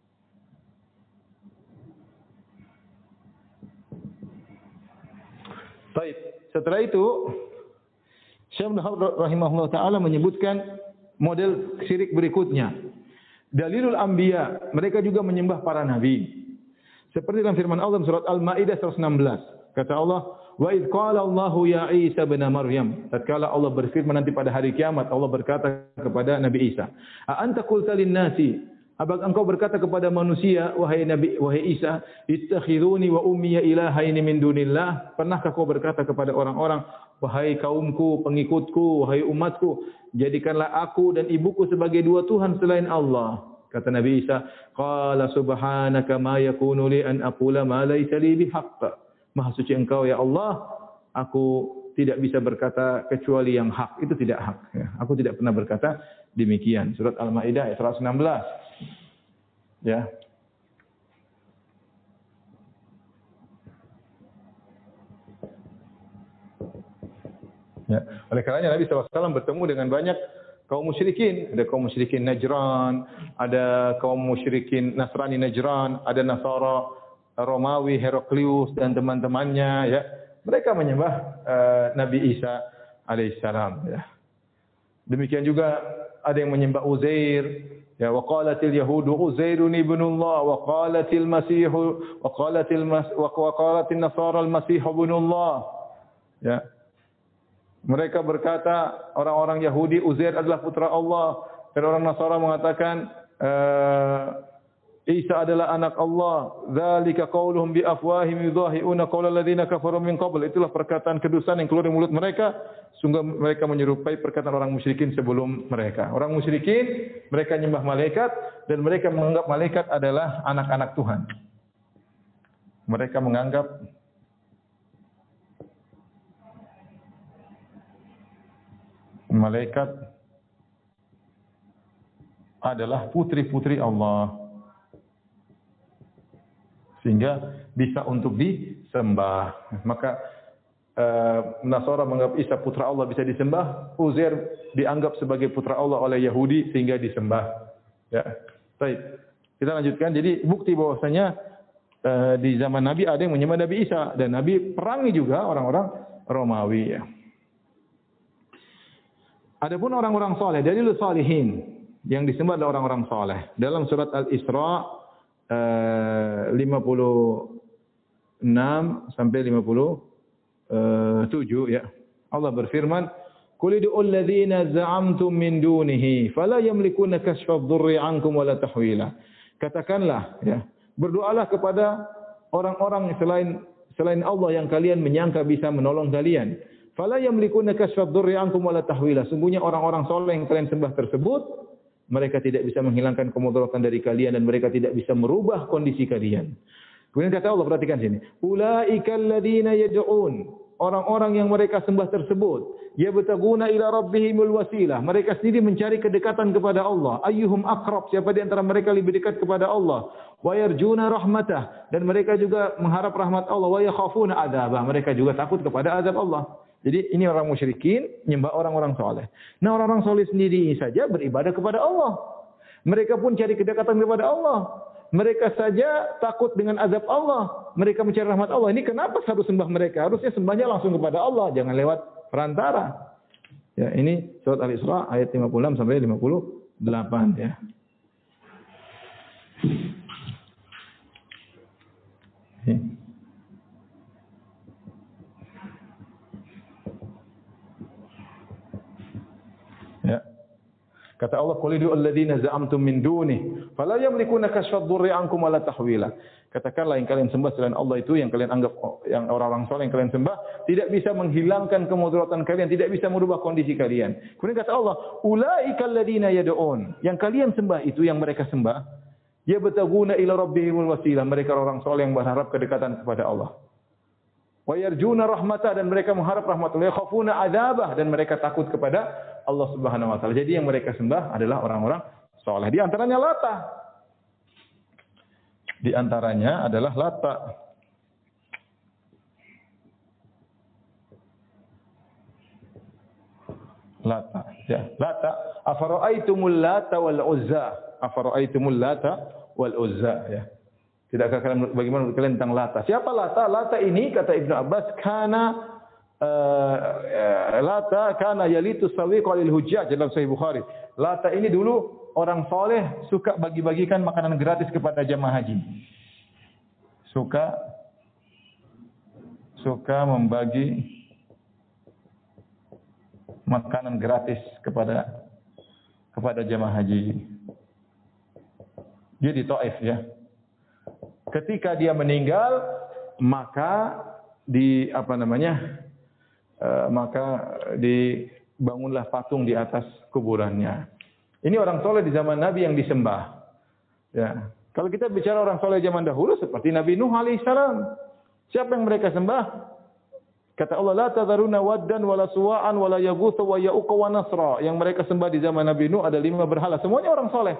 Baik, setelah itu Syekh Ibnu Hafidh rahimahullah taala menyebutkan model syirik berikutnya. Dalilul anbiya, mereka juga menyembah para nabi. Seperti dalam firman Allah surat Al-Maidah seratus enam belas. Kata Allah, wa idz qala Allahu ya Isa bin Maryam, tatkala Allah berfirman nanti pada hari kiamat, Allah berkata kepada Nabi Isa, a anta qulta lin-nasi, apakah engkau berkata kepada manusia wahai Nabi wahai Isa, ittakhiruni wa ummi ilahaini min dunillah, pernahkah kau berkata kepada orang-orang wahai kaumku, pengikutku, wahai umatku, jadikanlah aku dan ibuku sebagai dua tuhan selain Allah. Kata Nabi Isa, qala subhanaka ma yakunu li an aqula ma laysa li bihaqq. Maha suci Engkau ya Allah, aku tidak bisa berkata kecuali yang hak. Itu tidak hak. Ya. Aku tidak pernah berkata demikian. Surat Al-Maidah ayat seratus enam belas. Ya. Ya. Oleh karenanya Nabi shallallahu alaihi wasallam bertemu dengan banyak kaum musyrikin. Ada kaum musyrikin Najran, ada kaum musyrikin Nasrani Najran, ada Nasara Romawi, Heraklius dan teman-temannya, ya. Mereka menyembah uh, Nabi Isa alaihissalam, ya. Demikian juga ada yang menyembah Uzair, ya. Wa qalatil yahudu Uzairun ibnullah, wa qalatil masih wa qalatil mas wa qalatin nasara al-masih ibnullah, ya. Mereka berkata, orang-orang Yahudi, Uzair adalah putra Allah, dan orang Nasara mengatakan uh, Isa adalah anak Allah. Dzalika qauluhum bi afwahihim yudhahiuna qaulal ladzina kafaru min qabl. Itulah perkataan kedustaan yang keluar dari mulut mereka. Sungguh mereka menyerupai perkataan orang musyrikin sebelum mereka. Orang musyrikin, mereka menyembah malaikat dan mereka menganggap malaikat adalah anak-anak Tuhan. Mereka menganggap malaikat adalah putri-putri Allah, sehingga bisa untuk disembah. Maka uh, Nasara menganggap Isa putra Allah bisa disembah, Uzair dianggap sebagai putra Allah oleh Yahudi sehingga disembah. Ya, baik. Kita lanjutkan. Jadi bukti bahwasanya uh, di zaman Nabi ada yang menyembah Nabi Isa dan Nabi perangi juga orang-orang Romawi. Ya. Adapun orang-orang saleh, dalilus salihin, yang disembah adalah orang-orang saleh. Dalam surat Al-Isra Uh, lima puluh enam sampai lima puluh tujuh, ya. Allah berfirman, "Qul ud'ul ladzina za'amtum min dunihi fala yamlikuna kashfa ad-dhurri 'ankum wala tahwila." Katakanlah, ya, berdoalah kepada orang-orang selain selain Allah yang kalian menyangka bisa menolong kalian. Fala yamlikuna kashfa ad-dhurri 'ankum wala tahwila. Sungguhnya orang-orang saleh yang kalian sembah tersebut, mereka tidak bisa menghilangkan kemudaratan dari kalian dan mereka tidak bisa merubah kondisi kalian. Kemudian kata Allah, perhatikan sini. Ulaikal ladzina yad'un. Orang-orang yang mereka sembah tersebut, yabtaguna ila rabbihimul wasilah. Mereka sendiri mencari kedekatan kepada Allah. Ayyuhum aqrab, siapa di antara mereka lebih dekat kepada Allah. Wa yarjuna rahmatah, dan mereka juga mengharap rahmat Allah. Wa yakhafuna adzabah, mereka juga takut kepada azab Allah. Jadi ini orang musyrikin menyembah orang-orang saleh. Nah, orang-orang saleh sendiri saja beribadah kepada Allah. Mereka pun cari kedekatan kepada Allah. Mereka saja takut dengan azab Allah. Mereka mencari rahmat Allah. Ini kenapa harus sembah mereka? Harusnya sembahnya langsung kepada Allah, jangan lewat perantara. Ya, ini surat Al-Isra ayat lima puluh enam sampai lima puluh delapan ya. Ya. Kata Allah, "Qul idul ladzina za'amtum min dunihi, fala yamlikuna kashfa ad-durri 'ankum wala tahwila." Katakanlah yang kalian sembah selain Allah itu, yang kalian anggap yang orang-orang saleh yang kalian sembah, tidak bisa menghilangkan kemudaratan kalian, tidak bisa merubah kondisi kalian. Kemudian kata Allah, "Ulaikal ladzina yad'un." Yang kalian sembah itu, yang mereka sembah, yabtaguna ila rabbihimul wasilah, mereka orang saleh yang berharap kedekatan kepada Allah. Wa yarjuna rahmatah, dan mereka mengharap rahmatullah, khafuna adzabah, dan mereka takut kepada Allah Subhanahu wa taala. Jadi yang mereka sembah adalah orang-orang saleh. Di antaranya Lata. Di antaranya adalah Lata. Lata, ya. Lata, afara'aitumul Lata wal Uzza. Afara'aitumul Lata wal Uzza, ya. Tidakkah kalian, bagaimana menurut kalian tentang Lata? Siapa Lata? Lata ini kata Ibnu Abbas, kana uh, uh, Lata kana yalitu sawiqa lil hujjaj, dalam Sahih Bukhari. Lata ini dulu orang soleh, suka bagi-bagikan makanan gratis kepada jamaah haji. Suka suka membagi makanan gratis kepada kepada jamaah haji. Dia di Taif, ya. Ketika dia meninggal, maka di apa namanya? Uh, maka dibangunlah patung di atas kuburannya. Ini orang soleh di zaman Nabi yang disembah. Ya. Kalau kita bicara orang soleh zaman dahulu seperti Nabi Nuh alaihissalam, siapa yang mereka sembah? Kata Allah, la tadharuna waddan wala suwa'an wala yaghutha wa ya'uqa wa nasra. Yang mereka sembah di zaman Nabi Nuh ada lima berhala, semuanya orang soleh.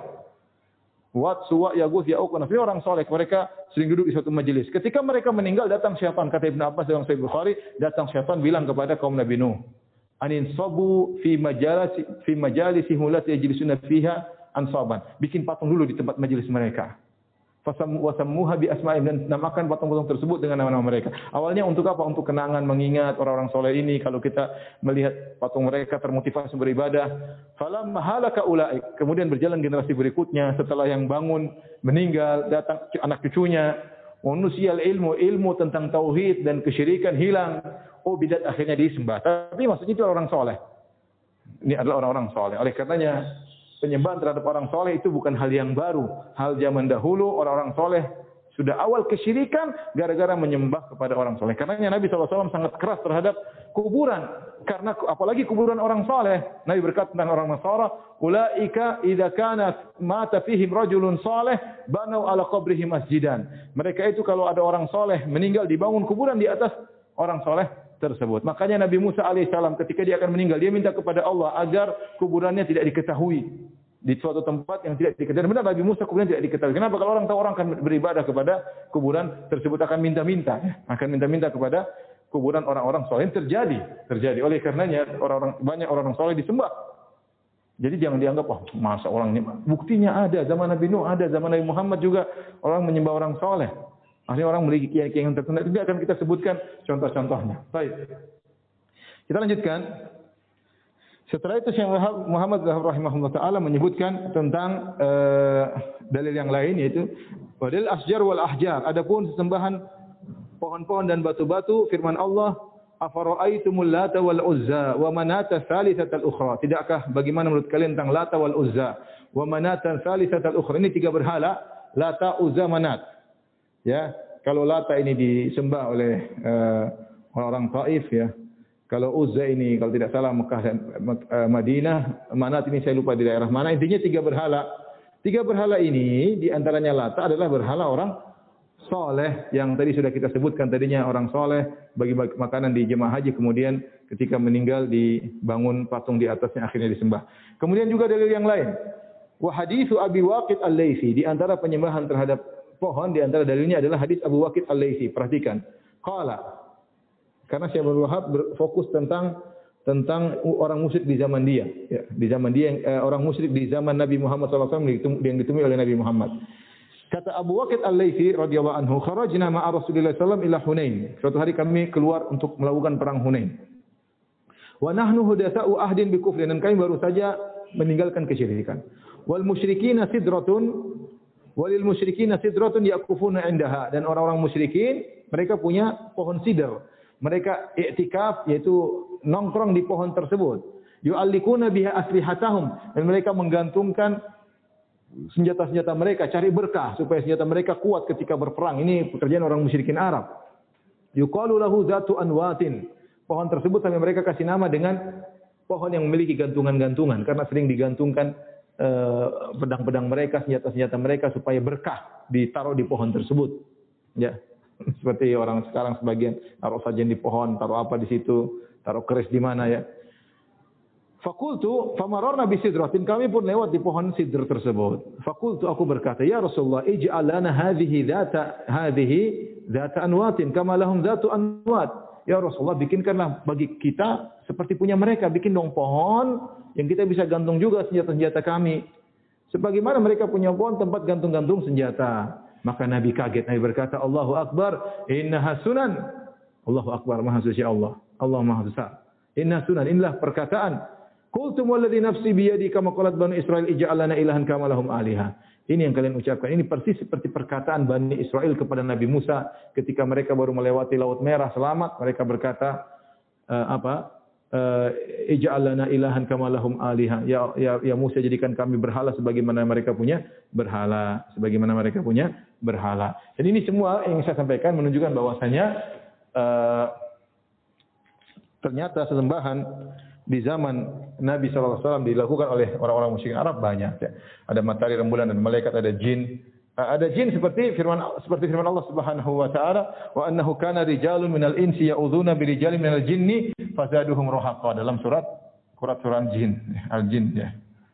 Wad, Suwa, Yaguth, Ya'uq, Nasri, orang soleh. Mereka sering duduk di suatu majelis. Ketika mereka meninggal, datang syaitan. Kata Ibnu Abbas dalam Sahih Bukhari, datang syaitan bilang kepada kaum Nabi Nuh, anin sabu fi majalisi fi majalisihim allati yajlisuna fiha ansaban. Bikin patung dulu di tempat majelis mereka. Fasam wasammuha bi asma'ihim, dan namakan patung-patung tersebut dengan nama-nama mereka. Awalnya untuk apa? Untuk kenangan, mengingat orang-orang soleh ini. Kalau kita melihat patung mereka termotivasi beribadah. Falamma halaka ulaik. Kemudian berjalan generasi berikutnya, setelah yang bangun meninggal, datang anak cucunya. Wanusial ilmu, ilmu tentang tauhid dan kesyirikan hilang. Oh, bidat akhirnya disembah. Tapi maksudnya itu orang soleh. Ini adalah orang-orang soleh. Oleh karenanya, penyembahan terhadap orang soleh itu bukan hal yang baru. Hal zaman dahulu, orang-orang soleh sudah awal kesyirikan gara-gara menyembah kepada orang soleh. Karena Nabi shallallahu alaihi wasallam sangat keras terhadap kuburan. Karena apalagi kuburan orang soleh. Nabi berkata tentang orang Nasara, ulaika idza kana mata fihim rajulun saleh banau ala qabrihi masjidan. Mereka itu kalau ada orang soleh meninggal, dibangun kuburan di atas orang soleh tersebut. Makanya Nabi Musa alaihissalam ketika dia akan meninggal, dia minta kepada Allah agar kuburannya tidak diketahui di suatu tempat yang tidak diketahui. Benar, Nabi Musa kuburan tidak diketahui. Kenapa? Kalau orang tahu, orang akan beribadah kepada kuburan tersebut, akan minta-minta, ya. akan minta-minta kepada kuburan orang-orang soleh. Terjadi, terjadi. Oleh karenanya orang-orang banyak orang-orang soleh disembah. Jadi jangan dianggap, oh masa orang ini. Buktinya ada, zaman Nabi Nuh ada, zaman Nabi Muhammad juga orang menyembah orang soleh. Akhirnya orang memiliki keyakinan tertentu. Itu akan kita sebutkan contoh-contohnya. Baik. Kita lanjutkan. Setelah itu Syekh Muhammad rahimahullah taala menyebutkan tentang uh, dalil yang lain, yaitu dalil asjar wal ahjar. Adapun sesembahan pohon-pohon dan batu-batu, firman Allah, afara'aitumul Lata wal Uzza wa manata tsalitsatal ukhra. Tidakkah bagaimana menurut kalian tentang Lata wal Uzza wa manata tsalitsatal ukhra? Ini tiga berhala, Lata, Uzza, Manat. Ya, kalau Lata ini disembah oleh uh, orang-orang Taif, ya. Kalau Uzza ini, kalau tidak salah Mekah dan uh, Madinah, Manat ini saya lupa di daerah mana. Intinya tiga berhala. Tiga berhala ini, di antaranya Lata adalah berhala orang soleh yang tadi sudah kita sebutkan tadinya, orang soleh bagi makanan di jemaah haji, kemudian ketika meninggal dibangun patung di atasnya, akhirnya disembah. Kemudian juga dalil yang lain. Wa haditsu Abi Waqid Al-Laitsi, di antara penyembahan terhadap pohon, di antara dalilnya adalah hadis Abu Waqid Al-Laitsi. Perhatikan. Qala, karena Syekh Abdul Wahab berfokus tentang tentang orang musyrik di zaman dia, ya, di zaman dia yang, eh, orang musyrik di zaman Nabi Muhammad shallallahu alaihi wasallam yang ditemui oleh Nabi Muhammad. Kata Abu Waqid Al-Laitsi radhiyallahu anhu, kharajna ma'a Rasulillah sallallahu alaihi wasallam ila Hunain. Suatu hari kami keluar untuk melakukan perang Hunain. Wa nahnu hudatsa'u ahdin bi kufrin, dan kami baru saja meninggalkan kesyirikan. Wal musyrikina sidratun walil musyrikina sidratun yaqufuna indaha, dan orang-orang musyrikin mereka punya pohon sidr. Mereka i'tikaf, yaitu nongkrong di pohon tersebut. Yu'allikuna biha aslihatahum, dan mereka menggantungkan senjata-senjata mereka, cari berkah supaya senjata mereka kuat ketika berperang. Ini pekerjaan orang musyrikin Arab. Yuqalu lahu zatu anwatin. Pohon tersebut sampai mereka kasih nama dengan pohon yang memiliki gantungan-gantungan, karena sering digantungkan uh, pedang-pedang mereka, senjata-senjata mereka supaya berkah ditaruh di pohon tersebut. Ya. Seperti orang sekarang sebagian taruh sajen di pohon, taruh apa di situ, taruh keris di mana ya. Fakultu famararna bi sidratin, kami pun lewat di pohon sidr tersebut. Fakultu, aku berkata, ya Rasulullah, ij'al lana hadhihi dzata hadhihi dzata anwatin kama lahum dzatu anwat. Ya Rasulullah, bikinkanlah bagi kita seperti punya mereka, bikin dong pohon yang kita bisa gantung juga senjata-senjata kami. Sebagaimana mereka punya pohon tempat gantung-gantung senjata. Maka Nabi kaget, Nabi berkata, Allahu Akbar, innaha sunan. Allahu Akbar, maha suci Allah. Allah maha besar. Innaha sunan, inilah perkataan. Qultum walladhi nafsi biyadi kama qalat Bani Israil ij'al lana ilahan kama lahum aliha. Ini yang kalian ucapkan. Ini persis seperti perkataan Bani Israil kepada Nabi Musa ketika mereka baru melewati Laut Merah selamat. Mereka berkata, uh, apa? Ij'al lana ilahan kama lahum aliha. Ya, ya, ya Musa, jadikan kami berhala sebagaimana mereka punya berhala, sebagaimana mereka punya berhala. Dan ini semua yang saya sampaikan menunjukkan bahwasanya uh, ternyata sesembahan di zaman Nabi sallallahu alaihi wasallam dilakukan oleh orang-orang musyrikin Arab banyak. Ya. Ada matahari, rembulan, dan malaikat, ada jin. Ada jin seperti firman seperti firman Allah Subhanahu wa taala, wa annahu kana rijalun minal insi ya'udzuuna bi rijalin minal jinni fazaduhum rahaqa, dalam surat surat surat jin, al-jin ya.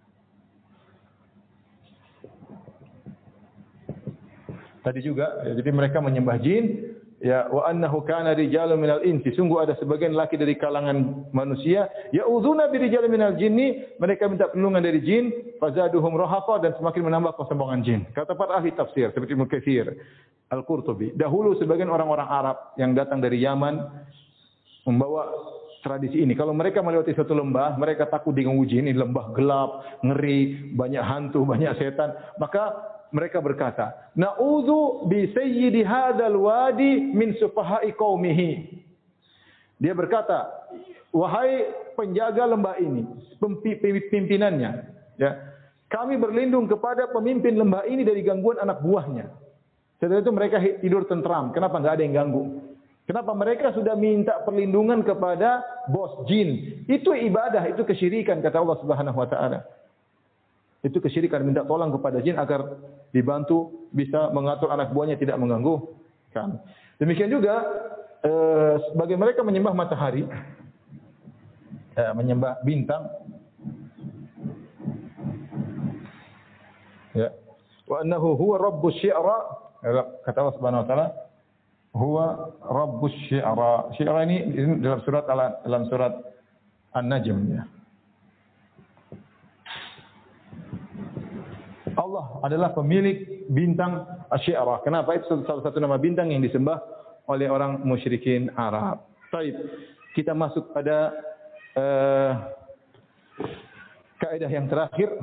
Tadi juga ya, jadi mereka menyembah jin. Ya, wa annahu kana rijalun minal insi, sungguh ada sebagian laki dari kalangan manusia ya'udzuuna bi rijalin minal jinni, mereka minta perlindungan dari jin, fazaduhum rahaqa, dan semakin menambah kesombongan jin. Kata para ahli tafsir seperti Ibnu Katsir, Al-Qurtubi, dahulu sebagian orang-orang Arab yang datang dari Yaman membawa tradisi ini. Kalau mereka melewati suatu lembah, mereka takut diganggu jin, ini lembah gelap, ngeri, banyak hantu, banyak setan, maka mereka berkata, na'udzu bi sayyidi hadzal wadi min sufaha'i qaumihi. Dia berkata, wahai penjaga lembah ini, pimpinannya, ya, kami berlindung kepada pemimpin lembah ini dari gangguan anak buahnya. Setelah itu mereka tidur tentram. Kenapa enggak ada yang ganggu? Kenapa mereka sudah minta perlindungan kepada bos jin? Itu ibadah, itu kesyirikan, kata Allah Subhanahu wa taala. Itu kesyirikan, minta tolong kepada jin agar dibantu bisa mengatur anak buahnya tidak mengganggu kami. Demikian juga eh, sebagai mereka menyembah matahari, eh, menyembah bintang. Ya. Wa annahu huwa rabbus syi'ra, kata Allah Subhanahu wa taala, huwa rabbus syi'ra. Syi'ra ini dalam surat dalam surat An-Najm ya. Allah adalah pemilik bintang Asy-Syi'ra. Kenapa? Itu salah satu nama bintang yang disembah oleh orang musyrikin Arab. Baik, kita masuk pada uh, kaidah yang terakhir.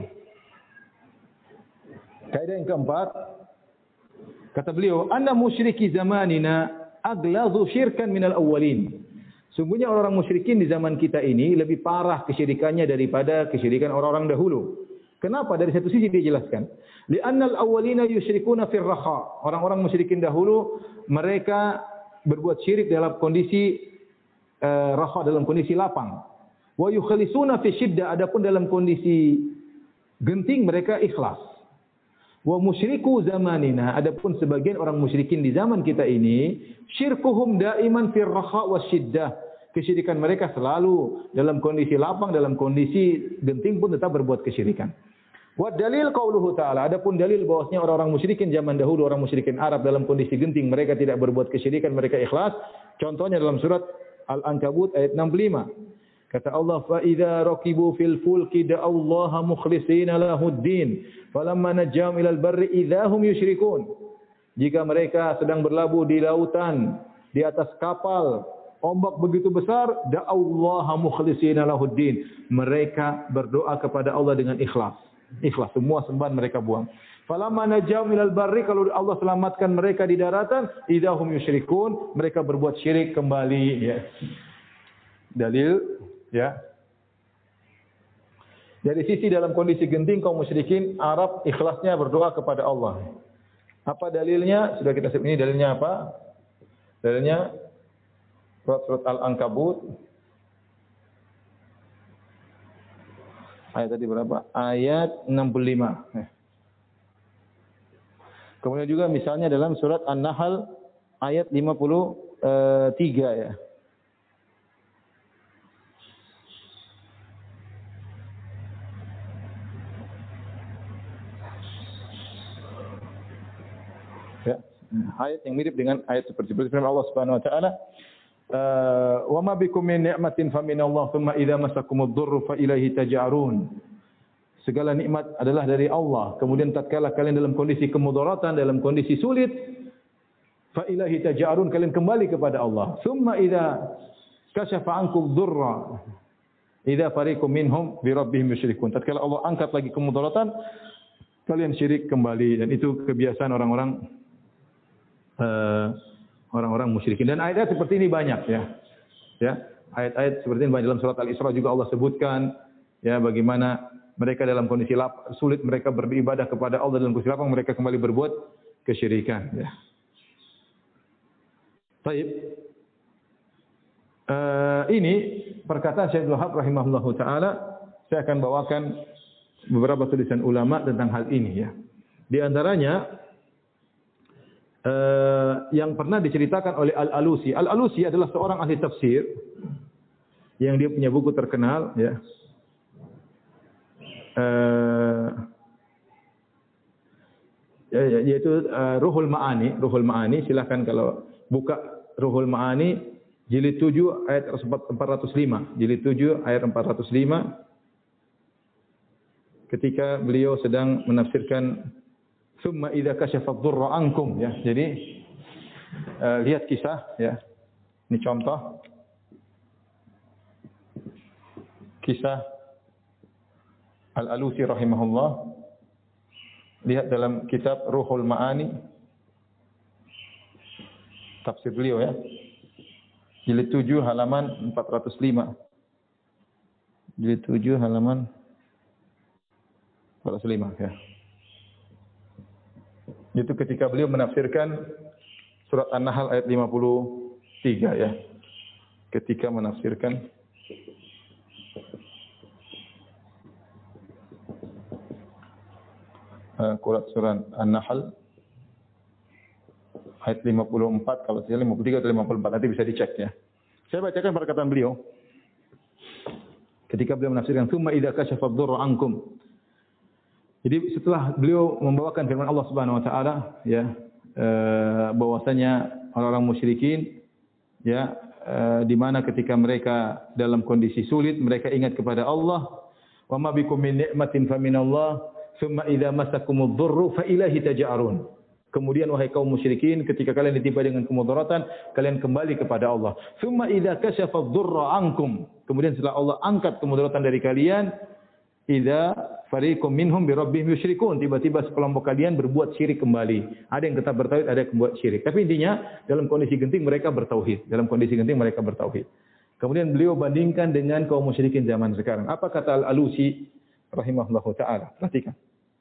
Kaidah yang keempat. Kata beliau, "Anna musyriki zamanina agladhu syirkan minal awwalin." Sungguhnya orang-orang musyrikin di zaman kita ini lebih parah kesyirikannya daripada kesyirikan orang-orang dahulu. Kenapa? Dari satu sisi dia jelaskan. Li'annal awwalina yusyrikuna fir raha. Orang-orang musyrikin dahulu mereka berbuat syirik dalam kondisi uh, raha, dalam kondisi lapang. Wa yukhlisuna fi syiddah, adapun dalam kondisi genting mereka ikhlas. Wa musyriku zamanina, adapun sebagian orang musyrikin di zaman kita ini syirkuhum daiman fir raha wasyiddah. Kesyirikan mereka selalu dalam kondisi lapang, dalam kondisi genting pun tetap berbuat kesyirikan. Wa dalil qauluhu ta'ala, adapun dalil bahwasanya orang-orang musyrikin zaman dahulu, orang musyrikin Arab dalam kondisi genting mereka tidak berbuat kesyirikan, mereka ikhlas. Contohnya dalam surat Al-Ankabut ayat enam puluh lima. Kata Allah, fa idza raqibu fil fulki da'allaha mukhlishina lahuddin falamma najjahum ilal barri idzahum yusyrikun. Jika mereka sedang berlabuh di lautan, di atas kapal, ombak begitu besar, da'allaha mukhlishina lahuddin. Mereka berdoa kepada Allah dengan ikhlas. Ikhlas, semua sembahan mereka buang. Falamma najau minal barri, kalau Allah selamatkan mereka di daratan, idahum yusyrikun, mereka berbuat syirik kembali, ya. Dalil, ya. Dari sisi dalam kondisi genting kaum musyrikin Arab ikhlasnya berdoa kepada Allah. Apa dalilnya? Sudah kita sebut ini dalilnya apa? Dalilnya surat Al-Ankabut ayat tadi berapa? Ayat enam puluh lima. Kemudian juga misalnya dalam surat An-Nahl ayat lima puluh tiga ya. Ya, ayat yang mirip dengan ayat seperti firman Allah Subhanahu wa taala, "Wa ma bikum min ni'matin fa min Allah, thumma idza masakumud dhurru fa ilaihi taj'arun." Segala nikmat adalah dari Allah, kemudian tatkala kalian dalam kondisi kemudaratan, dalam kondisi sulit, fa ilaihi taj'arun, kalian kembali kepada Allah. Thumma idza kashafa ankum dhurra, idza fariqum minhum bi rabbihim yusyrikun. Tatkala Allah angkat lagi kemudaratan, kalian syirik kembali, dan itu kebiasaan orang-orang Uh, orang-orang musyrikin. Dan ayat-ayat seperti ini banyak, ya. Ya, ayat-ayat seperti ini banyak. Dalam surat Al-Isra juga Allah sebutkan, ya, bagaimana mereka dalam kondisi lap, sulit mereka beribadah kepada Allah, dalam kondisi lapang mereka kembali berbuat kesyirikan, ya. Baik. Uh, ini perkataan Syekh Wahab rahimahullahu taala. Saya akan bawakan beberapa tulisan ulama tentang hal ini, ya. Di antaranya Uh, yang pernah diceritakan oleh Al-Alusi. Al-Alusi adalah seorang ahli tafsir yang dia punya buku terkenal, ya. Uh, ya, yaitu uh, Ruhul Ma'ani. Ruhul Ma'ani, silakan kalau buka Ruhul Ma'ani jilid tujuh ayat empat ratus lima. Jilid tujuh ayat empat ratus lima. Ketika beliau sedang menafsirkan Summa idza kashafa ad-dhurra ankum, ya. Jadi uh, lihat kisah, ya. Ini contoh kisah Al-Alusi rahimahullah. Lihat dalam kitab Ruhul Ma'ani, tafsir beliau, ya. Jilid tujuh halaman empat ratus lima. Jilid tujuh halaman empat ratus lima, ya. Itu ketika beliau menafsirkan surat An-Nahl ayat lima puluh tiga, ya. Ketika menafsirkan uh, surat An-Nahl ayat lima puluh empat, kalau tidak lima puluh tiga atau lima puluh empat, nanti bisa dicek, ya. Saya bacakan perkataan beliau. Ketika beliau menafsirkan tsumma idza kashafa ad-dhurra ankum. Jadi setelah beliau membawakan firman Allah Subhanahu wa taala, ya, e, bahwasanya orang-orang musyrikin, ya, e, di mana ketika mereka dalam kondisi sulit mereka ingat kepada Allah, wa ma bikum min ni'matin fa minallah, tsumma idza masakumud dhurru fa ilaihi taj'arun. Kemudian wahai kaum musyrikin, ketika kalian ditimpa dengan kemudaratan, kalian kembali kepada Allah. Tsumma idza kashafa ad-dhurra ankum. Kemudian setelah Allah angkat kemudaratan dari kalian, idza fariqum minhum bi rabbihim yusyrikun, tiba-tiba sekelompok kalian berbuat syirik kembali. Ada yang tetap bertauhid, ada yang berbuat syirik. Tapi intinya dalam kondisi genting mereka bertauhid. Dalam kondisi genting mereka bertauhid. Kemudian beliau bandingkan dengan kaum musyrikin zaman sekarang. Apa kata Al-Alusi rahimahullahu taala? Perhatikan.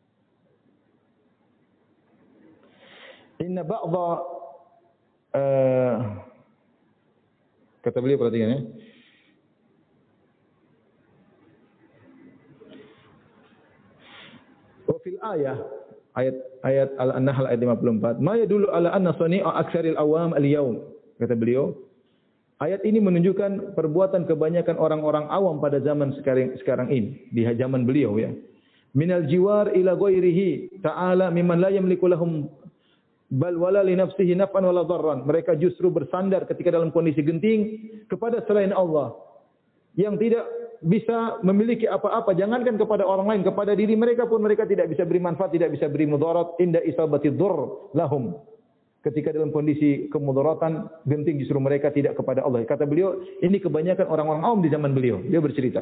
Inna ba'dha uh, kata beliau, perhatikan, ya. Fil ayah, ayat ayat Al-Nahl ayat lima puluh empat, ma yadullu ala anna sani'a aktsaril awam al-yaum. Kata beliau, ayat ini menunjukkan perbuatan kebanyakan orang-orang awam pada zaman sekarang sekarang ini, di zaman beliau, ya. Minal jiwar ila ghairihi ta'ala mimman la yamliku lahum bal wala li nafsihi naf'an wala dharran. Mereka justru bersandar ketika dalam kondisi genting kepada selain Allah yang tidak bisa memiliki apa-apa, jangankan kepada orang lain, kepada diri mereka pun mereka tidak bisa beri manfaat, tidak bisa beri mudarat inda isabati dzurr lahum. ketika dalam kondisi kemudaratan, genting justru mereka tidak kepada Allah. Kata beliau, ini kebanyakan orang-orang awam di zaman beliau. Dia bercerita.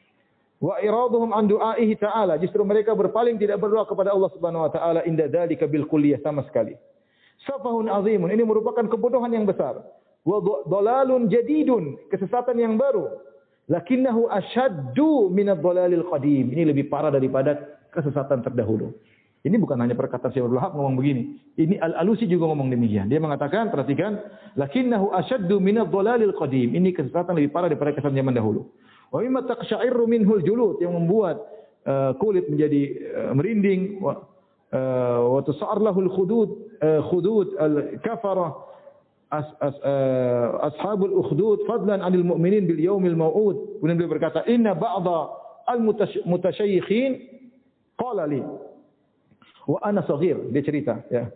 Wa iraduhum an du'aihi ta'ala, justru mereka berpaling tidak berdoa kepada Allah Subhanahu wa taala inda dzalika bil kulliyah sama sekali. Safahun azimun, ini merupakan kebodohan yang besar. Wa dhalalun jadidun, kesesatan yang baru. Lakinnahu asyaddu min ad-dhalalil qadim. Ini lebih parah daripada kesesatan terdahulu. Ini bukan hanya perkataan Syekh Abdul Wahab ngomong begini. Ini Al-Alusi juga ngomong demikian. Dia mengatakan, perhatikan, lakinnahu asyaddu min ad-dhalalil qadim. Ini kesesatan lebih parah daripada kesesatan zaman dahulu. Wa mimma taqsha'irru minhul julud, yang membuat uh, kulit menjadi uh, merinding, wa uh, wa tus'ar lahul khudud uh, khudud al-kafara as, as, uh, ashabul ukhdud fadlan 'anil mu'minin bil yaumil mau'ud. Kemudian beliau berkata, inna ba'dha al-mutasyayikhin qala li wa ana saghir, dia cerita ya.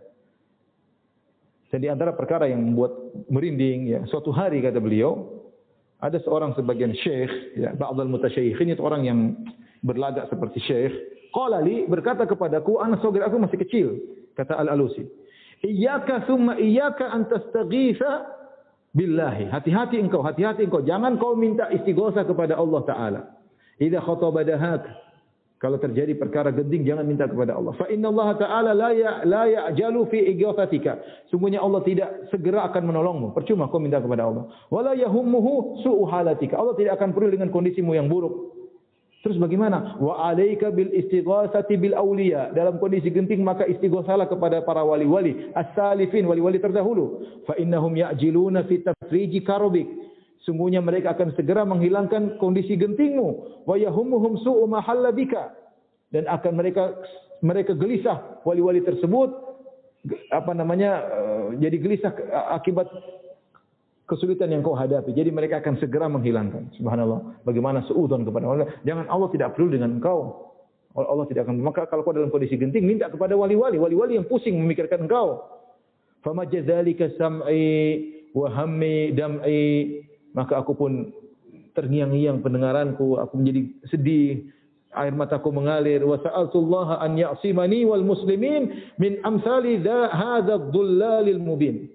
Dan di antara perkara yang membuat merinding ya, suatu hari kata beliau, ada seorang sebagian syekh ya, ba'dal mutasyayikhin, itu orang yang berlagak seperti syekh, qala li, berkata kepadaku, ana saghir, aku masih kecil, kata Al-Alusi, iyyaka thumma iyyaka an tastaghitha billahi, hati-hati engkau, hati-hati engkau, jangan kau minta istighosa kepada Allah taala. Idza khataba dahak, kalau terjadi perkara genting jangan minta kepada Allah. Fa inna Allah taala la ya la ya'jalu fi ighathatika. Sungguhnya Allah tidak segera akan menolongmu. Percuma kau minta kepada Allah. Wala yahummuhu su'u halatika. Allah tidak akan peduli dengan kondisimu yang buruk. Terus bagaimana? Wa 'alaika bil istighatsati bil awliya. Dalam kondisi genting maka istighosalah kepada para wali-wali as-salifin, wali-wali terdahulu. Fa innahum ya'jiluna fi tafriji karabik. Sungguhnya mereka akan segera menghilangkan kondisi gentingmu. Wa yahummuhum su'u ma halla bika, dan akan mereka mereka gelisah, wali-wali tersebut apa namanya jadi gelisah akibat kesulitan yang kau hadapi. Jadi mereka akan segera menghilangkan. Subhanallah. Bagaimana suudzon kepada Allah. Jangan, Allah tidak peduli dengan engkau. Allah tidak akan. Maka kalau kau dalam kondisi genting, minta kepada wali-wali, wali-wali yang pusing memikirkan engkau. Fama jadzalika sam'i wa hammi dam'i, maka aku pun terngiang-ngiang pendengaranku, aku menjadi sedih, air mataku mengalir. Wa sa'altullaha an ya'simani wal muslimin min amsali hadza ad-dhullalil mubin.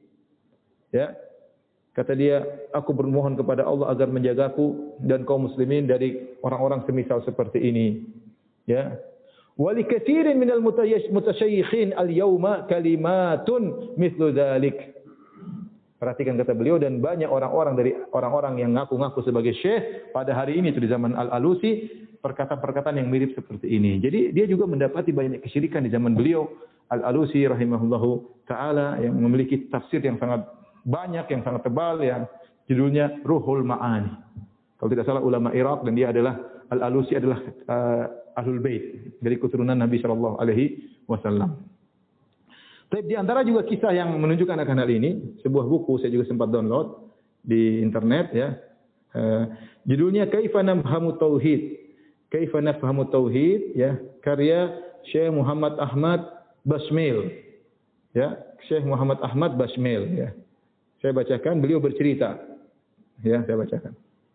Ya. Kata dia, aku bermohon kepada Allah agar menjagaku dan kaum muslimin dari orang-orang semisal seperti ini. Ya. Wa li katsirin minal mutasyayikhin al-yawma kalimatun mithlu dzalik. Perhatikan kata beliau, dan banyak orang-orang dari orang-orang yang ngaku-ngaku sebagai syekh pada hari ini itu di zaman Al-Alusi, perkataan-perkataan yang mirip seperti ini. Jadi dia juga mendapati banyak kesyirikan di zaman beliau. Al-Alusi rahimahullahu taala yang memiliki tafsir yang sangat banyak, yang sangat tebal, yang judulnya Ruhul Ma'ani. Kalau tidak salah ulama Irak, dan dia adalah Al-Alusi adalah uh, Ahlul Bait dari keturunan Nabi sallallahu alaihi wasallam. Tapi di antara juga kisah yang menunjukkan akan hal ini, sebuah buku saya juga sempat download di internet ya. Uh, judulnya Kaifa Nafhamu Tauhid. Kaifa Nafhamu Tauhid ya, karya Syekh Muhammad Ahmad Basmail. Ya, Syekh Muhammad Ahmad Basmail ya. Saya bacakan, beliau bercerita. Ya, saya bacakan.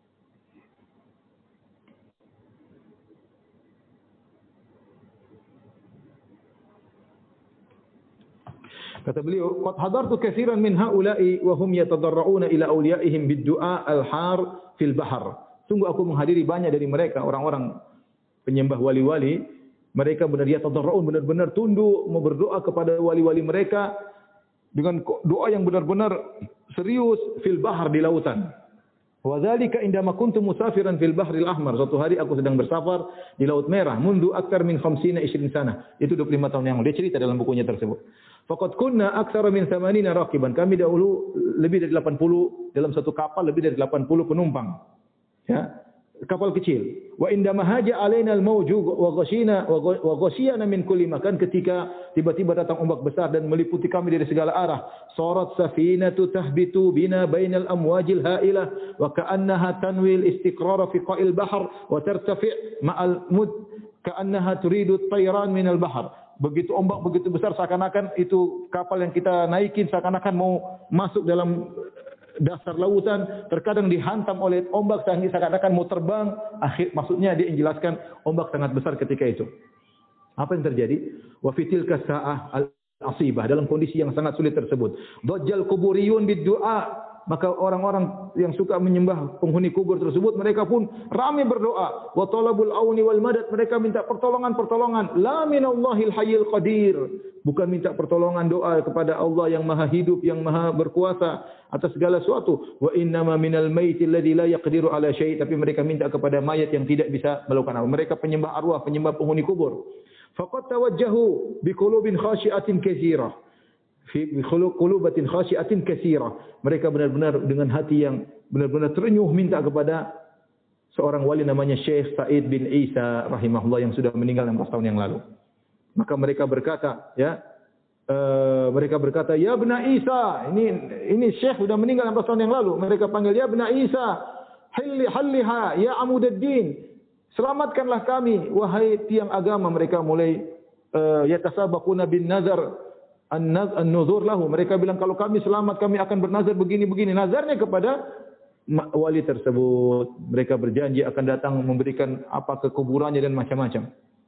Kata beliau, "Qad hadartu katsiran min haula'i wa hum yatadarra'una ila awliyaihim bid-du'a al-har fil bahr." Sungguh aku menghadiri banyak dari mereka, orang-orang penyembah wali-wali, mereka benar yatadarra'un, benar-benar tunduk mau berdoa kepada wali-wali mereka dengan doa yang benar-benar serius fil bahr, di lautan. Wa dzalika indama kuntu musafiran fil bahril ahmar. Suatu hari aku sedang bersafar di Laut Merah, mundu aktsar min khamsina ishrin sana. Itu dua puluh lima tahun yang lalu. Dia cerita dalam bukunya tersebut. Faqad kunna aktsara min thamanina raqiban. Kami dahulu lebih dari delapan puluh dalam satu kapal, lebih dari delapan puluh penumpang. Ya, kapal kecil. Wa indama haja alaina al-mawju wa ghashina wa ghashiyana min kulli makan. Ketika tiba-tiba datang ombak besar dan meliputi kami dari segala arah, sarat safinatu tahbitu bina bainal amwajil ha'ilah wa ka'annaha tanwil istiqrar fi qa'il bahr wa tartafi' ma'al mud ka'annaha turidu at-tayran min al-bahr. Begitu ombak begitu besar, seakan-akan itu kapal yang kita naikin seakan-akan mau masuk dalam dasar lautan, terkadang dihantam oleh ombak seakan-akan mau terbang. Akhir maksudnya dia menjelaskan ombak sangat besar ketika itu. Apa yang terjadi? Wa fitil kasa'ah asibah, dalam kondisi yang sangat sulit tersebut. Dajjal kuburiyun bid-du'a, maka orang-orang yang suka menyembah penghuni kubur tersebut mereka pun ramai berdoa. Wa talabul auni wal madad, mereka minta pertolongan-pertolongan. La minallahil hayyil qadir, bukan minta pertolongan doa kepada Allah yang Maha hidup, yang Maha berkuasa atas segala sesuatu. Wa innama minal maitil ladzi la yaqdiru ala syai', tapi mereka minta kepada mayat yang tidak bisa melakukan apa. Mereka penyembah arwah, penyembah penghuni kubur. Faqad tawajjahu biqulubin khashi'atin katsirah. Fi qulubatin khasyiatin katsira. Mereka benar-benar dengan hati yang benar-benar terenyuh minta kepada seorang wali namanya Syekh Said bin Isa rahimahullah yang sudah meninggal enam belas tahun yang lalu. Maka mereka berkata, ya, uh, mereka berkata, ya Bna Isa, ini ini Syekh sudah meninggal enam belas tahun yang lalu. Mereka panggil, ya Bna Isa, halli halliha ya amudaddin. Selamatkanlah kami wahai tiang agama. Mereka mulai uh, yatasabaquna bin nazar an-nuzur lahu. Mereka bilang kalau kami selamat kami akan bernazar begini-begini. Nazarnya kepada wali tersebut. Mereka berjanji akan datang memberikan apa ke kuburannya dan macam-macam.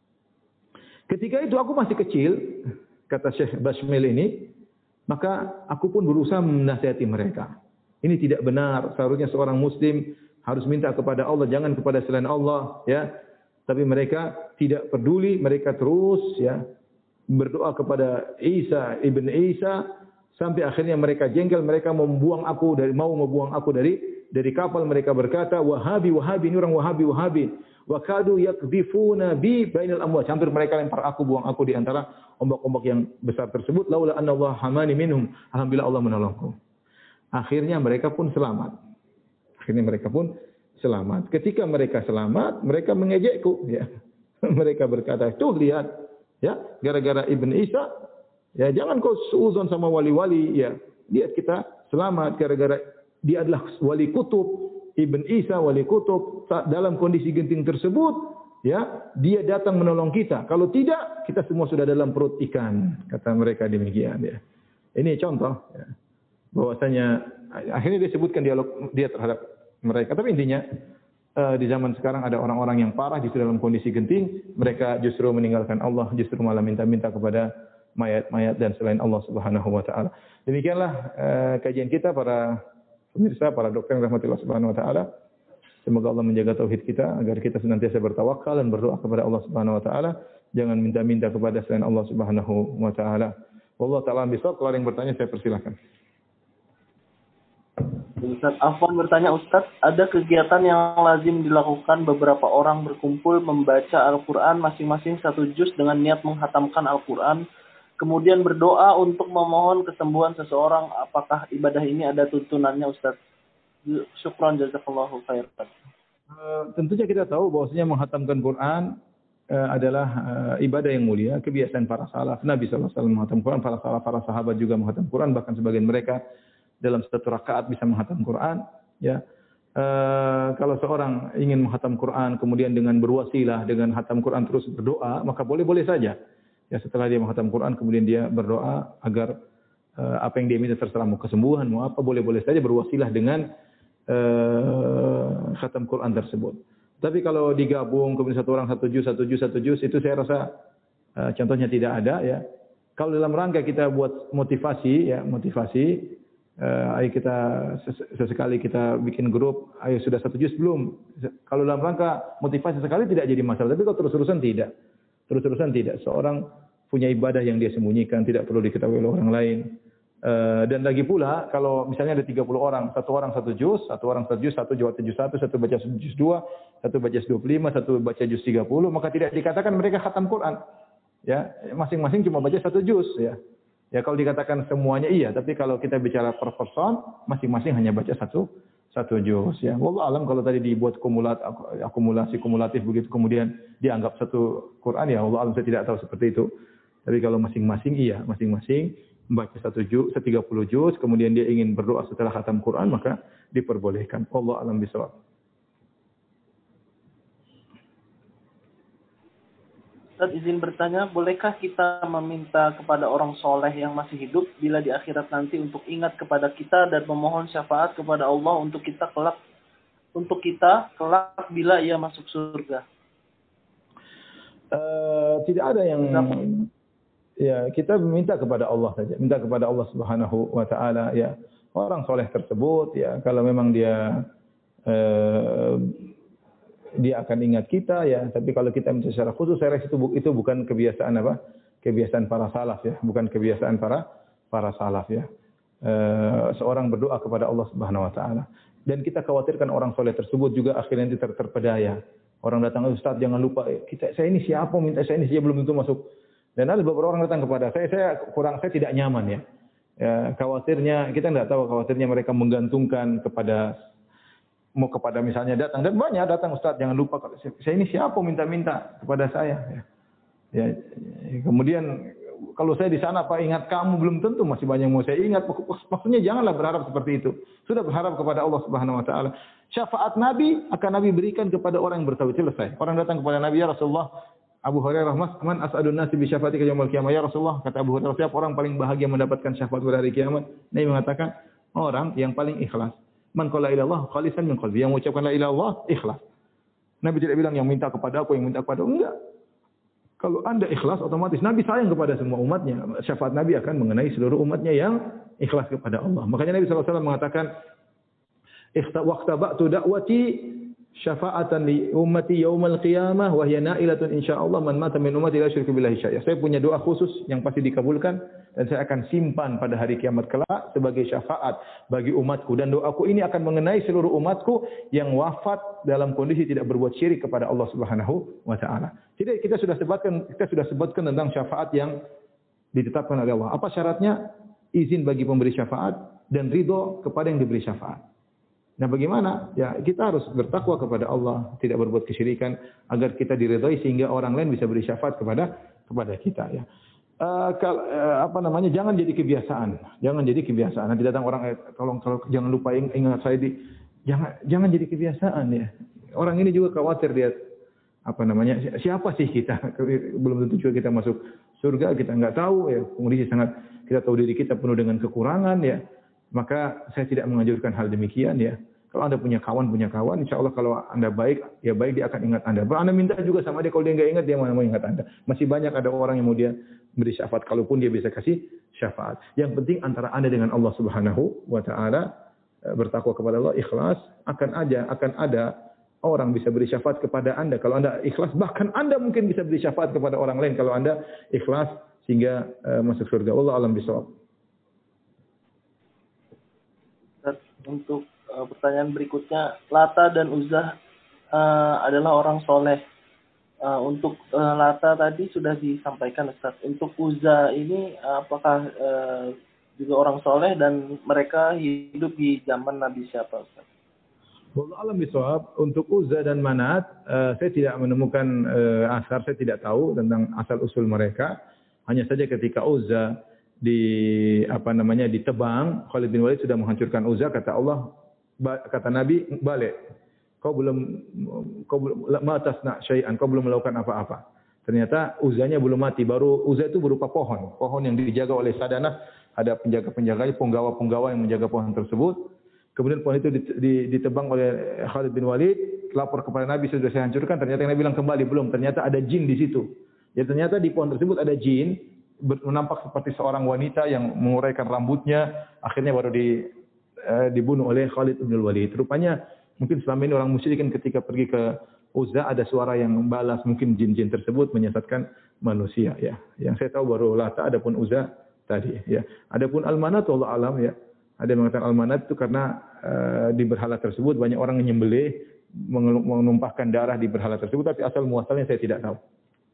Ketika itu aku masih kecil, kata Syekh Bashmil ini, maka aku pun berusaha menasihati mereka. Ini tidak benar. Seharusnya seorang muslim harus minta kepada Allah, jangan kepada selain Allah, ya. Tapi mereka tidak peduli, mereka terus, ya, berdoa kepada Isa ibn Isa sampai akhirnya mereka jengkel, mereka membuang aku dari mau membuang aku dari dari kapal. Mereka berkata, Wahabi Wahabi, ini orang Wahabi Wahabi. Wa kadu yakdhifuna bi bainal amwaj. Hampir mereka lempar aku, buang aku di antara ombak-ombak yang besar tersebut. Laula anna Allah hamani minhum. Alhamdulillah Allah menolongku. Akhirnya mereka pun selamat. Akhirnya mereka pun selamat. Ketika mereka selamat, mereka mengejekku, ya. Mereka berkata, "Tuh lihat, ya, gara-gara Ibn Isa, ya jangan kau suuzon sama wali-wali, ya. Lihat kita selamat gara-gara dia adalah wali kutub, Ibn Isa wali kutub, dalam kondisi genting tersebut, ya, dia datang menolong kita. Kalau tidak, kita semua sudah dalam perut ikan," kata mereka demikian, ya. Ini contoh, ya, bahwasanya akhirnya dia sebutkan dialog dia terhadap mereka. Tapi intinya Uh, di zaman sekarang ada orang-orang yang parah justru dalam kondisi genting, mereka justru meninggalkan Allah, justru malah minta-minta kepada mayat-mayat dan selain Allah Subhanahu wa taala. Demikianlah uh, kajian kita para pemirsa, para dokter yang rahmatillah Subhanahu wa taala. Semoga Allah menjaga tauhid kita agar kita senantiasa bertawakal dan berdoa kepada Allah Subhanahu wa taala, jangan minta-minta kepada selain Allah Subhanahu wa taala. Wallahu taala bisawab. Kalau ada yang bertanya saya persilahkan. Ustaz Afwan bertanya, Ustaz, ada kegiatan yang lazim dilakukan beberapa orang berkumpul membaca Al-Quran masing-masing satu juz dengan niat menghatamkan Al-Quran, kemudian berdoa untuk memohon kesembuhan seseorang. Apakah ibadah ini ada tuntunannya, Ustaz? Syukran jazakallahu khairan. Uh, tentunya kita tahu bahwasanya menghatamkan Quran uh, adalah uh, ibadah yang mulia, kebiasaan para salaf. Nabi sallallahu alaihi wasallam menghatam Quran, para salaf, para sahabat juga menghatam Quran, bahkan sebagian mereka dalam satu rakaat bisa menghatam Quran, ya. E, kalau seorang ingin menghatam Quran kemudian dengan berwasilah dengan hatam Quran terus berdoa, maka boleh-boleh saja. Ya, setelah dia menghatam Quran kemudian dia berdoa agar e, apa yang dia minta terserah, mau kesembuhan, mau apa, boleh-boleh saja berwasilah dengan e, khatam Quran tersebut. Tapi kalau digabung kemudian satu orang satu juz, satu juz, satu juz, itu saya rasa e, contohnya tidak ada, ya. Kalau dalam rangka kita buat motivasi, ya, motivasi Uh, ayo kita sesekali kita bikin grup, ayo sudah satu juz belum? Kalau dalam rangka motivasi sekali tidak jadi masalah, tapi kalau terus-terusan tidak. Terus-terusan tidak. Seorang punya ibadah yang dia sembunyikan, tidak perlu diketahui oleh orang lain. Uh, dan lagi pula, kalau misalnya ada tiga puluh orang, satu orang satu juz, satu orang satu juz, satu baca juz satu, satu baca juz dua, satu baca juz dua puluh lima, satu baca juz tiga puluh, maka tidak dikatakan mereka khatam Quran. Ya, masing-masing cuma baca satu juz, ya. Ya kalau dikatakan semuanya iya, tapi kalau kita bicara per person, masing-masing hanya baca satu satu juz, ya. Wallahu alam, kalau tadi dibuat kumulat akumulasi kumulatif begitu kemudian dianggap satu Quran, ya wallahu alam, saya tidak tahu seperti itu. Tapi kalau masing-masing iya, masing-masing membaca satu juz, tiga puluh juz, kemudian dia ingin berdoa setelah khatam Quran, maka diperbolehkan. Wallahu alam bisawab. Ustaz izin bertanya, bolehkah kita meminta kepada orang soleh yang masih hidup bila di akhirat nanti untuk ingat kepada kita dan memohon syafaat kepada Allah untuk kita kelak untuk kita kelak bila ia masuk surga? Uh, tidak ada yang ya kita minta kepada Allah saja, minta kepada Allah Subhanahu wa taala ya. Orang soleh tersebut ya kalau memang dia eh, dia akan ingat kita ya, tapi kalau kita minta secara khusus saya rasa itu, itu bukan kebiasaan apa? Kebiasaan para salaf ya, bukan kebiasaan para para salaf ya. Eh, seorang berdoa kepada Allah Subhanahu wa taala. Dan kita khawatirkan orang soleh tersebut juga akhirnya nanti ter terpedaya. Orang datang, Ustaz jangan lupa, kita saya ini siapa minta saya ini, saya belum tentu masuk. Dan ada beberapa orang datang kepada saya, saya kurang, saya tidak nyaman ya. Ya khawatirnya, kita tidak tahu khawatirnya mereka menggantungkan kepada, mau kepada misalnya datang, dan banyak datang, Ustaz jangan lupa, saya ini siapa minta-minta kepada saya. Ya. Ya, kemudian kalau saya di sana Pak ingat kamu, belum tentu masih banyak yang mau saya ingat. Maksudnya janganlah berharap seperti itu. Sudah berharap kepada Allah Subhanahu wa taala. Syafaat Nabi akan Nabi berikan kepada orang yang bertauhid. Selesai. Orang datang kepada Nabi, ya Rasulullah, Abu Hurairah, "Mas, man as'adun nasi bi syafaatika yaumil qiyamah?" Ya Rasulullah, kata Abu Hurairah, siapa orang paling bahagia mendapatkan syafaat pada hari kiamat? Nabi mengatakan, orang yang paling ikhlas. Man qala ila Allah khalisan min qalbi. Yang mengucapkan la ilaha illallah ikhlas. Nabi tidak bilang yang minta kepada aku, yang minta kepada aku. Enggak. Kalau Anda ikhlas, otomatis Nabi sayang kepada semua umatnya. Syafaat Nabi akan mengenai seluruh umatnya yang ikhlas kepada Allah. Makanya Nabi shallallahu alaihi wasallam mengatakan, "Waqtaba'tu da'wati syafa'atan li ummati yaumal qiyamah wa hiya na'ilatun insyaallah man mata min ummati la yusyriku billahi syai'a." Saya punya doa khusus yang pasti dikabulkan dan saya akan simpan pada hari kiamat kelak sebagai syafaat bagi umatku, dan doaku ini akan mengenai seluruh umatku yang wafat dalam kondisi tidak berbuat syirik kepada Allah Subhanahu wa taala. Jadi kita sudah sebutkan kita sudah sebutkan tentang syafaat yang ditetapkan oleh Allah. Apa syaratnya? Izin bagi pemberi syafaat dan ridho kepada yang diberi syafaat. Nah, bagaimana? Ya, kita harus bertakwa kepada Allah, tidak berbuat kesyirikan agar kita diridhai sehingga orang lain bisa beri syafaat kepada kepada kita ya. Uh, kal, uh, apa namanya? Jangan jadi kebiasaan. Jangan jadi kebiasaan. Nanti datang orang, eh, tolong kalau jangan lupa ingat saya di jangan jangan jadi kebiasaan ya. Orang ini juga khawatir dia apa namanya? Siapa sih kita? Belum tentu juga kita masuk surga, kita enggak tahu ya. Kondisi sangat kita tahu diri kita penuh dengan kekurangan ya. Maka saya tidak menganjurkan hal demikian ya. Kalau Anda punya kawan, punya kawan, insya Allah kalau Anda baik, ya baik dia akan ingat Anda. Kalau Anda minta juga sama dia, kalau dia nggak ingat, dia mana mau ingat Anda. Masih banyak ada orang yang mau dia beri syafaat, kalaupun dia bisa kasih syafaat. Yang penting antara Anda dengan Allah Subhanahu wa taala, bertakwa kepada Allah, ikhlas, akan ada akan ada orang bisa beri syafaat kepada Anda kalau Anda ikhlas, bahkan Anda mungkin bisa beri syafaat kepada orang lain kalau Anda ikhlas sehingga uh, masuk surga. Allah alam bisawab. Untuk uh, pertanyaan berikutnya, Lata dan Uzza uh, adalah orang soleh. Uh, untuk uh, Lata tadi sudah disampaikan Ustaz. Untuk Uzza ini uh, apakah uh, juga orang soleh dan mereka hidup di zaman Nabi siapa Ustaz? Wallahu alam bisawab. Untuk Uzza dan Manat, uh, saya tidak menemukan uh, asar, saya tidak tahu tentang asal usul mereka. Hanya saja ketika Uzza di apa namanya ditebang, Khalid bin Walid sudah menghancurkan Uzza, kata Allah, kata Nabi, balik. Kau belum kau belum matasna syai'an, kau belum melakukan apa-apa. Ternyata Uzzanya belum mati, baru Uzza itu berupa pohon, pohon yang dijaga oleh Sadanah, ada penjaga-penjaganya, penggawa-penggawa yang menjaga pohon tersebut. Kemudian pohon itu ditebang oleh Khalid bin Walid, lapor kepada Nabi, sudah saya hancurkan. Ternyata Nabi bilang kembali, belum. Ternyata ada jin di situ. Ya ternyata di pohon tersebut ada jin, menampak seperti seorang wanita yang menguraikan rambutnya, akhirnya baru di, uh, dibunuh oleh Khalid bin Walid. Rupanya mungkin selama ini orang musyrikin ketika pergi ke Uzza ada suara yang membalas, mungkin jin-jin tersebut menyesatkan manusia ya. Yang saya tahu baru Lata, adapun Uzza tadi ya. Adapun Al-Manat wallahu alam ya. Ada yang mengatakan Al-Manat itu karena uh, di berhala tersebut banyak orang yang menyembelih, menumpahkan darah di berhala tersebut, tapi asal muasalnya saya tidak tahu.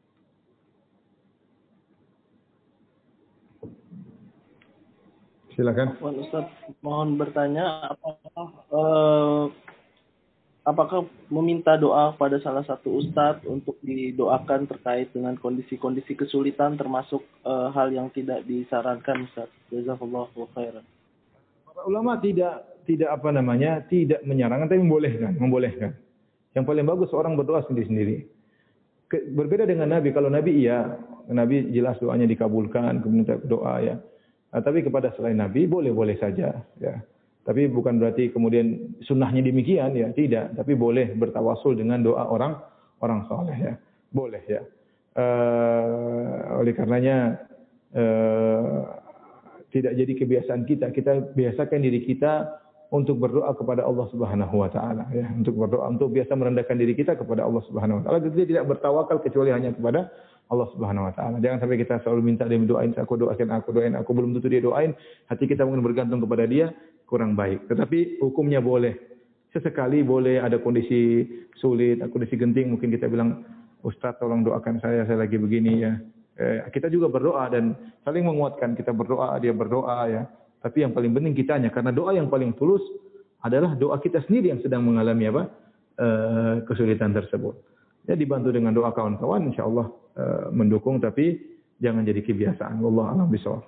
Silakan. Ustaz, mohon bertanya, apakah uh, apakah meminta doa pada salah satu ustadz untuk didoakan terkait dengan kondisi-kondisi kesulitan, termasuk uh, hal yang tidak disarankan, Ustaz? Jazakallahu khairan. Para ulama tidak tidak apa namanya tidak menyarankan, tapi membolehkan, membolehkan. Yang paling bagus orang berdoa sendiri-sendiri. Berbeda dengan Nabi. Kalau Nabi iya, Nabi jelas doanya dikabulkan, kemudian doa ya. Nah, tapi kepada selain Nabi boleh-boleh saja ya. Tapi bukan berarti kemudian sunnahnya demikian ya, tidak. Tapi boleh bertawasul dengan doa orang orang soleh ya, boleh ya. Uh, oleh karenanya uh, tidak jadi kebiasaan kita. Kita biasakan diri kita untuk berdoa kepada Allah Subhanahu wa taala ya, untuk berdoa, untuk biasa merendahkan diri kita kepada Allah Subhanahu wa taala. Kita tidak bertawakal kecuali hanya kepada Allah Subhanahu wa taala. Jangan sampai kita selalu minta dia doain, aku doakan aku doain aku, belum tentu dia doain, hati kita mungkin bergantung kepada dia, kurang baik. Tetapi hukumnya boleh. Sesekali boleh ada kondisi sulit, kondisi genting, mungkin kita bilang, "Ustaz, tolong doakan saya, saya lagi begini ya." Eh, kita juga berdoa dan saling menguatkan, kita berdoa, dia berdoa ya. Tapi yang paling penting kitanya, karena doa yang paling tulus adalah doa kita sendiri yang sedang mengalami apa uh, kesulitan tersebut. Ya, dibantu dengan doa kawan-kawan, insya Allah uh, mendukung, tapi jangan jadi kebiasaan. Wallahu a'lam bishawab.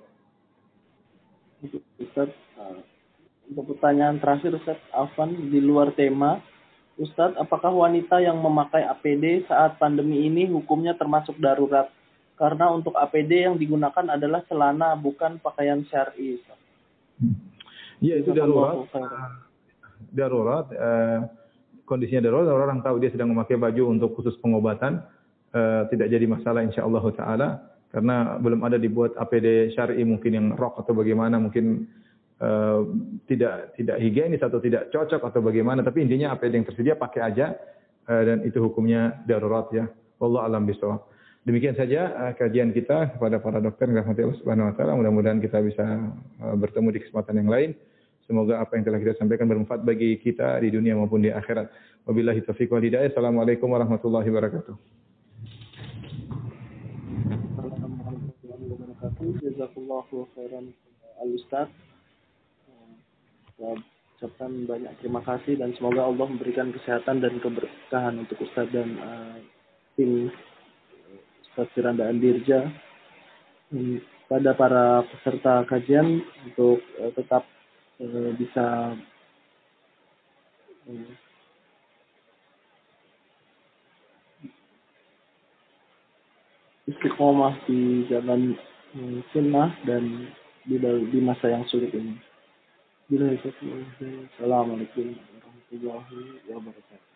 Ustaz, uh, untuk pertanyaan terakhir Ustaz Afwan, di luar tema, Ustaz, apakah wanita yang memakai A P D saat pandemi ini hukumnya termasuk darurat? Karena untuk A P D yang digunakan adalah celana, bukan pakaian syar'i. Ya, itu darurat. Darurat, eh, kondisinya darurat. Orang tahu dia sedang memakai baju untuk khusus pengobatan, eh, tidak jadi masalah insyaallah taala, karena belum ada dibuat A P D syar'i mungkin yang rok atau bagaimana, mungkin eh, tidak tidak higienis atau tidak cocok atau bagaimana. Tapi intinya A P D yang tersedia pakai aja, eh, dan itu hukumnya darurat ya. Wallahu a'lam bishawab. Demikian saja uh, kajian kita kepada para dokter yang dirahmati Allah Subhanahu wa taala. Mudah-mudahan kita bisa uh, bertemu di kesempatan yang lain. Semoga apa yang telah kita sampaikan bermanfaat bagi kita di dunia maupun di akhirat. Wabillahi taufiq wal hidayah. Assalamualaikum warahmatullahi wabarakatuh. Jazakallahu khairan al-Ustaz. Saya ucapkan banyak terima kasih dan semoga Allah memberikan kesehatan dan keberkahan untuk Ustaz dan uh, tim Ustaz Firanda Andirja. Pada para peserta kajian untuk uh, tetap uh, bisa uh, istiqomah di jalan uh, sunnah dan di, di masa yang sulit ini. Assalamualaikum warahmatullahi wabarakatuh.